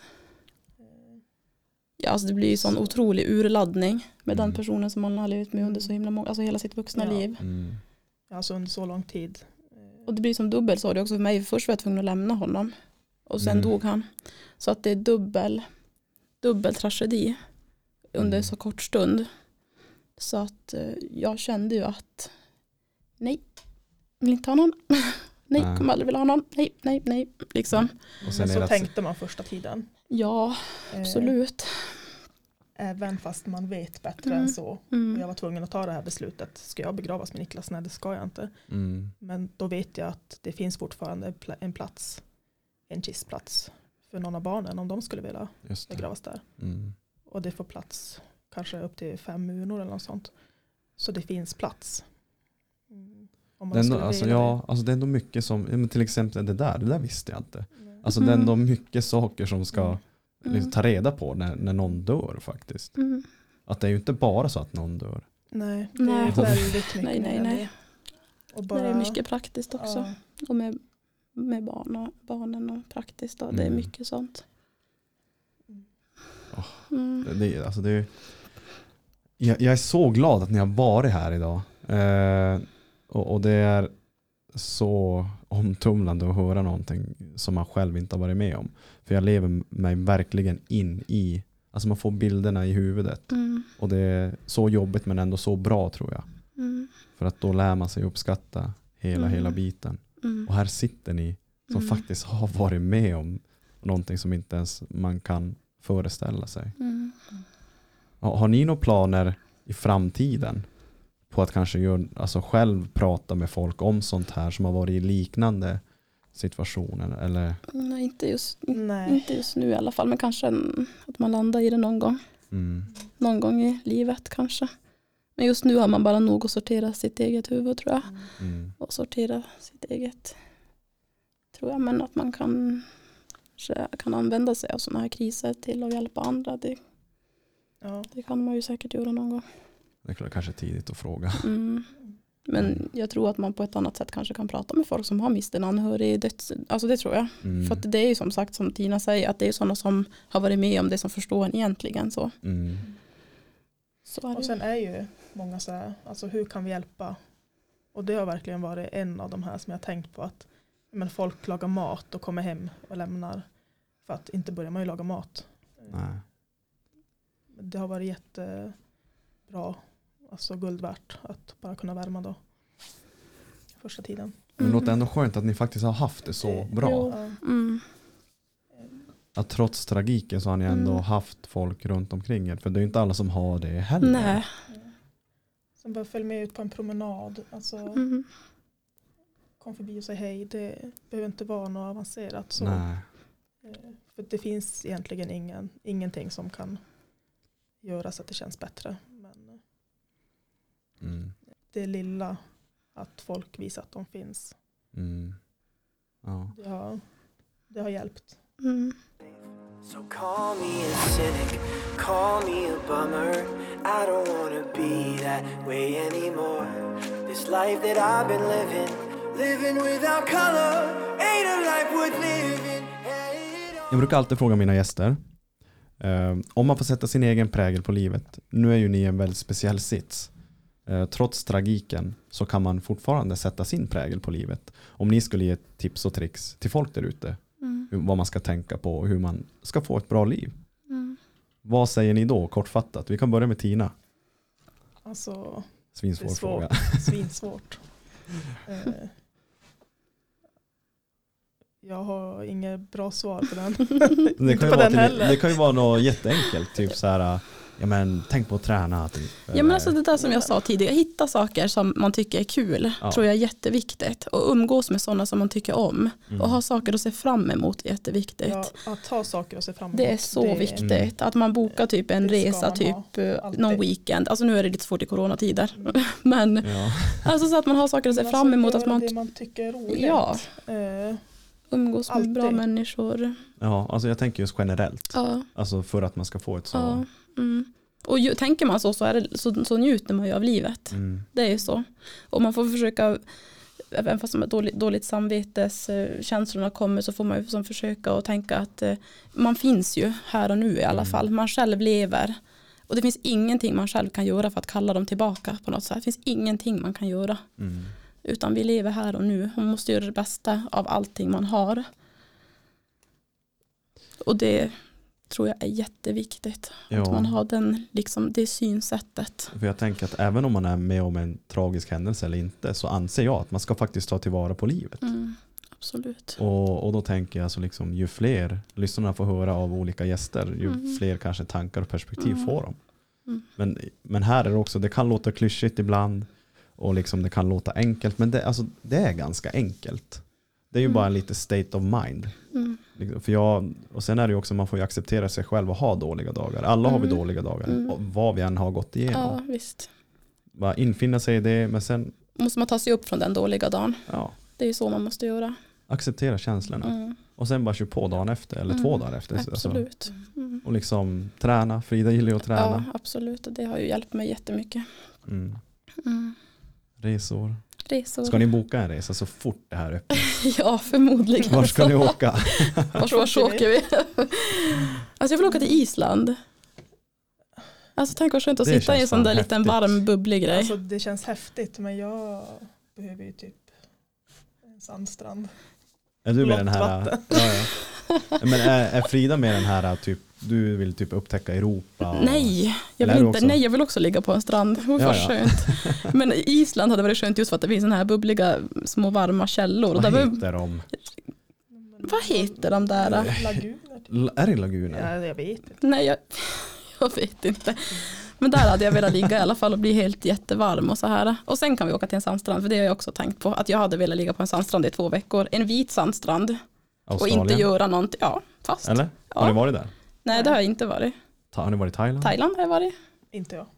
Ja, alltså det blir ju sån otrolig urladdning med mm. den personen som man har levt med under så himla många, alltså hela sitt vuxna ja. liv. Mm. Alltså under så lång tid. Och det blir som dubbel så det också för mig. Först var jag tvungen att lämna honom. Och sen mm. dog han. Så att det är dubbel, dubbel tragedi under mm. så kort stund. Så att eh, jag kände ju att nej, vill inte ha någon. nej, nej. Kommer aldrig vilja ha någon. Nej, nej, nej. Liksom. Och sen så tänkte man första tiden. Ja, absolut. Eh, även fast man vet bättre mm. än så. Mm. Och jag var tvungen att ta det här beslutet. Ska jag begravas med Niklas? Nej, det ska jag inte. Mm. Men då vet jag att det finns fortfarande en plats. En kistplats för någon av barnen om de skulle vilja begravas där. Mm. Och det får plats kanske upp till fem urnor eller något sånt. Så det finns plats. Mm. Om man det, är ändå, alltså, ja, alltså det är ändå mycket som, till exempel det där, det där visste jag inte. Mm. Alltså det är ändå mycket saker som ska mm. liksom, ta reda på när, när någon dör faktiskt. Mm. Att det är ju inte bara så att någon dör. Nej, det är väldigt mycket. Nej, nej, nej. Och bara, det är mycket praktiskt också. Ja. Och med med barn och, barnen och praktiskt. Och det är mycket sånt. Oh, mm. det, alltså det är, jag, jag är så glad att ni har varit här idag. Eh, Och, och det är så omtumlande att höra någonting som man själv inte har varit med om. För jag lever mig verkligen in i, alltså man får bilderna i huvudet. Mm. Och det är så jobbigt men ändå så bra tror jag. Mm. För att då lär man sig uppskatta hela, Mm. hela biten. Mm. Och här sitter ni som Mm. faktiskt har varit med om någonting som inte ens man kan föreställa sig. Mm. Har, har ni några planer i framtiden på att kanske gör, alltså själv prata med folk om sånt här som har varit i liknande situationer? Eller? Nej, inte just, Nej. inte just nu i alla fall. Men kanske en, att man landar i det någon gång. Mm. Någon gång i livet kanske. Men just nu har man bara nog att sortera sitt eget huvud tror jag. Mm. Och sortera sitt eget. Tror jag. Men att man kan, kan använda sig av sådana här kriser till att hjälpa andra. Det, Ja. det kan man ju säkert göra någon gång. Det är klart, kanske tidigt att fråga. Mm. Men jag tror att man på ett annat sätt kanske kan prata med folk som har mist en anhörig döds. Alltså det tror jag. Mm. För att det är ju som sagt som Tina säger att det är sådana som har varit med om det som förstår en egentligen. Så, Mm. så är det. Och sen är ju många så här, alltså hur kan vi hjälpa? Och det har verkligen varit en av de här som jag tänkt på att men folk lagar mat och kommer hem och lämnar för att inte börjar man ju laga mat. Nej. Det har varit jättebra, alltså guld värt att bara kunna värma då första tiden. Men det låter ändå skönt att ni faktiskt har haft det så bra. Jo. Ja. Mm. Att trots tragiken så har ni ändå Mm. haft folk runt omkring er. För det är ju inte alla som har det heller. Nej. Sen bara följ med ut på en promenad. Alltså Mm. kom förbi och säg hej. Det behöver inte vara något avancerat. Så. Nej. Eh, För det finns egentligen ingen, ingenting som kan göra så att det känns bättre. Men Mm. det lilla att folk visar att de finns. Mm. Ja. Det har, det har hjälpt. Mm. So call me a cynic, call me a bummer. I don't wanna be that way anymore. This life that I've been living, living without color, ain't a life worth living. Jag brukar alltid fråga mina gäster eh, om man får sätta sin egen prägel på livet. Nu är ju ni en väldigt speciell sits. Eh, trots tragiken så kan man fortfarande sätta sin prägel på livet. Om ni skulle ge tips och tricks till folk där ute. Mm. hur- Vad man ska tänka på och hur man ska få ett bra liv. Mm. Vad säger ni då kortfattat? Vi kan börja med Tina. Alltså Svinsvår Det är svårt. fråga. svinsvårt. Eh, jag har inget bra svar på den. Det Inte kan, ju på vara den till, heller. det kan ju vara något jätteenkelt. Typ så här, ja men tänk på att träna. Typ. Ja men Eller- alltså det där som jag sa tidigare, hitta saker som man tycker är kul Ja. tror jag är jätteviktigt. Och umgås med sådana som man tycker om. Mm. Och ha saker att se fram emot är jätteviktigt. Ja, att ha saker att se fram emot. Det är så det, viktigt. Mm. Att man bokar typ en Det ska resa, man ha, typ eh, alltid. någon weekend. Alltså nu är det lite svårt i coronatider. Mm. Men Ja. alltså så att man har saker att se Men fram emot. alltså, Att man göra det man tycker är roligt. Ja. Eh, umgås med alltid. bra människor. ja, alltså jag tänker just generellt. Ja. Alltså för att man ska få ett så... ja. Mm. Och ju, tänker man så så, är det, så så njuter man ju av livet. Mm. Det är ju så. Och man får försöka, även fast med dåligt, dåligt samvetes eh, känslorna kommer, så får man ju som försöka och tänka att eh, man finns ju här och nu i alla Mm. fall. Man själv lever. Och det finns ingenting man själv kan göra för att kalla dem tillbaka på något sätt. Det finns ingenting man kan göra. Mm. Utan vi lever här och nu. Man måste göra det bästa av allting man har. Och det tror jag är jätteviktigt. Ja. Att man har den, liksom, det synsättet. För jag tänker att även om man är med om en tragisk händelse eller inte, så anser jag att man ska faktiskt ta tillvara på livet. Mm, absolut. Och, och då tänker jag så liksom, ju fler lyssnarna får höra av olika gäster, ju Mm. fler kanske tankar och perspektiv Mm. får de. Mm. Men, men här är det också, det kan låta klyschigt ibland och liksom det kan låta enkelt, men det, alltså, det är ganska enkelt. Det är ju Mm. bara en lite state of mind. Mm. Liksom, För jag, och sen är det ju också, man får ju acceptera sig själv och ha dåliga dagar. Alla har vi Mm. dåliga dagar, Mm. och vad vi än har gått igenom. Ja, visst. Bara infinna sig i det, men sen Måste man ta sig upp från den dåliga dagen. ja, Det är ju så man måste göra. acceptera känslorna. Mm. Och sen bara köra på dagen efter, eller Mm. två dagar efter. Alltså, Absolut. Mm. och liksom träna, Frida gillar ju att Ja, träna. absolut. Och det har ju hjälpt mig jättemycket. Mm. Mm. Resor. Resor. Ska ni boka en resa så fort det här är öppet? Ja, förmodligen. Var ska ni åka? Vart vart åker vi? Alltså jag vill åka till Island. Alltså tänk vad skönt att Det sitta i en känns sån där fan liten häftigt. varm bubblig grej. alltså, det känns häftigt men jag, behöver ju typ en sandstrand. Är du med den här? Lottvatten. Ja, ja. Men är, är Frida med den här typ, du vill typ upptäcka Europa? Och, Nej, jag Eller vill är du inte, också- nej, jag vill också ligga på en strand. Det var Ja, ja. skönt. Men Island hade varit skönt just för att det finns såna här bubbliga små varma källor. Och vad där var, heter de? vad heter de där? då? Laguner. Typ. L- Är det laguner? Ja, jag vet inte. Nej, jag, jag vet inte. Men där hade jag velat ligga i alla fall och bli helt jättevarm och så här. Och sen kan vi åka till en sandstrand, för det har jag också tänkt på. Att jag hade velat ligga på en sandstrand i två veckor. En vit sandstrand. Australien? Och inte göra någonting. Ja, fast. Eller? Ja. Har ni varit där? Nej, det har jag inte varit. Ta- Har ni varit i Thailand? Thailand har jag varit. Inte jag.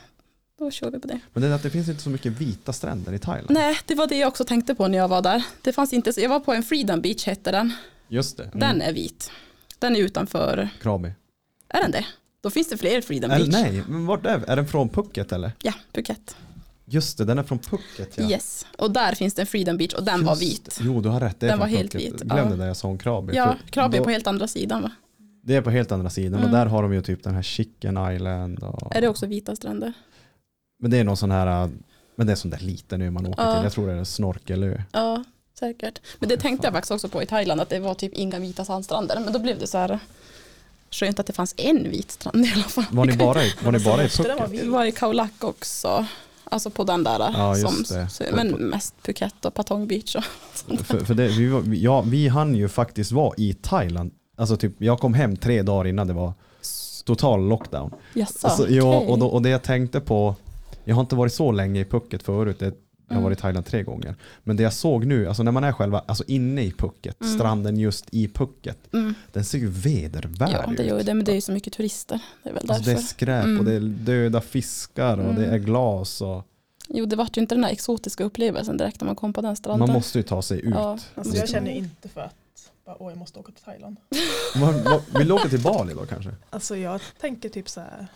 Då kör vi på det. Men det är att det finns inte så mycket vita stränder i Thailand. Nej, det var det jag också tänkte på när jag var där. Det fanns inte, så jag var på en Freedom Beach hette den. Just det. Mm. Den är vit. Den är utanför. Krabi. Är den det? Då finns det fler Freedom Eller, Beach. nej, men vart är, är den från Phuket eller? Ja, Phuket. Just det, den är från Phuket ja. Yes. Och där finns det en Freedom Beach och den var Just vit. det. Jo, du har rätt. Det är Den från var helt Phuket. vit, Glömde ja. det jag sa om Krabi. Ja, För Krabi är då- på helt andra sidan va? Det är på helt andra sidan Mm. och där har de ju typ den här Chicken Island. Och... Är det också vita stränder? Men det är någon sån här, men det är sån där liten ö man åker Ja. till. Jag tror det är Snorkelö. Ja, säkert. Men det tänkte jag faktiskt också på i Thailand, att det var typ inga vita sandstränder. Men då blev det så här skönt att det fanns en vit strand i alla fall. Var ni bara i, var ni bara i Måste den vara Phuket? Det var i Khao Lak också. Alltså på den där. Ja, just som, det. så, men mest Phuket och Patong Beach. Och För, för det, vi, var, vi- ja, vi hann ju faktiskt vara i Thailand. Alltså typ, jag kom hem tre dagar innan det var total lockdown. Jaså, Alltså, ja, okej. och, då, och det jag tänkte på, jag har inte varit så länge i Phuket förut, det, jag har Mm. varit i Thailand tre gånger. Men det jag såg nu, alltså när man är själva alltså inne i Phuket, Mm. stranden just i Phuket, Mm. den ser ju vedervärdig Ja, det gör ju ut. det, men det är ju så mycket turister. Det är väl Alltså därför. det är skräp Mm. och det är döda fiskar och Mm. det är glas och Jo, det var ju inte den här exotiska upplevelsen direkt när man kom på den stranden. man måste ju ta sig ut. Ja. Alltså, jag känner inte för att bara, åh, jag måste åka till Thailand. Man, man, vill du åka till Bali då kanske? Alltså jag tänker typ så här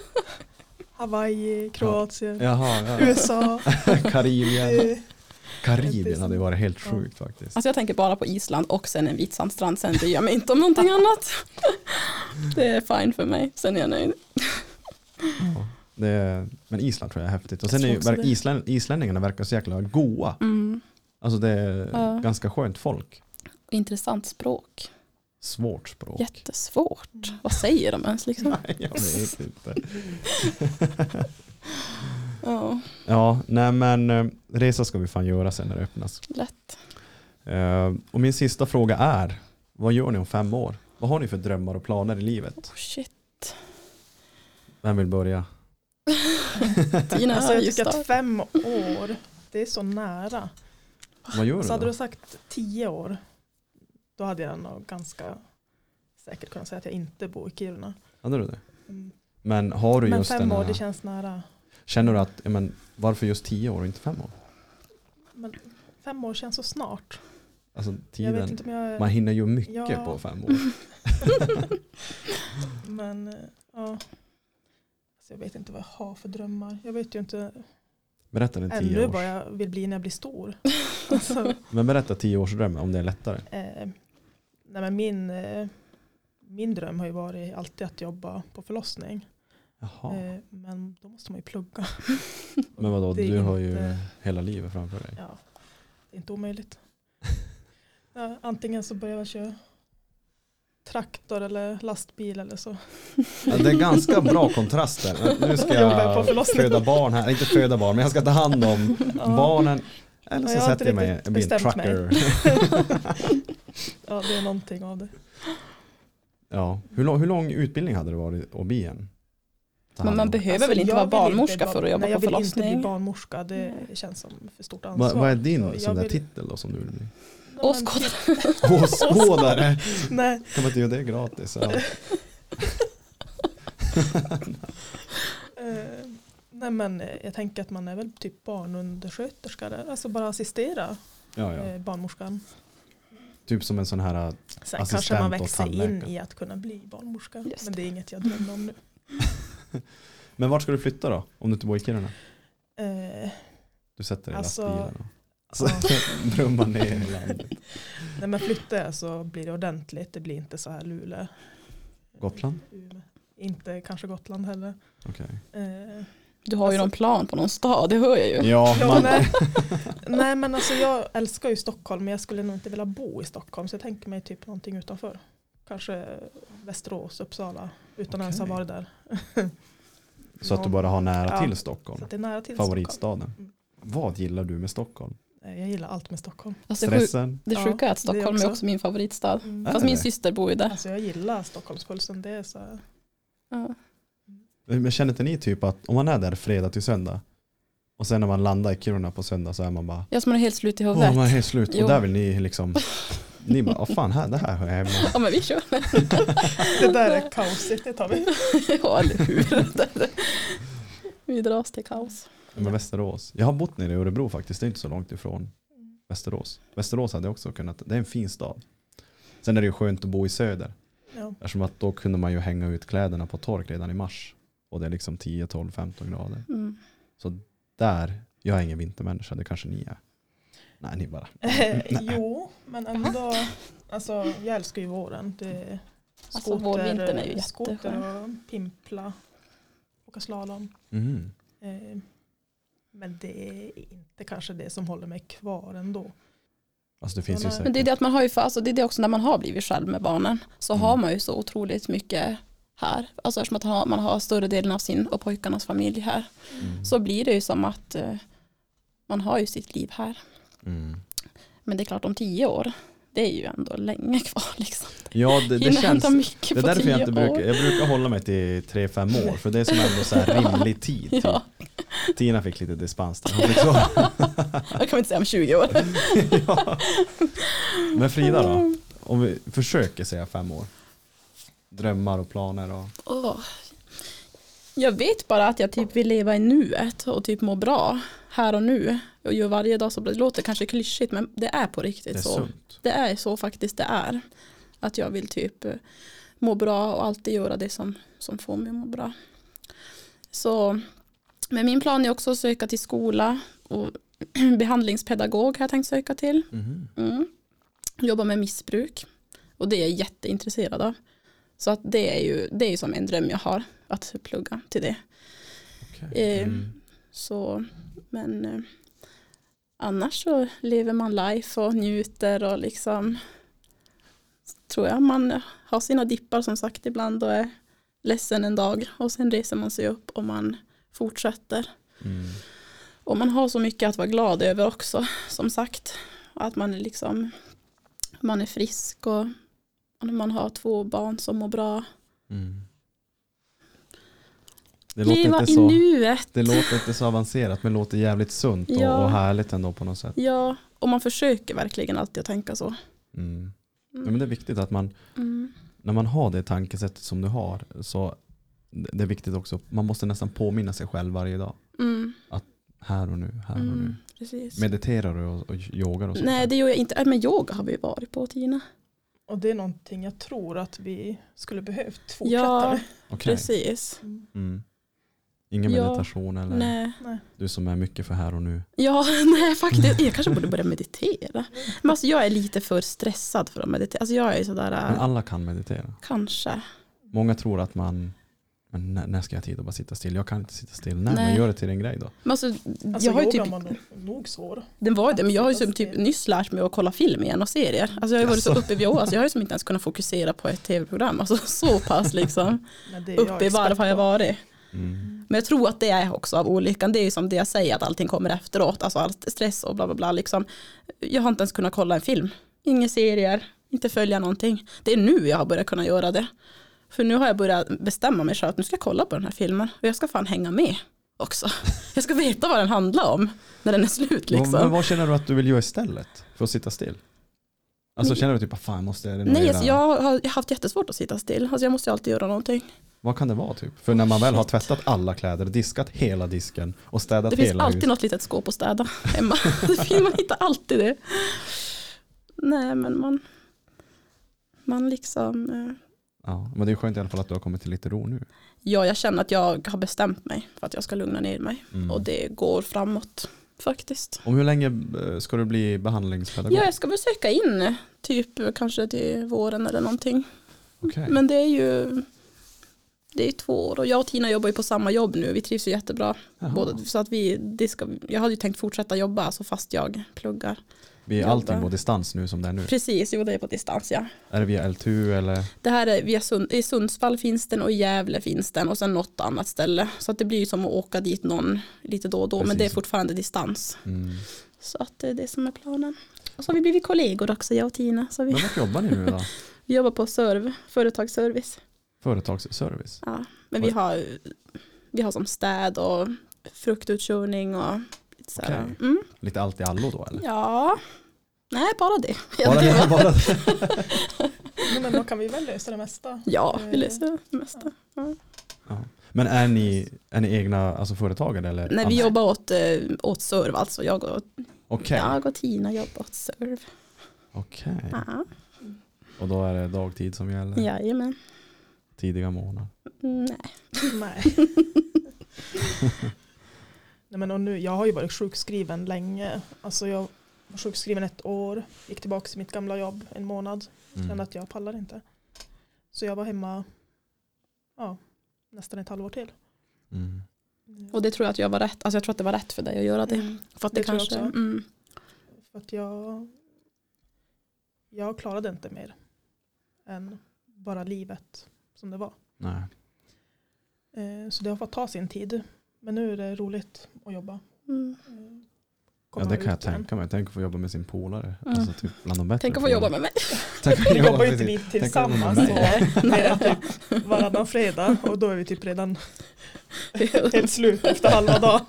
Hawaii, Kroatien, Jaha, ja. U S A. Karibien. eh, Karibien hade ju varit helt Ja. sjukt faktiskt. Alltså jag tänker bara på Island och sen en vit sandstrand. Sen bryr jag mig inte om någonting annat. Det är fine för mig. Sen är jag nöjd. Ja, det är, men Island tror jag är häftigt. Och sen Jag är ju, tror också det. Island, islänningarna verkar så jäkla goa. Mm. Alltså det är Ja. ganska skönt folk. Intressant språk. Svårt språk. Jättesvårt. Vad säger de ens liksom? Nej, jag vet inte. Ja, Ja, nej men eh, resa ska vi fan göra sen när det öppnas. lätt. Eh, och min sista fråga är, vad gör ni om fem år? Vad har ni för drömmar och planer i livet? Oh, shit. Vem vill börja? Tina, Alltså jag just tycker då. att fem år, det är så nära. Vad gör Så du hade då? du sagt tio år, då hade jag nog ganska säkert kunnat säga att jag inte bor i Kiruna. Hade du det? Mm. Men har du Men just fem den år, här, det känns nära. känner du att, ja, men, varför just tio år och inte fem år? Men fem år känns så snart. Alltså Jag vet tiden, inte om jag... man hinner ju mycket Ja. på fem år. Men eh, ja. Alltså, jag vet inte vad jag har för drömmar. Jag vet ju inte Berätta din tio ännu års. vad jag vill bli när jag blir stor. Alltså, Men berätta tio års dröm om det är lättare. eh, nej men min, eh, min dröm har ju varit alltid att jobba på förlossning. Jaha. Eh, men då måste man ju plugga. Men vadå, det är du har ju inte- hela livet framför dig. Ja, det är inte omöjligt. Ja, antingen så börjar jag köra traktor eller lastbil eller så. Ja, det är ganska bra kontraster. Men nu ska Jobbar på jag förlossning. föda barn här. Inte föda barn, men jag ska ta hand om Ja. barnen. Eller Ja, så jag har sätter jag inte mig riktigt och blir en bestämt mig. trucker. Ja, det är någonting av det. Ja. Hur, lång, hur lång utbildning hade det varit att bli en? Ta Men hand man om. behöver Alltså, väl inte jag vara vill barnmorska inte för att jobba nej, på jag vill inte förlossning? bli barnmorska. Det känns som för stort ansvar. Vad vad är din Så sån jag där vill- titel då som du vill bli? Nej, men- Åskådare. Åskådare! Nej, Kan man inte göra det gratis? Ja. eh, nej, men eh, jag tänker att man är väl typ barnundersköterska där. Alltså bara assistera Ja, ja. eh, barnmorskan. Typ som en sån här... Sen Assistent kanske man och växer in tandläkare. i att kunna bli barnmorska. Just Men det är inget jag drömmer om nu. Men vart ska du flytta då? Om du inte bor i Kiruna? Eh, Du sätter dig i Alltså, lastbilen och så ja. brummar ner i landet. Nej, men flyttar jag så blir det ordentligt. Det blir inte så här Luleå. Gotland? Umeå. Inte kanske Gotland heller. Okej. Eh, Du har ju Alltså- någon plan på någon stad, det hör jag ju. Ja, Ja, man, nej. nej men alltså jag älskar ju Stockholm, men jag skulle nog inte vilja bo i Stockholm, så jag tänker mig typ någonting utanför. Kanske Västerås, Uppsala, utan Okej. ens ha varit där. så att du bara har nära Ja, till så Stockholm. att det är nära till Favoritstaden. Mm. Vad gillar du med Stockholm? Stockholm. Jag gillar allt med Stockholm. Alltså, det, sjuk, Stressen? det Ja, sjuka är att det Stockholm också. är också min favoritstad. Mm. Är Fast det min det? syster bor ju där. Alltså jag gillar Stockholmspulsen, det är så här. Ja. Men känner inte ni typ att om man är där fredag till söndag och sen när man landar i Kiruna på söndag så är man bara Jag som är helt slut i åh, huvudet. man är helt slut. Jo. Och där vill ni liksom ni bara, åh fan, här, det här hör jag hemma. Ja men vi kör. Det där är kaosigt, det tar vi. Ja eller hur. Vi dras till kaos. Men Västerås. Jag har bott nere i Örebro faktiskt. Det är inte så långt ifrån Västerås. Västerås hade jag också kunnat. Det är en fin stad. Sen är det ju skönt att bo i söder. Ja. Eftersom att då kunde man ju hänga ut kläderna på tork redan i mars. Och det är liksom tio, tolv, femton grader. Mm. Så där, jag är ingen vintermänniska. Det kanske ni är. Nej, ni bara. Eh, Nej. jo, men ändå, alltså jag älskar ju våren. Det är Alltså, vårvintern är ju skoter jätteskön. och pimpla, åka slalom. Mm. Eh, men det är inte kanske det som håller mig kvar ändå. Alltså det finns ju Men säkert. Men det är det att man har ju, för, alltså det är det också när man har blivit själv med barnen så Mm. har man ju så otroligt mycket här. Alltså eftersom att man har, man har större delen av sin och pojkarnas familj här. Mm. Så blir det ju som att eh, man har ju sitt liv här. Mm. Men det är klart om tio år, det är ju ändå länge kvar liksom. Ja, det, det Hinner känns. hända mycket Det är på därför jag tio inte brukar, år. jag brukar hålla mig till tre fem år. För det är som ändå så här rimlig tid. Typ. Ja, Tina fick lite dispens där. Hon fick så. jag kan inte säga om tjugo år. Ja. Men Frida då? Om vi försöker säga fem år. Drömmar och planer och... Åh. Jag vet bara att jag typ vill leva i nuet och typ må bra här och nu. Och gör varje dag så bra. Det låter kanske klyschigt men det är på riktigt Det är så. sunt. Det är så faktiskt det är. Att jag vill typ eh, må bra och alltid göra det som, som får mig att må bra. Så, men min plan är också att söka till skola och behandlingspedagog har jag tänkt söka till. Mhm. Mm. Jobba med missbruk. Och det är jag jätteintresserad av. Så att det är ju det är ju som en dröm jag har att plugga till det. Okej. Eh, Mm. Så, men eh, annars så lever man life och njuter och liksom tror jag man har sina dippar som sagt ibland och är ledsen en dag och sen reser man sig upp och man fortsätter. Mm. Och man har så mycket att vara glad över också som sagt. Att man är liksom man är frisk och man har två barn som mår bra. Mm. Det låter, Leva inte i så, nuet. det låter inte så avancerat men låter jävligt sunt och, Ja. och härligt ändå på något sätt. Ja, och man försöker verkligen alltid att tänka så. Mm. Ja, men det är viktigt att man, Mm. när man har det tankesättet som du har, så det det är viktigt också, man måste nästan påminna sig själv varje dag. Mm. Här och nu, här och nu. Mm. Precis. Mediterar du och, och yogar och sånt? Nej, där? det gör jag inte. Äh, Men yoga har vi ju varit på, Tina. Och det är någonting jag tror att vi skulle behövt fortsätta Ja, med. Okej. precis. Mm. Mm. Ingen Ja. meditation eller Nej. du som är mycket för här och nu. Ja, nej faktiskt. Jag kanske borde börja meditera. Men alltså jag är lite för stressad för att meditera. Alltså jag är sådär, Men äh, alla kan meditera. kanske. Många tror att man, men när, när ska jag ha tid att bara sitta still? Jag kan inte sitta still. Nej, Nej. men gör det till en grej då. Men alltså, Alltså jag har ju yogan typ, var nog, nog svår. den var ju det, men jag har ju Sitta som typ still. nyss lärt mig att kolla film igen och serier. Alltså jag har ju varit så Jaså? uppe i alltså jag har ju som inte ens kunnat fokusera på ett tv-program. Alltså så pass liksom. Men det är jag Uppe i varv expert har jag på. varit. Mm. Men jag tror att det är också av olyckan. Det är ju som det jag säger att allting kommer efteråt. Alltså allt stress och bla bla bla. Liksom. Jag har inte ens kunnat kolla en film. Inga serier. Inte följa någonting. Det är nu jag har börjat kunna göra det. För nu har jag börjat bestämma mig själv att nu ska jag kolla på den här filmen. Och jag ska fan hänga med också. Jag ska veta vad den handlar om när den är slut liksom. Men vad känner du att du vill göra istället för att sitta still? Alltså känner du typ att fan måste jag renovera? Nej, alltså, jag har jag har haft jättesvårt att sitta still. Alltså jag måste ju alltid göra någonting. Vad kan det vara typ? För när man väl har tvättat alla kläder, diskat hela disken och städat Det finns hela alltid huset. något litet skåp att städa hemma. Det finns, man hittar alltid det. Nej, men man man liksom eh, Ja, men det är skönt i alla fall att du har kommit till lite ro nu. ja, jag känner att jag har bestämt mig för att jag ska lugna ner mig. Mm. Och det går framåt faktiskt. Om hur länge eh, ska du bli behandlingspedagog? Ja, jag ska väl söka in typ kanske till våren eller någonting. Okej. Men det är ju det är två år och jag och Tina jobbar ju på samma jobb nu. Vi trivs ju jättebra. Både, så att vi, det ska, jag hade ju tänkt fortsätta jobba alltså fast jag pluggar. Vi är allting på distans nu som det är nu. Precis, jo det är på distans, ja. Är det via L T U eller? Det här är via Sund, i Sundsvall finns den och i Gävle finns den och sen något annat ställe. Så att det blir ju som att åka dit någon lite då och då. Precis. Men det är fortfarande distans. Mm. Så att det är det som är planen. Och så har vi blivit kollegor också, jag och Tina. Så vi... Men vad jobbar ni nu då? Vi jobbar på serv, företagsservice. Företagsservice? Ja, men vi har, vi har som städ och fruktutkörning och så okay. mm. Lite allt i allo då eller? Ja, nej bara det. Bara det, bara det. Men då kan vi väl lösa det mesta? Ja, vi löser det mesta. Ja. Ja. Men är ni, är ni egna alltså företagare? Eller nej, vi jobbar åt, åt serv alltså. Jag och, okay. jag och Tina jobbar åt serv. Okej. Okay. Ja. Och då är det dagtid som gäller? Jajamän. Tidiga månader? Nej. Nej. Nej men och nu, jag har ju varit sjukskriven länge. Alltså jag var sjukskriven ett år. Gick tillbaka till mitt gamla jobb en månad. Mm. Kände att jag pallar inte. Så jag var hemma ja, nästan ett halvår till. Mm. Och det tror jag att jag var rätt. Alltså jag tror att det var rätt för dig att göra det. Mm. För att det, det kanske... tror jag också. Mm. För att jag... Jag klarade inte mer än bara livet som det var. Nej. Så det har fått ta sin tid. Men nu är det roligt att jobba. Mm. Ja, det kan jag tänka mig. Tänk att få jobba med sin polare. Mm. Alltså typ bland de bättre. Tänk att få jobba med mig. Tänk att vi jobbar ju inte vi tillsammans. Det är typ varannan fredag. Och då är vi typ redan helt slut efter halva dag.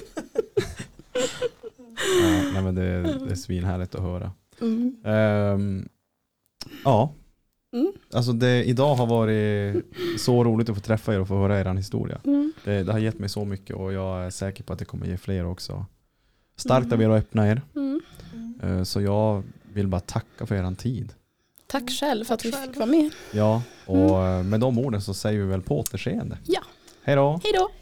Ja, nej, men det, det är svinhärligt att höra. Mm. Um, ja. Mm. Alltså det, idag har varit så roligt att få träffa er och få höra er historia. Mm. Det, det har gett mig så mycket och jag är säker på att det kommer ge fler också. Starkt mm. av er att öppna er. Mm. Uh, så jag vill bara tacka för er tid. Tack själv för att vi fick vara med. Ja, och mm. med de orden så säger vi väl på återseende. Ja. Hej då. Hej då.